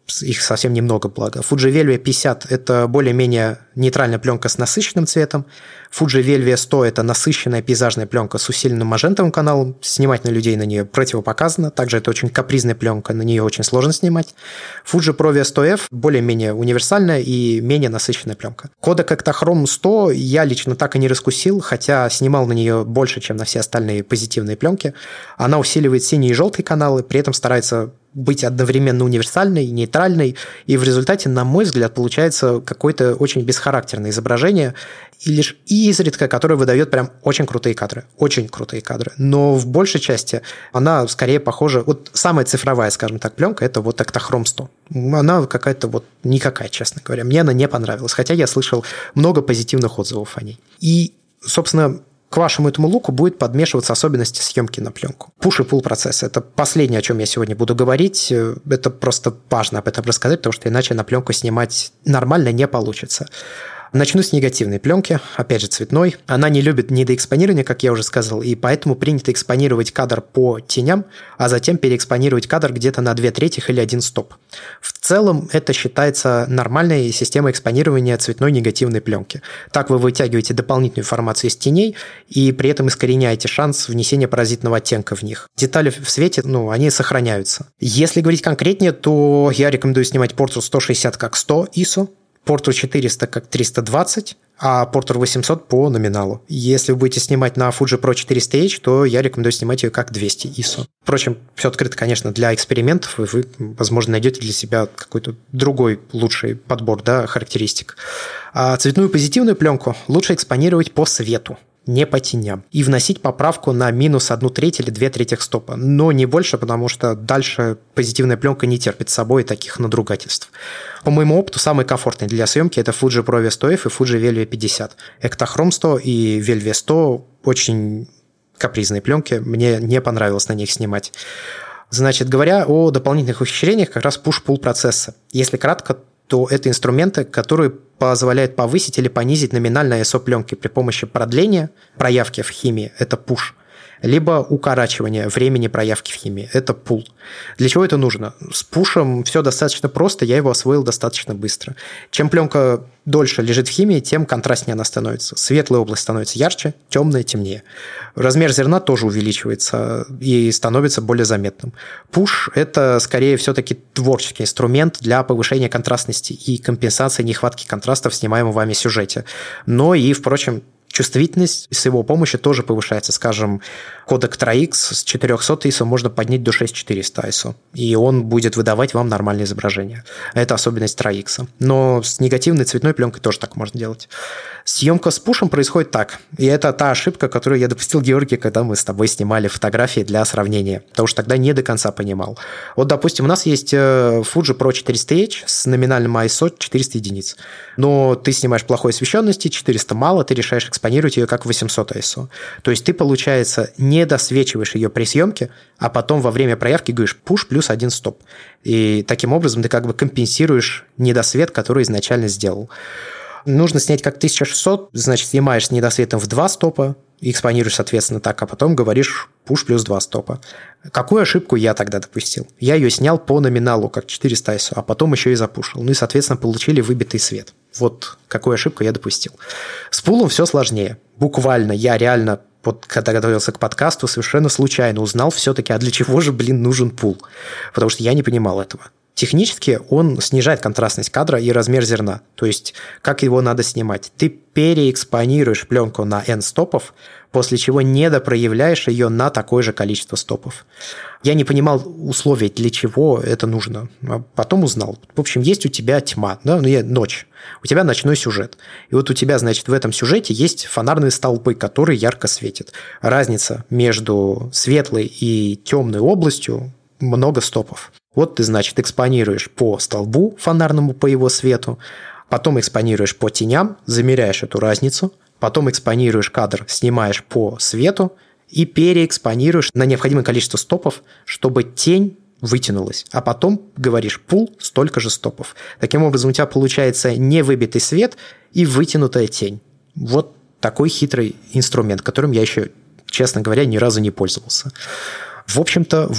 их совсем немного, благо. Fuji Velvia пятьдесят – это более-менее нейтральная пленка с насыщенным цветом. Fuji Velvia сто – это насыщенная пейзажная пленка с усиленным магентовым каналом. Снимать на людей на нее противопоказано. Также это очень капризная пленка, на нее очень сложно снимать. Fuji Provia сто эф – более-менее универсальная и менее насыщенная пленка. Кодек Ektachrome сто я лично так и не раскусил, хотя снимал на нее больше, чем на все остальные позитивные пленки. Она усиливает синие и желтые каналы, при этом старается быть одновременно универсальной, нейтральной, и в результате, на мой взгляд, получается какое-то очень бесхарактерное изображение, и лишь изредка, которое выдает прям очень крутые кадры, очень крутые кадры. Но в большей части она скорее похожа... Вот самая цифровая, скажем так, пленка – это вот Ektachrome сто. Она какая-то вот никакая, честно говоря. Мне она не понравилась, хотя я слышал много позитивных отзывов о ней. И, собственно, к вашему этому луку будет подмешиваться особенности съемки на пленку. Push и pull процесс – это последнее, о чем я сегодня буду говорить. Это просто важно об этом рассказать, потому что иначе на пленку снимать нормально не получится. Начну с негативной пленки, опять же цветной. Она не любит недоэкспонирование, как я уже сказал, и поэтому принято экспонировать кадр по теням, а затем переэкспонировать кадр где-то на две трети или один стоп. В целом это считается нормальной системой экспонирования цветной негативной пленки. Так вы вытягиваете дополнительную информацию из теней и при этом искореняете шанс внесения паразитного оттенка в них. Детали в свете, ну, они сохраняются. Если говорить конкретнее, то я рекомендую снимать Portra сто шестьдесят как сто ай эс о, Portra четыреста как триста двадцать, а Portra восемьсот по номиналу. Если вы будете снимать на Fuji Pro четыреста эйч, то я рекомендую снимать ее как двести ай эс о. Впрочем, все открыто, конечно, для экспериментов, и вы, возможно, найдете для себя какой-то другой лучший подбор, да, характеристик. А цветную позитивную пленку лучше экспонировать по свету, не по теням. И вносить поправку на минус одну треть или две трети стопа. Но не больше, потому что дальше позитивная пленка не терпит с собой таких надругательств. По моему опыту, самый комфортный для съемки это Fuji Provia сто эф и Fuji Velvia пятьдесят. Ektachrome сто и Velvia сто очень капризные пленки. Мне не понравилось на них снимать. Значит, говоря о дополнительных ухищрениях, как раз push-pull процесса. Если кратко, то это инструменты, которые позволяют повысить или понизить номинальное ай эс о пленки при помощи продления проявки в химии, это push, либо укорачивания времени проявки в химии, это pull. Для чего это нужно? С пушем все достаточно просто, я его освоил достаточно быстро. Чем пленка дольше лежит в химии, тем контрастнее она становится. Светлая область становится ярче, темная темнее. Размер зерна тоже увеличивается и становится более заметным. Пуш – это скорее все-таки творческий инструмент для повышения контрастности и компенсации нехватки контраста в снимаемом вами сюжете. Но и, впрочем, чувствительность с его помощью тоже повышается. Скажем, кодек три икс с четыреста ай эс о можно поднять до шесть тысяч четыреста ай эс о, и он будет выдавать вам нормальное изображение. Это особенность три икс. Но с негативной цветной пленкой тоже так можно делать. Съемка с пушем происходит так. И это та ошибка, которую я допустил, Георгий, когда мы с тобой снимали фотографии для сравнения. Потому что тогда не до конца понимал. Вот, допустим, у нас есть Fuji Pro четыреста эйч с номинальным ай эс о четыреста единиц. Но ты снимаешь плохой освещенности, четыреста мало, ты решаешь экспонировать ее как восемьсот ай эс о. То есть ты, получается, не досвечиваешь ее при съемке, а потом во время проявки говоришь пуш плюс один стоп. И таким образом ты как бы компенсируешь недосвет, который изначально сделал. Нужно снять как тысяча шестьсот, значит, снимаешь с недосветом в два стопа, экспонируешь, соответственно, так, а потом говоришь пуш плюс два стопа. Какую ошибку я тогда допустил? Я ее снял по номиналу, как четыреста ай эс о, а потом еще и запушил. Ну и, соответственно, получили выбитый свет. Вот какую ошибку я допустил. С пулом все сложнее. Буквально я реально, вот когда готовился к подкасту, совершенно случайно узнал все-таки, а для чего же, блин, нужен пул? Потому что я не понимал этого. Технически он снижает контрастность кадра и размер зерна. То есть, как его надо снимать? Ты переэкспонируешь пленку на N стопов, после чего недопроявляешь ее на такое же количество стопов. Я не понимал условий, для чего это нужно. А потом узнал. В общем, есть у тебя тьма, да? Ну, ночь. У тебя ночной сюжет. И вот у тебя, значит, в этом сюжете есть фонарные столбы, которые ярко светят. Разница между светлой и темной областью – много стопов. Вот ты, значит, экспонируешь по столбу фонарному по его свету, потом экспонируешь по теням, замеряешь эту разницу, потом экспонируешь кадр, снимаешь по свету и переэкспонируешь на необходимое количество стопов, чтобы тень вытянулась, а потом говоришь пул столько же стопов. Таким образом, у тебя получается невыбитый свет и вытянутая тень. Вот такой хитрый инструмент, которым я еще, честно говоря, ни разу не пользовался. В общем-то, вот.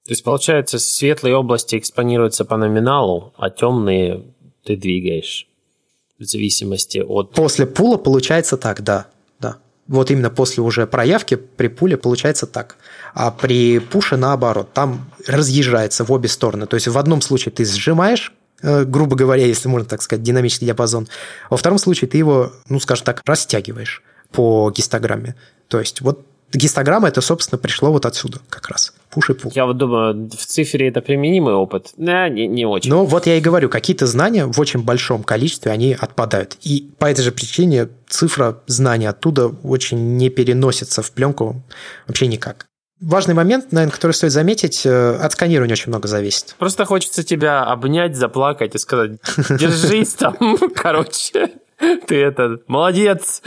То есть, получается, светлые области экспонируются по номиналу, а темные ты двигаешь в зависимости от... После пула получается так, да. да. Вот именно после уже проявки при пуле получается так. А при пуше наоборот, там разъезжается в обе стороны. То есть в одном случае ты сжимаешь, грубо говоря, если можно так сказать, динамический диапазон. Во втором случае ты его, ну, скажем так, растягиваешь по гистограмме. То есть вот гистограмма это, собственно, пришло вот отсюда как раз. Пуш и пул. Я вот думаю, в цифре это применимый опыт? Да, не, не очень. Ну, вот я и говорю, какие-то знания в очень большом количестве, они отпадают. И по этой же причине цифра знаний оттуда очень не переносится в пленку вообще никак. Важный момент, наверное, который стоит заметить, от сканирования очень много зависит. Просто хочется тебя обнять, заплакать и сказать, держись там, короче, ты это, молодец,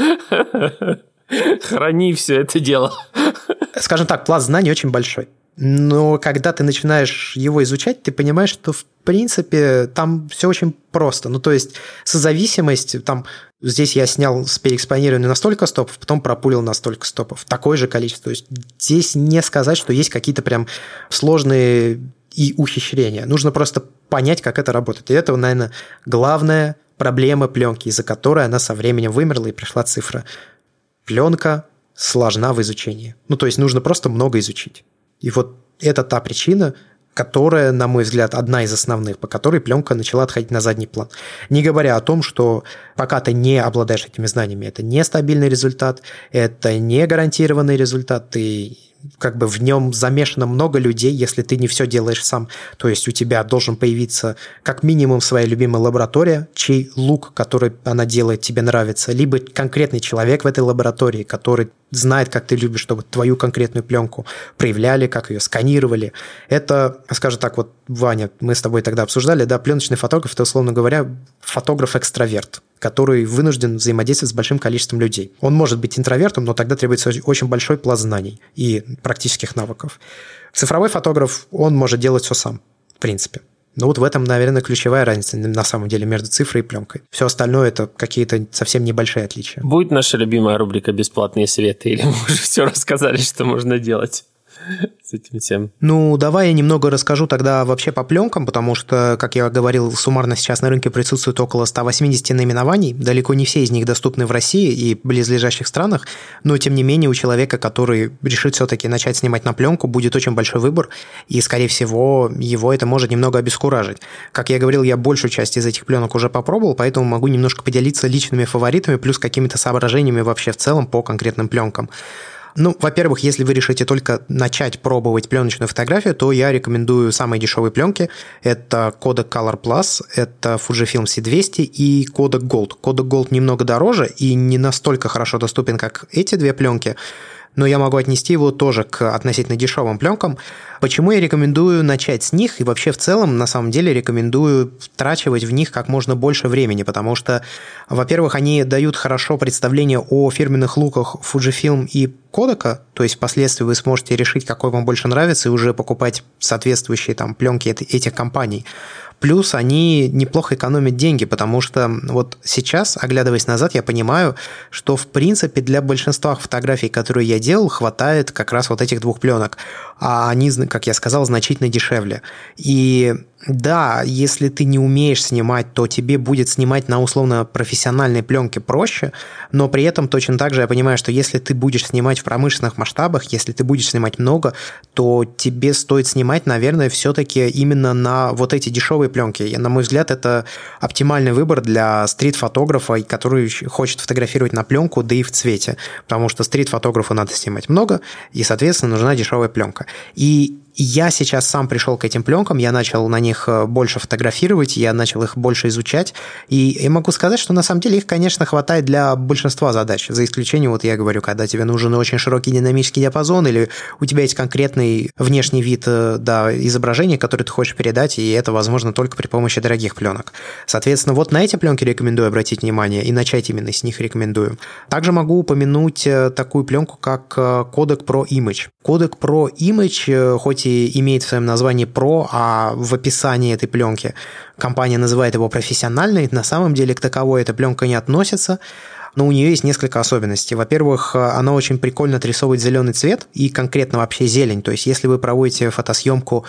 храни все это дело. Скажем так, пласт знаний очень большой. Но когда ты начинаешь его изучать, ты понимаешь, что в принципе там все очень просто. Ну, то есть созависимость, там здесь я снял с переэкспонирования на столько стопов, потом пропулил на столько стопов. Такое же количество. То есть здесь не сказать, что есть какие-то прям сложные и ухищрения. Нужно просто понять, как это работает. И это, наверное, главная проблема пленки, из-за которой она со временем вымерла и пришла цифра. Пленка сложна в изучении. Ну, то есть нужно просто много изучить. И вот это та причина, которая, на мой взгляд, одна из основных, по которой пленка начала отходить на задний план. Не говоря о том, что пока ты не обладаешь этими знаниями, это нестабильный результат, это не гарантированный результат, ты как бы в нем замешано много людей, если ты не все делаешь сам. То есть у тебя должен появиться как минимум своя любимая лаборатория, чей лук, который она делает, тебе нравится, либо конкретный человек в этой лаборатории, который знает, как ты любишь, чтобы твою конкретную пленку проявляли, как ее сканировали. Это, скажем так, вот, Ваня, мы с тобой тогда обсуждали, да, пленочный фотограф – это, условно говоря, фотограф-экстраверт, который вынужден взаимодействовать с большим количеством людей. Он может быть интровертом, но тогда требуется очень большой пласт знаний и практических навыков. Цифровой фотограф, он может делать все сам, в принципе. Ну вот в этом, наверное, ключевая разница на самом деле между цифрой и пленкой. Все остальное – это какие-то совсем небольшие отличия. Будет наша любимая рубрика «Бесплатные советы» или мы уже все рассказали, что можно делать с этим всем? Ну, давай я немного расскажу тогда вообще по пленкам, потому что, как я говорил, суммарно сейчас на рынке присутствует около ста восьмидесяти наименований. Далеко не все из них доступны в России и близлежащих странах, но, тем не менее, у человека, который решит все-таки начать снимать на пленку, будет очень большой выбор, и, скорее всего, его это может немного обескуражить. Как я говорил, я большую часть из этих пленок уже попробовал, поэтому могу немножко поделиться личными фаворитами, плюс какими-то соображениями вообще в целом по конкретным пленкам. Ну, во-первых, если вы решите только начать пробовать пленочную фотографию, то я рекомендую самые дешевые пленки. Это Kodak Color Plus, это Fujifilm си двести и Kodak Gold. Kodak Gold немного дороже и не настолько хорошо доступен, как эти две пленки, но я могу отнести его тоже к относительно дешевым пленкам. Почему я рекомендую начать с них и вообще в целом, на самом деле, рекомендую втрачивать в них как можно больше времени, потому что, во-первых, они дают хорошо представление о фирменных луках Fujifilm и Kodak, то есть впоследствии вы сможете решить, какой вам больше нравится, и уже покупать соответствующие там пленки этих компаний. Плюс они неплохо экономят деньги, потому что вот сейчас, оглядываясь назад, я понимаю, что в принципе для большинства фотографий, которые я делал, хватает как раз вот этих двух пленок, а они, как я сказал, значительно дешевле. И да, если ты не умеешь снимать, то тебе будет снимать на условно профессиональной пленке проще, но при этом точно так же я понимаю, что если ты будешь снимать в промышленных масштабах, если ты будешь снимать много, то тебе стоит снимать, наверное, все-таки именно на вот эти дешевые пленки. И, на мой взгляд, это оптимальный выбор для стрит-фотографа, который хочет фотографировать на пленку, да и в цвете, потому что стрит-фотографу надо снимать много, и, соответственно, нужна дешевая пленка. И я сейчас сам пришел к этим пленкам, я начал на них больше фотографировать, я начал их больше изучать, и я могу сказать, что на самом деле их, конечно, хватает для большинства задач, за исключением, вот я говорю, когда тебе нужен очень широкий динамический диапазон, или у тебя есть конкретный внешний вид, да, изображения, которое ты хочешь передать, и это возможно только при помощи дорогих пленок. Соответственно, вот на эти пленки рекомендую обратить внимание, и начать именно с них рекомендую. Также могу упомянуть такую пленку, как Kodak Pro Image. Kodak Pro Image, хоть и имеет в своем названии Pro, а в описании этой пленки компания называет его профессиональной, на самом деле к таковой эта пленка не относится. но у нее есть несколько особенностей. Во-первых, она очень прикольно отрисовывает зеленый цвет и конкретно вообще зелень. То есть, если вы проводите фотосъемку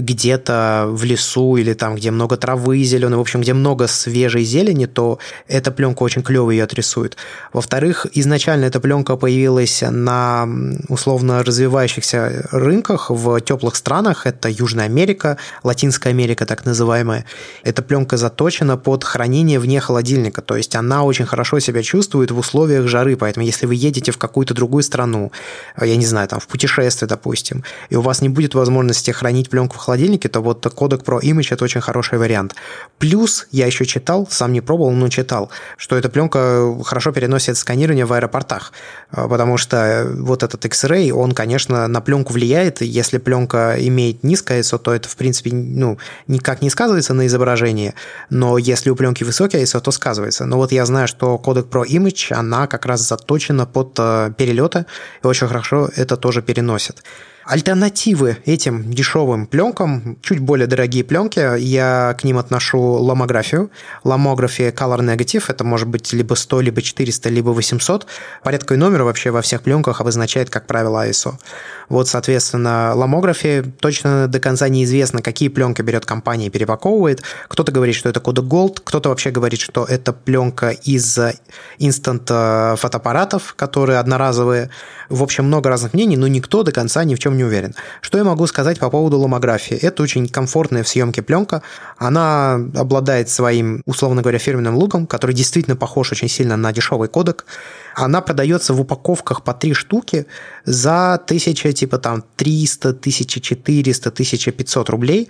где-то в лесу или там, где много травы зеленой, в общем, где много свежей зелени, то эта пленка очень клево ее отрисует. Во-вторых, изначально эта пленка появилась на условно развивающихся рынках в теплых странах. Это Южная Америка, Латинская Америка так называемая. Эта пленка заточена под хранение вне холодильника. То есть, она очень хорошо себя чувствует в условиях жары. Поэтому, если вы едете в какую-то другую страну, я не знаю, там в путешествие, допустим, и у вас не будет возможности хранить пленку в холодильнике, то вот Kodak Pro Image – это очень хороший вариант. Плюс, я еще читал, сам не пробовал, но читал, что эта пленка хорошо переносит сканирование в аэропортах, потому что вот этот X-Ray, он, конечно, на пленку влияет, и если пленка имеет низкое ай эс о, то это, в принципе, ну, никак не сказывается на изображении, но если у пленки высокий ай эс о, то сказывается. Но вот я знаю, что Kodak Pro Image, она как раз заточена под перелеты, и очень хорошо это тоже переносит. Альтернативы этим дешевым пленкам, чуть более дорогие пленки, я к ним отношу ломографию. Ломография Color Negative, это может быть либо сто, либо четыреста, либо восемьсот. Порядковый номер вообще во всех пленках обозначает, как правило, ай эс о. Вот, соответственно, ломография точно до конца неизвестно, какие пленки берет компания и перепаковывает. Кто-то говорит, что это Kodak Gold, кто-то вообще говорит, что это пленка из инстант фотоаппаратов, которые одноразовые. В общем, много разных мнений, но никто до конца ни в чем не уверен. Что я могу сказать по поводу ломографии? Это очень комфортная в съемке пленка. Она обладает своим, условно говоря, фирменным луком, который действительно похож очень сильно на дешевый кодек. Она продается в упаковках по три штуки за тысяча, типа там триста, тысяча четыреста, тысяча пятьсот рублей.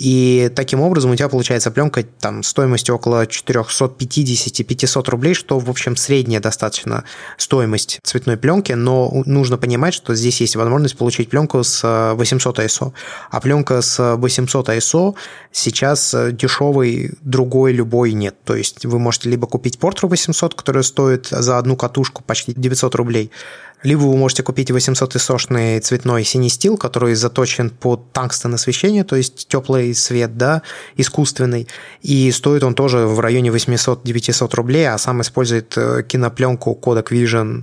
И таким образом у тебя получается пленка там стоимостью около четыреста пятьдесят - пятьсот рублей, что, в общем, средняя достаточно стоимость цветной пленки, но нужно понимать, что здесь есть возможность получить пленку с восемьсот ай эс о. А пленка с восемьсот ай эс о сейчас дешевой другой любой нет. То есть вы можете либо купить Portra восемьсот, которая стоит за одну катушку почти девятьсот рублей, либо вы можете купить восемьсот ай эс о-шный цветной синий стил, который заточен под тангстен освещение, то есть теплый свет, да, искусственный, и стоит он тоже в районе восемьсот - девятьсот рублей, а сам использует кинопленку Kodak Vision.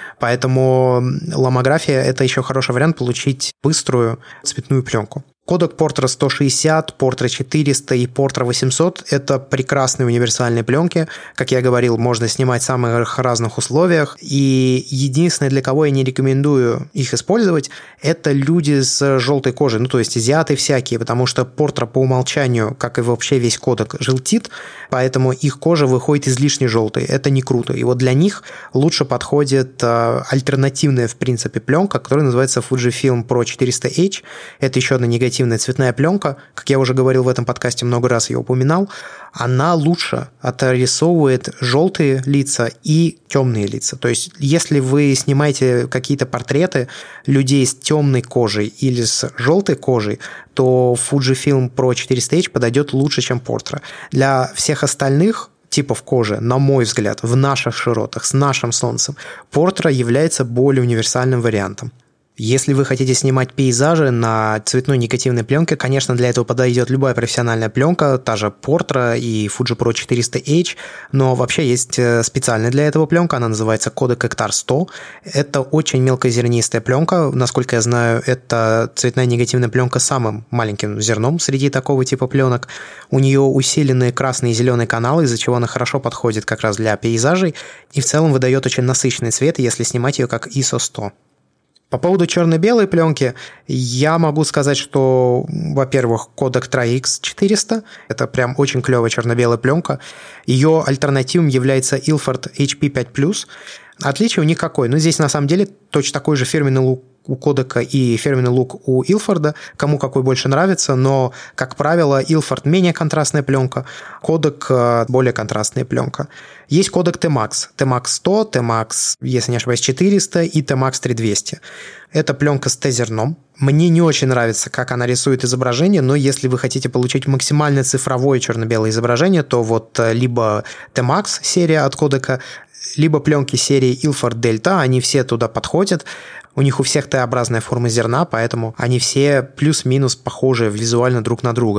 Поэтому ломография – это еще хороший вариант получить быструю цветную пленку. Kodak Portra сто шестьдесят, Portra четыреста и Portra восемьсот – это прекрасные универсальные пленки. Как я говорил, можно снимать в самых разных условиях. И единственное, для кого я не рекомендую их использовать, это люди с желтой кожей, ну то есть азиаты всякие, потому что Portra по умолчанию, как и вообще весь Kodak, желтит, поэтому их кожа выходит излишне желтой. Это не круто. И вот для них лучше подходит альтернативная, в принципе, пленка, которая называется Fujifilm Pro четыреста эйч. Это еще одна негативная цветная пленка, как я уже говорил в этом подкасте, много раз ее упоминал, она лучше отрисовывает желтые лица и темные лица. То есть, если вы снимаете какие-то портреты людей с темной кожей или с желтой кожей, то Fujifilm Pro четыреста эйч подойдет лучше, чем Portra. Для всех остальных типов кожи, на мой взгляд, в наших широтах, с нашим солнцем, Portra является более универсальным вариантом. Если вы хотите снимать пейзажи на цветной негативной пленке, конечно, для этого подойдет любая профессиональная пленка, та же Portra и Fuji Pro четыреста эйч, но вообще есть специальная для этого пленка, она называется Kodak Ektar сто. Это очень мелкозернистая пленка, насколько я знаю, это цветная негативная пленка с самым маленьким зерном среди такого типа пленок. У нее усиленные красные и зеленые каналы, из-за чего она хорошо подходит как раз для пейзажей и в целом выдает очень насыщенный цвет, если снимать ее как ай эс о сто. По поводу черно-белой пленки я могу сказать, что, во-первых, Kodak Tri X четыреста – это прям очень клевая черно-белая пленка. Ее альтернативом является Ilford эйч пи пять плюс. Отличие у них какое? Ну, здесь на самом деле точно такой же фирменный лук у Kodak и фирменный лук у Ilford, кому какой больше нравится, но, как правило, Ilford менее контрастная пленка, Kodak более контрастная пленка. Есть Kodak T-Max, T-Max сто, T-Max, если не ошибаюсь, четыреста и T-Max три двести. Это пленка с Т-зерном. Мне не очень нравится, как она рисует изображение, но если вы хотите получить максимально цифровое черно-белое изображение, то вот либо T-Max серия от Kodak, либо пленки серии Ilford Delta, они все туда подходят. У них у всех Т-образная форма зерна, поэтому они все плюс-минус похожи визуально друг на друга.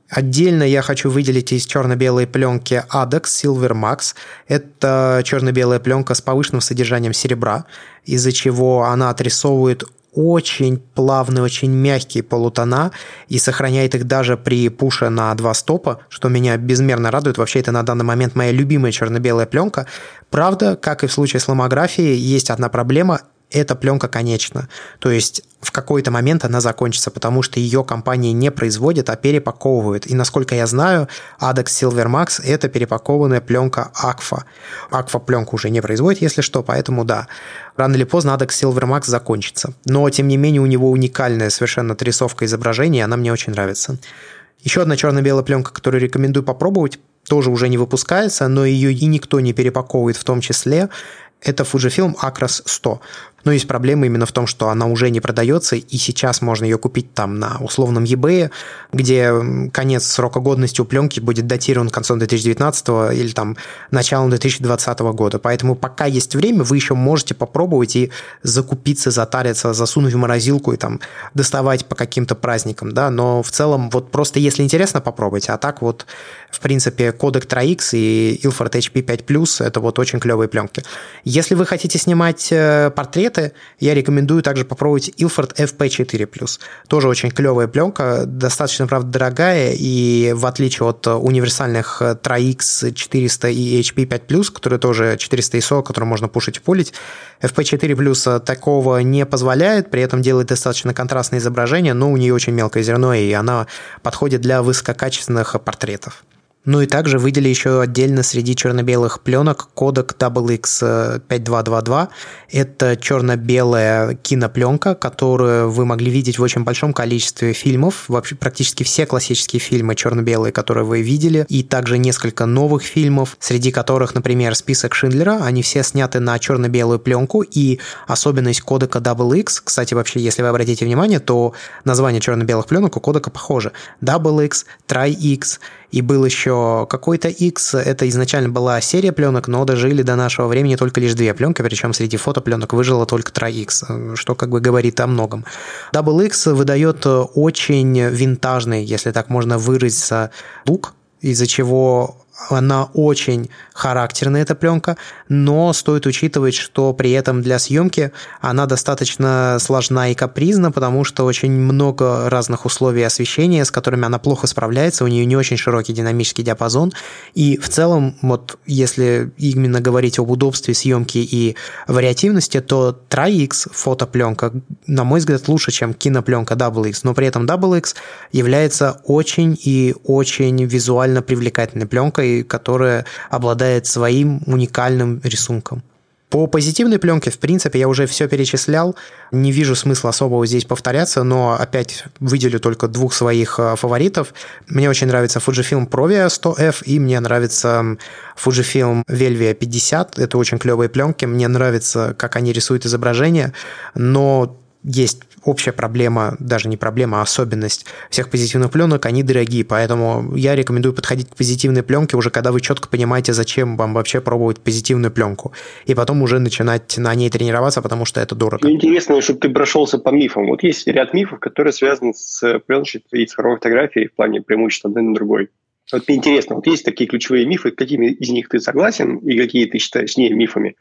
Отдельно я хочу выделить из черно-белой пленки Adox Silver Max. Это черно-белая пленка с повышенным содержанием серебра, из-за чего она отрисовывает очень плавные, очень мягкие полутона и сохраняет их даже при пуше на два стопа, что меня безмерно радует. Вообще, это на данный момент моя любимая черно-белая пленка. Правда, как и в случае с ломографией, есть одна проблема – эта пленка конечна. То есть в какой-то момент она закончится, потому что ее компания не производит, а перепаковывает. И насколько я знаю, Adox Silver Max – это перепакованная пленка Agfa. Agfa пленку уже не производит, если что, поэтому да. Рано или поздно Adox Silver Max закончится. Но, тем не менее, у него уникальная совершенно отрисовка изображения, она мне очень нравится. Еще одна черно-белая пленка, которую рекомендую попробовать, тоже уже не выпускается, но ее и никто не перепаковывает в том числе. Это Fujifilm Acros сто. Но есть проблема именно в том, что она уже не продается, и сейчас можно ее купить там на условном eBay, где конец срока годности у пленки будет датирован концом две тысячи девятнадцатого или там началом две тысячи двадцатого года. Поэтому пока есть время, вы еще можете попробовать и закупиться, затариться, засунуть в морозилку и там доставать по каким-то праздникам, да, но в целом вот просто если интересно, попробуйте, а так вот в принципе Kodak три икс и Ilford эйч пи пять плюс это вот очень клевые пленки. Если вы хотите снимать портреты, я рекомендую также попробовать Ilford эф пи четыре плюс. Тоже очень клевая пленка, достаточно, правда, дорогая, и в отличие от универсальных три икс четыреста и эйч пи пять плюс, которые тоже четыреста ай эс о, которые можно пушить и пулить, эф пи четыре плюс такого не позволяет, при этом делает достаточно контрастное изображение, но у нее очень мелкое зерно, и она подходит для высококачественных портретов. Ну и также выделили еще отдельно среди черно-белых пленок Kodak дабл ю икс пять два два два. Это черно-белая кинопленка, которую вы могли видеть в очень большом количестве фильмов. Вообще практически все классические фильмы черно-белые, которые вы видели, и также несколько новых фильмов, среди которых, например, «Список Шиндлера». Они все сняты на черно-белую пленку, и особенность Kodak дабл ю икс, кстати, вообще, если вы обратите внимание, то название черно-белых пленок у Kodak похоже. дабл ю икс, три икс, и был еще какой-то X, это изначально была серия пленок, но дожили до нашего времени только лишь две пленки, причем среди фотопленок выжило только три икс, что как бы говорит о многом. дабл ю икс выдает очень винтажный, если так можно выразиться, лук, из-за чего она очень характерная, эта пленка, но стоит учитывать, что при этом для съемки она достаточно сложна и капризна, потому что очень много разных условий освещения, с которыми она плохо справляется, у нее не очень широкий динамический диапазон, и в целом, вот если именно говорить об удобстве съемки и вариативности, то три икс фотопленка, на мой взгляд, лучше, чем кинопленка дабл ю икс, но при этом дабл ю икс является очень и очень визуально привлекательной пленкой, которая обладает своим уникальным рисунком. По позитивной пленке, в принципе, я уже все перечислял, не вижу смысла особого здесь повторяться, но опять выделю только двух своих фаворитов. Мне очень нравится Fujifilm Provia сто эф и мне нравится Fujifilm Velvia пятьдесят, это очень клевые пленки, мне нравится, как они рисуют изображение, но есть общая проблема, даже не проблема, а особенность всех позитивных пленок, они дорогие, поэтому я рекомендую подходить к позитивной пленке уже когда вы четко понимаете, зачем вам вообще пробовать позитивную пленку, и потом уже начинать на ней тренироваться, потому что это дорого. Ну, интересно, чтобы ты прошелся по мифам. Вот есть ряд мифов, которые связаны с пленочной и цифровой фотографией в плане преимуществ одной на другой. Вот мне интересно, вот есть такие ключевые мифы, какими из них ты согласен и какие ты считаешь не мифами?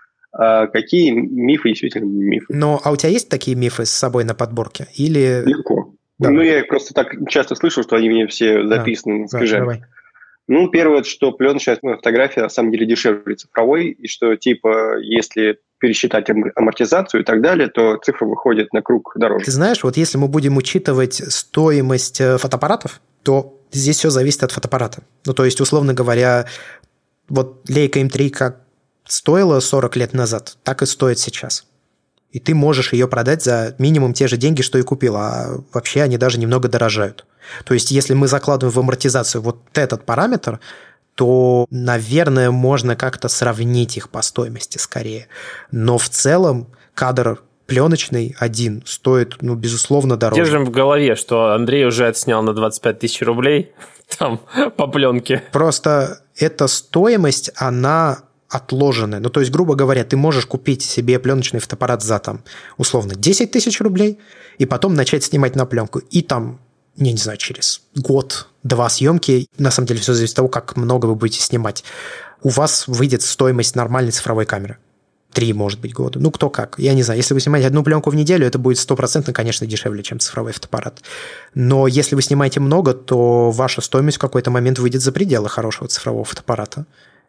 А какие мифы действительно мифы? Ну, а у тебя есть такие мифы с собой на подборке? Или... Легко. Да. Ну, я их просто так часто слышу, что они мне все записаны да. на скрижалях. Да, ну, первое, что пленочная фотография на самом деле дешевле цифровой, и что, типа, если пересчитать амортизацию и так далее, то цифра выходит на круг дороже. Ты знаешь, вот если мы будем учитывать стоимость фотоаппаратов, то здесь все зависит от фотоаппарата. Ну, то есть, условно говоря, вот Leica эм три как стоила сорок лет назад, так и стоит сейчас. И ты можешь ее продать за минимум те же деньги, что и купил, а вообще они даже немного дорожают. То есть, если мы закладываем в амортизацию вот этот параметр, то, наверное, можно как-то сравнить их по стоимости скорее. Но в целом кадр пленочный один стоит, ну, безусловно, дороже. Держим в голове, что Андрей уже отснял на двадцать пять тысяч рублей там по пленке. Просто эта стоимость, она... отложенные. Ну, то есть, грубо говоря, ты можешь купить себе пленочный фотоаппарат за, там, условно, десять тысяч рублей и потом начать снимать на пленку. И там не, не знаю, через год-два съемки, на самом деле все зависит от того, как много вы будете снимать, у вас выйдет стоимость нормальной цифровой камеры. Три, может быть, года. Ну, кто как. Я не знаю. Если вы снимаете одну пленку в неделю, это будет стопроцентно, конечно, дешевле, чем цифровой фотоаппарат. Но если вы снимаете много, то ваша стоимость в какой-то момент выйдет за пределы хорошего цифрового фотоаппарата.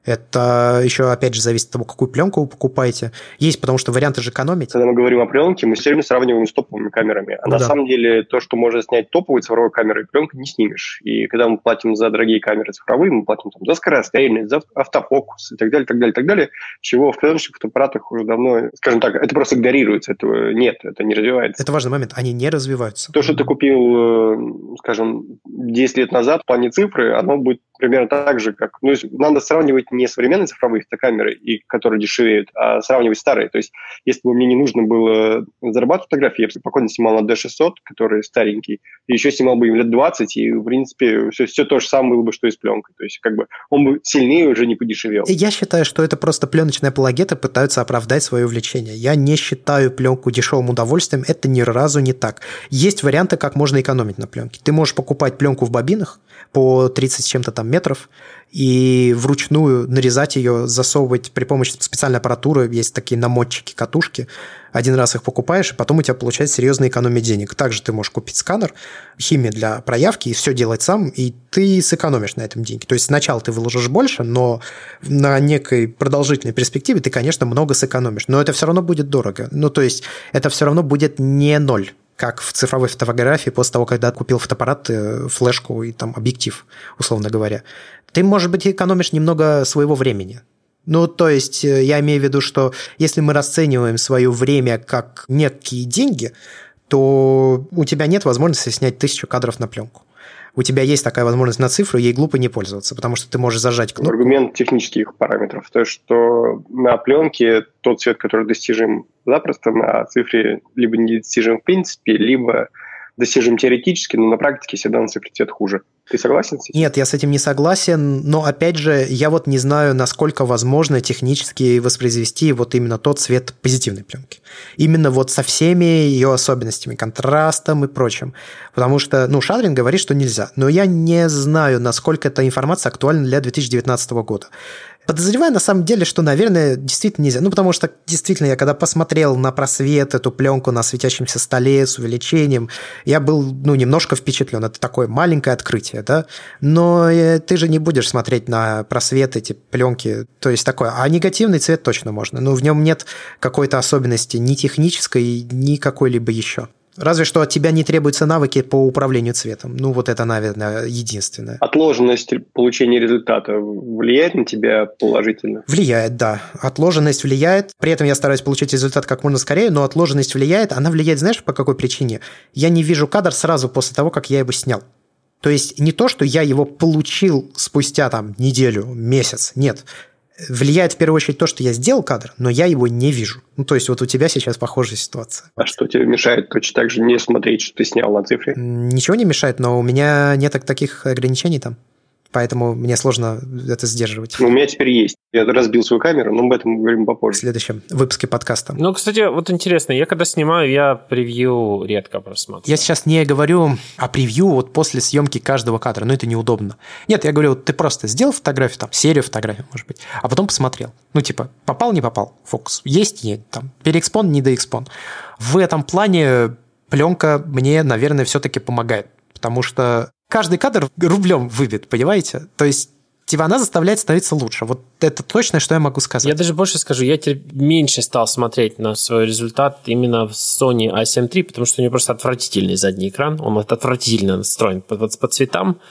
Это еще, опять же, зависит от того, какую пленку вы покупаете. Есть, потому что варианты же экономить. Когда мы говорим о пленке, мы все время сравниваем с топовыми камерами. А ну, на да. самом деле то, что можно снять топовой цифровой камерой, пленку не снимешь. И когда мы платим за дорогие камеры цифровые, мы платим там, за скорострельность, за автофокус и так далее, так далее, так далее, чего в пленочных фотоаппаратах уже давно, скажем так, это просто игнорируется, этого нет, это не развивается. Это важный момент, они не развиваются. То, что ты купил, скажем, десять лет назад в плане цифры, оно будет примерно так же, как... Ну, надо сравнивать не современные цифровые фотокамеры, и, которые дешевеют, а сравнивать старые. То есть, если бы мне не нужно было зарабатывать фотографии, я бы спокойно снимал на ди шестьсот, который старенький, и еще снимал бы им лет двадцать, и, в принципе, все, все то же самое было бы, что и с пленкой. То есть, как бы, он бы сильнее уже не подешевел. Я считаю, что это просто пленочные апологеты пытаются оправдать свое увлечение. Я не считаю пленку дешевым удовольствием, это ни разу не так. Есть варианты, как можно экономить на пленке. Ты можешь покупать пленку в бобинах по тридцать с чем-то там метров, и вручную нарезать ее, засовывать при помощи специальной аппаратуры. Есть такие намотчики, катушки. Один раз их покупаешь, и потом у тебя получается серьезная экономия денег. Также ты можешь купить сканер, химию для проявки и все делать сам, и ты сэкономишь на этом деньги. То есть сначала ты выложишь больше, но на некой продолжительной перспективе ты, конечно, много сэкономишь. Но это все равно будет дорого. Ну, то есть это все равно будет не ноль, как в цифровой фотографии после того, когда купил фотоаппарат, флешку и там объектив, условно говоря. Ты, может быть, экономишь немного своего времени. Ну, то есть я имею в виду, что если мы расцениваем свое время как некие деньги, то у тебя нет возможности снять тысячу кадров на пленку. У тебя есть такая возможность на цифру, ей глупо не пользоваться, потому что ты можешь зажать кнопку. Аргумент технических параметров. То, что на пленке тот цвет, который достижим запросто, на цифре либо не достижим в принципе, либо достижим теоретически, но на практике всегда на цифре цвет хуже. Ты согласен с этим? Нет, я с этим не согласен, но, опять же, я вот не знаю, насколько возможно технически воспроизвести вот именно тот цвет позитивной пленки. Именно вот со всеми ее особенностями, контрастом и прочим. Потому что, ну, Шадрин говорит, что нельзя. Но я не знаю, насколько эта информация актуальна для две тысячи девятнадцатого года. Подозреваю, на самом деле, что, наверное, действительно нельзя. Ну, потому что, действительно, я когда посмотрел на просвет, эту пленку на светящемся столе с увеличением, я был, ну, немножко впечатлен. Это такое маленькое открытие, да? Но ты же не будешь смотреть на просвет эти пленки. То есть такое. А негативный цвет точно можно. Но в нем нет какой-то особенности ни технической, ни какой-либо еще. Разве что от тебя не требуются навыки по управлению цветом. Ну, вот это, наверное, единственное. Отложенность получения результата влияет на тебя положительно? Влияет, да. Отложенность влияет. При этом я стараюсь получить результат как можно скорее, но отложенность влияет. Она влияет, знаешь, по какой причине? Я не вижу кадр сразу после того, как я его снял. То есть не то, что я его получил спустя там неделю, месяц. Нет. Влияет в первую очередь то, что я сделал кадр, но я его не вижу. Ну, то есть вот у тебя сейчас похожая ситуация. А что тебе мешает точно так же не смотреть, что ты снял на цифре? Ничего не мешает, но у меня нет таких ограничений там. Поэтому мне сложно это сдерживать. Ну, у меня теперь есть. Я разбил свою камеру, но об этом мы говорим попозже. В следующем выпуске подкаста. Ну, кстати, вот интересно, я когда снимаю, я превью редко просматриваю. Я сейчас не говорю о превью вот после съемки каждого кадра, но это неудобно. Нет, я говорю, вот ты просто сделал фотографию, там, серию фотографий, может быть, а потом посмотрел. Ну, типа, попал, не попал, фокус. Есть, нет, там, переэкспон, не доэкспон. В этом плане пленка мне, наверное, все-таки помогает, потому что каждый кадр рублем выбит, понимаете? То есть типа она заставляет становиться лучше. Вот это точно, что я могу сказать. Я даже больше скажу, я теперь меньше стал смотреть на свой результат именно в Sony а семь три, потому что у него просто отвратительный задний экран. Он отвратительно настроен по, по цветам.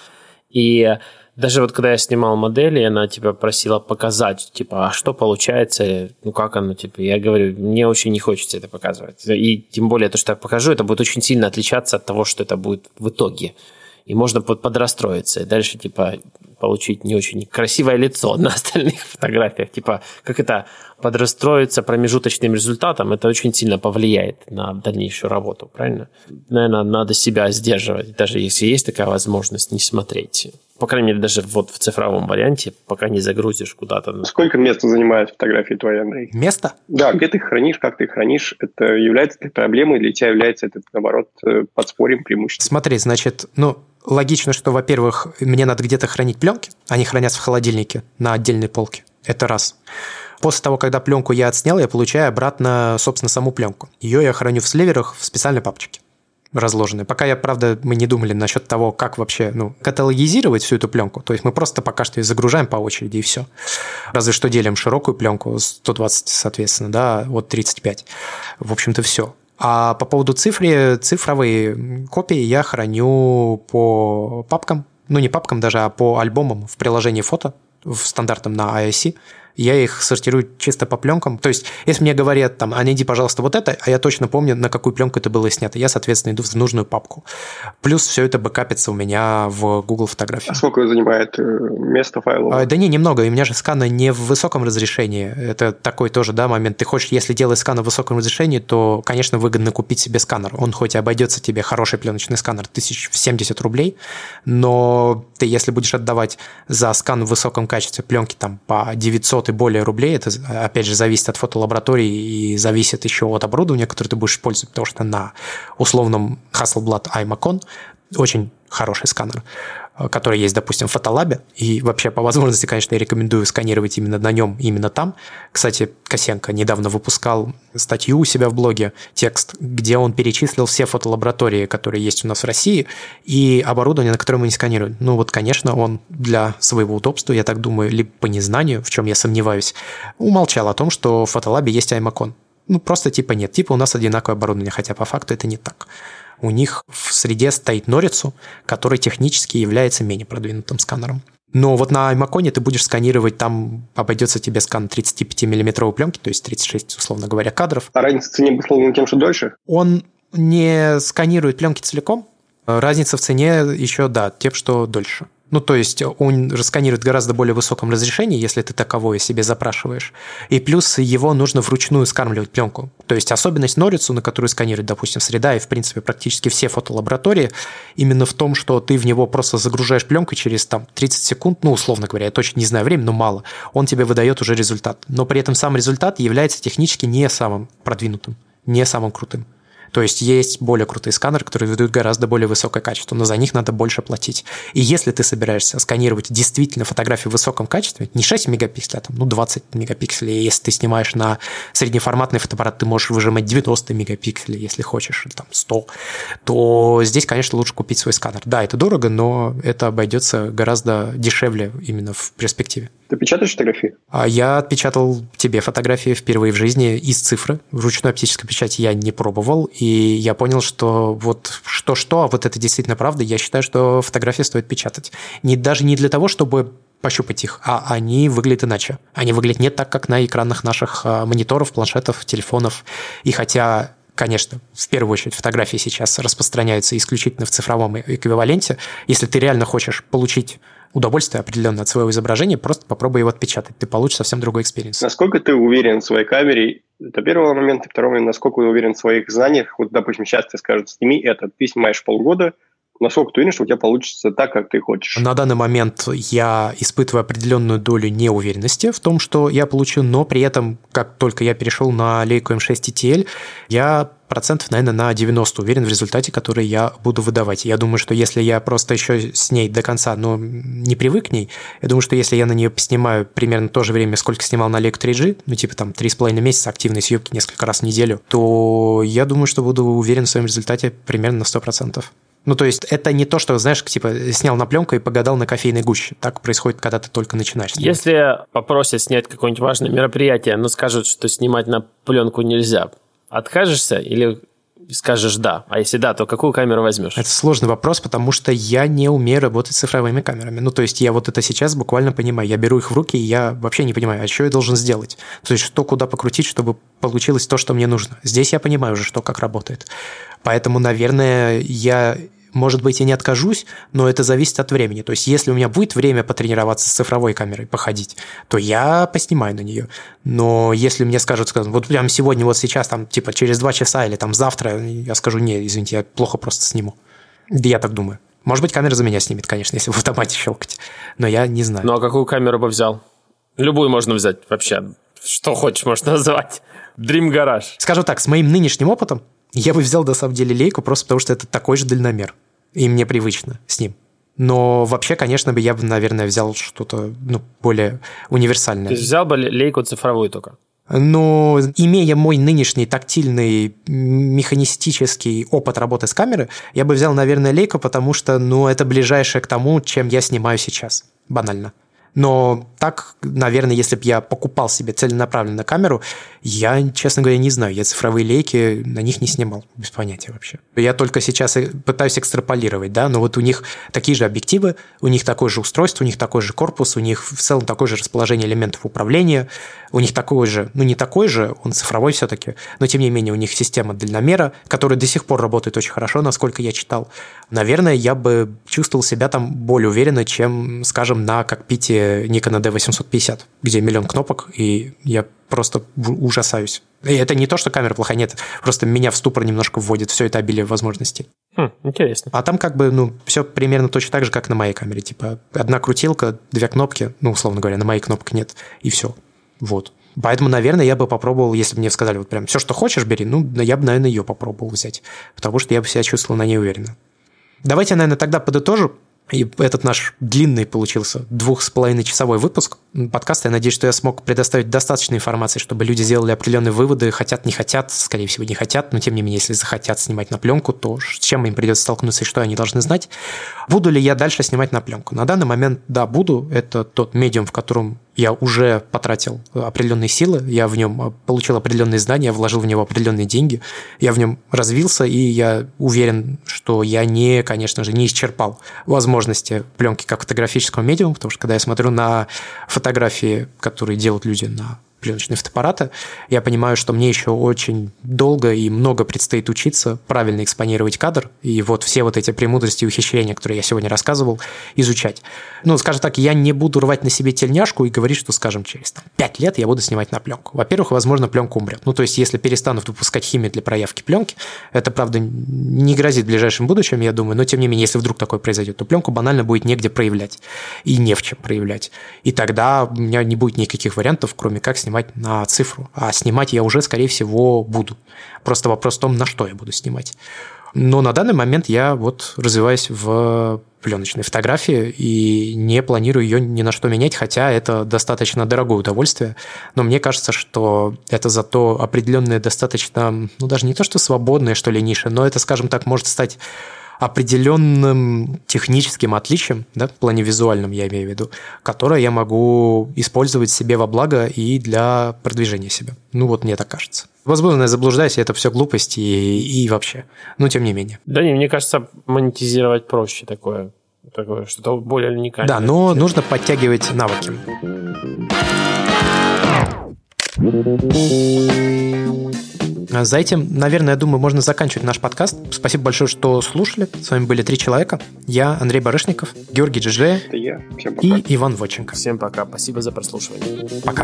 И даже вот когда я снимал модели, она типа просила показать, типа, а что получается, ну как оно, типа, я говорю, мне очень не хочется это показывать. И тем более то, что я покажу, это будет очень сильно отличаться от того, что это будет в итоге. И можно под, подрастроиться. И дальше, типа, получить не очень красивое лицо на остальных фотографиях. Типа, как это подрастроиться промежуточным результатом, это очень сильно повлияет на дальнейшую работу, правильно? Наверное, надо себя сдерживать, даже если есть такая возможность, не смотреть по крайней мере, даже вот в цифровом варианте, пока не загрузишь куда-то. Сколько места занимают фотографии твои, Андрей? Место? Да, где ты их хранишь, как ты их хранишь, это является ли проблемой, для тебя является это, наоборот, подспорьем, преимуществом? Смотри, значит, ну, логично, что, во-первых, мне надо где-то хранить пленки, они хранятся в холодильнике на отдельной полке. Это раз. После того, когда пленку я отснял, я получаю обратно, собственно, саму пленку. Ее я храню в сливерах в специальной папочке разложенные. Пока я, правда, мы не думали насчет того, как вообще ну, каталогизировать всю эту пленку. То есть мы просто пока что ее загружаем по очереди, и все. Разве что делим широкую пленку, сто двадцать, соответственно, да, вот тридцать пять. В общем-то, все. А по поводу цифры, цифровые копии я храню по папкам. Ну, не папкам даже, а по альбомам в приложении фото, в стандартном на iOS. Я их сортирую чисто по пленкам. То есть, если мне говорят, там, а найди, пожалуйста, вот это, а я точно помню, на какую пленку это было снято, я, соответственно, иду в нужную папку. Плюс все это бэкапится у меня в Google фотографии. А сколько занимает место файлов? А, да не, немного. У меня же сканы не в высоком разрешении. Это такой тоже, да, момент. Ты хочешь, если делать скан в высоком разрешении, то, конечно, выгодно купить себе сканер. Он хоть и обойдется тебе, хороший пленочный сканер, тысяч семьдесят рублей, но ты, если будешь отдавать за скан в высоком качестве пленки там по девятьсот и более рублей, это, опять же, зависит от фотолаборатории и зависит еще от оборудования, которое ты будешь использовать, потому что на условном Hasselblad iMacon очень хороший сканер, который есть, допустим, в Фотолабе, и вообще по возможности, конечно, я рекомендую сканировать именно на нем, именно там. Кстати, Косенко недавно выпускал статью у себя в блоге, текст, где он перечислил все фотолаборатории, которые есть у нас в России, и оборудование, на котором мы не сканируем. Ну вот, конечно, он для своего удобства, я так думаю, либо по незнанию, в чем я сомневаюсь, умолчал о том, что в Фотолабе есть iMacon. Ну, просто типа нет, типа у нас одинаковое оборудование, хотя по факту это не так. У них в среде стоит Норицу, который технически является менее продвинутым сканером. Но вот на iMacon ты будешь сканировать, там обойдется тебе скан тридцатипятимиллиметровой пленки, то есть тридцать шесть, условно говоря, кадров. А разница в цене условно тем, что дольше? Он не сканирует пленки целиком. Разница в цене еще, да, тем, что дольше. Ну, то есть он расканирует в гораздо более высоком разрешении, если ты таковое себе запрашиваешь. И плюс его нужно вручную скармливать пленку. То есть особенность Норицу, на которую сканирует, допустим, среда и, в принципе, практически все фотолаборатории, именно в том, что ты в него просто загружаешь пленку через там, тридцать секунд, ну, условно говоря, я точно не знаю время, но мало, он тебе выдает уже результат. Но при этом сам результат является технически не самым продвинутым, не самым крутым. То есть есть более крутые сканеры, которые выдают гораздо более высокое качество, но за них надо больше платить. И если ты собираешься сканировать действительно фотографии в высоком качестве, не шесть мегапикселей, а там, ну, двадцать мегапикселей, если ты снимаешь на среднеформатный фотоаппарат, ты можешь выжимать девяносто мегапикселей, если хочешь, или там сто, то здесь, конечно, лучше купить свой сканер. Да, это дорого, но это обойдется гораздо дешевле именно в перспективе. Ты печатаешь фотографии? А я отпечатал тебе фотографии впервые в жизни из цифры. Вручную оптической печати я не пробовал, и я понял, что вот что-что, а вот это действительно правда. Я считаю, что фотографии стоит печатать. Не, даже не для того, чтобы пощупать их, а они выглядят иначе. Они выглядят не так, как на экранах наших мониторов, планшетов, телефонов. И хотя... Конечно, в первую очередь фотографии сейчас распространяются исключительно в цифровом эквиваленте. Если ты реально хочешь получить удовольствие определенное от своего изображения, просто попробуй его отпечатать. Ты получишь совсем другой экспириенс. Насколько ты уверен в своей камере? Это первый момент. И второй момент, насколько ты уверен в своих знаниях? Вот, допустим, сейчас тебе скажут, сними это. Ты снимаешь полгода. Насколько ты уверен, что у тебя получится так, как ты хочешь? На данный момент я испытываю определенную долю неуверенности в том, что я получу, но при этом, как только я перешел на Leica эм шесть ти ти эл, я процентов, наверное, на девяносто уверен в результате, который я буду выдавать. Я думаю, что если я просто еще с ней до конца, но не привык к ней, я думаю, что если я на нее снимаю примерно то же время, сколько снимал на Leica три джи, ну, типа там три с половиной месяца активной съемки несколько раз в неделю, то я думаю, что буду уверен в своем результате примерно на сто процентов. Ну, то есть, это не то, что, знаешь, типа, снял на пленку и погадал на кофейной гуще. Так происходит, когда ты только начинаешь снимать. Если попросят снять какое-нибудь важное мероприятие, но скажут, что снимать на пленку нельзя, откажешься или скажешь «да»? А если да, то какую камеру возьмешь? Это сложный вопрос, потому что я не умею работать с цифровыми камерами. Ну, то есть, я вот это сейчас буквально понимаю. Я беру их в руки, и я вообще не понимаю, а что я должен сделать? То есть, что куда покрутить, чтобы получилось то, что мне нужно. Здесь я понимаю уже, что как работает. Поэтому, наверное, я, может быть, и не откажусь, но это зависит от времени. То есть, если у меня будет время потренироваться с цифровой камерой, походить, то я поснимаю на нее. Но если мне скажут, скажут, вот прямо сегодня, вот сейчас, там, типа, через два часа или там завтра, я скажу, не, извините, я плохо просто сниму. Да я так думаю. Может быть, камера за меня снимет, конечно, если в автомате щелкать. Но я не знаю. Ну, а какую камеру бы взял? Любую можно взять вообще. Что хочешь, можно назвать. Dream Garage. Скажу так, с моим нынешним опытом я бы взял, на самом деле, лейку, просто потому что это такой же дальномер. И мне привычно с ним. Но вообще, конечно, бы я бы, наверное, взял что-то ну, более универсальное. То есть взял бы лейку цифровую только? Но имея мой нынешний тактильный механистический опыт работы с камерой, я бы взял, наверное, лейку, потому что ну, это ближайшее к тому, чем я снимаю сейчас. Банально. Но так, наверное, если бы я покупал себе целенаправленно камеру, я, честно говоря, не знаю. Я цифровые лейки на них не снимал. Без понятия вообще. Я только сейчас пытаюсь экстраполировать, да, но вот у них такие же объективы, у них такое же устройство, у них такой же корпус, у них в целом такое же расположение элементов управления, у них такой же, ну не такой же, он цифровой все-таки, но тем не менее у них система дальномера, которая до сих пор работает очень хорошо, насколько я читал. Наверное, я бы чувствовал себя там более уверенно, чем, скажем, на кокпите Nikon ди восемьсот пятьдесят, где миллион кнопок, и я просто ужасаюсь. И это не то, что камера плохая, нет, просто меня в ступор немножко вводит все это обилие возможностей. Хм, интересно. А там как бы, ну, все примерно точно так же, как на моей камере. Типа, одна крутилка, две кнопки, ну, условно говоря, на моей кнопки нет, и все. Вот. Поэтому, наверное, я бы попробовал, если бы мне сказали, вот прям все, что хочешь, бери, ну, я бы, наверное, ее попробовал взять, потому что я бы себя чувствовал на ней уверенно. Давайте, наверное, тогда подытожу. И этот наш длинный получился двух с половиной часовой выпуск подкаста. Я надеюсь, что я смог предоставить достаточно информации, чтобы люди сделали определенные выводы. Хотят, не хотят, скорее всего, не хотят. Но, тем не менее, если захотят снимать на пленку, то с чем им придется столкнуться и что они должны знать. Буду ли я дальше снимать на пленку? На данный момент, да, буду. Это тот медиум, в котором я уже потратил определенные силы. Я в нем получил определенные знания, вложил в него определенные деньги. Я в нем развился, и я уверен, что я не, конечно же, не исчерпал возможности пленки как фотографического медиума, потому что когда я смотрю на фотографии, которые делают люди на пленочные фотоаппараты, я понимаю, что мне еще очень долго и много предстоит учиться правильно экспонировать кадр, и вот все вот эти премудрости и ухищрения, которые я сегодня рассказывал, изучать. Ну, скажем так, я не буду рвать на себе тельняшку и говорить, что, скажем, через там, пять лет я буду снимать на пленку. Во-первых, возможно, пленка умрет. Ну, то есть, если перестанут выпускать химию для проявки пленки, это, правда, не грозит в ближайшем будущем, я думаю, но, тем не менее, если вдруг такое произойдет, то пленку банально будет негде проявлять и не в чем проявлять. И тогда у меня не будет никаких вариантов, кроме как снимать снимать на цифру, а снимать я уже, скорее всего, буду. Просто вопрос в том, на что я буду снимать. Но на данный момент я вот развиваюсь в пленочной фотографии и не планирую ее ни на что менять, хотя это достаточно дорогое удовольствие. Но мне кажется, что это зато определенное достаточно, ну даже не то, что свободное, что ли, ниша, но это, скажем так, может стать определенным техническим отличием, да, в плане визуальном я имею в виду, которое я могу использовать себе во благо и для продвижения себя. Ну вот мне так кажется. Возможно, я заблуждаюсь, и это все глупость и, и вообще. Но тем не менее. Да не, мне кажется, монетизировать проще такое. Такое что-то более уникальное. Да, но нужно подтягивать навыки. За этим, наверное, я думаю, можно заканчивать наш подкаст. Спасибо большое, что слушали. С вами были три человека. Я, Андрей Барышников, Георгий Джиджея и Иван Воченко. Всем пока. Спасибо за прослушивание. Пока.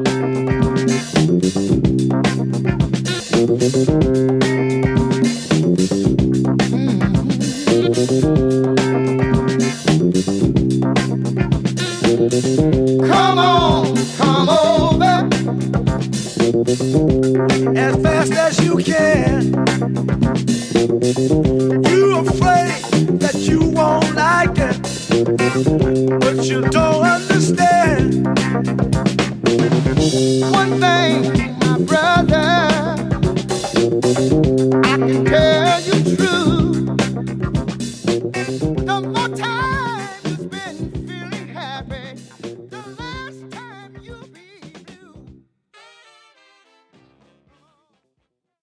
Come on, come over as fast as you can. You're afraid that you won't like it, but you don't understand one thing.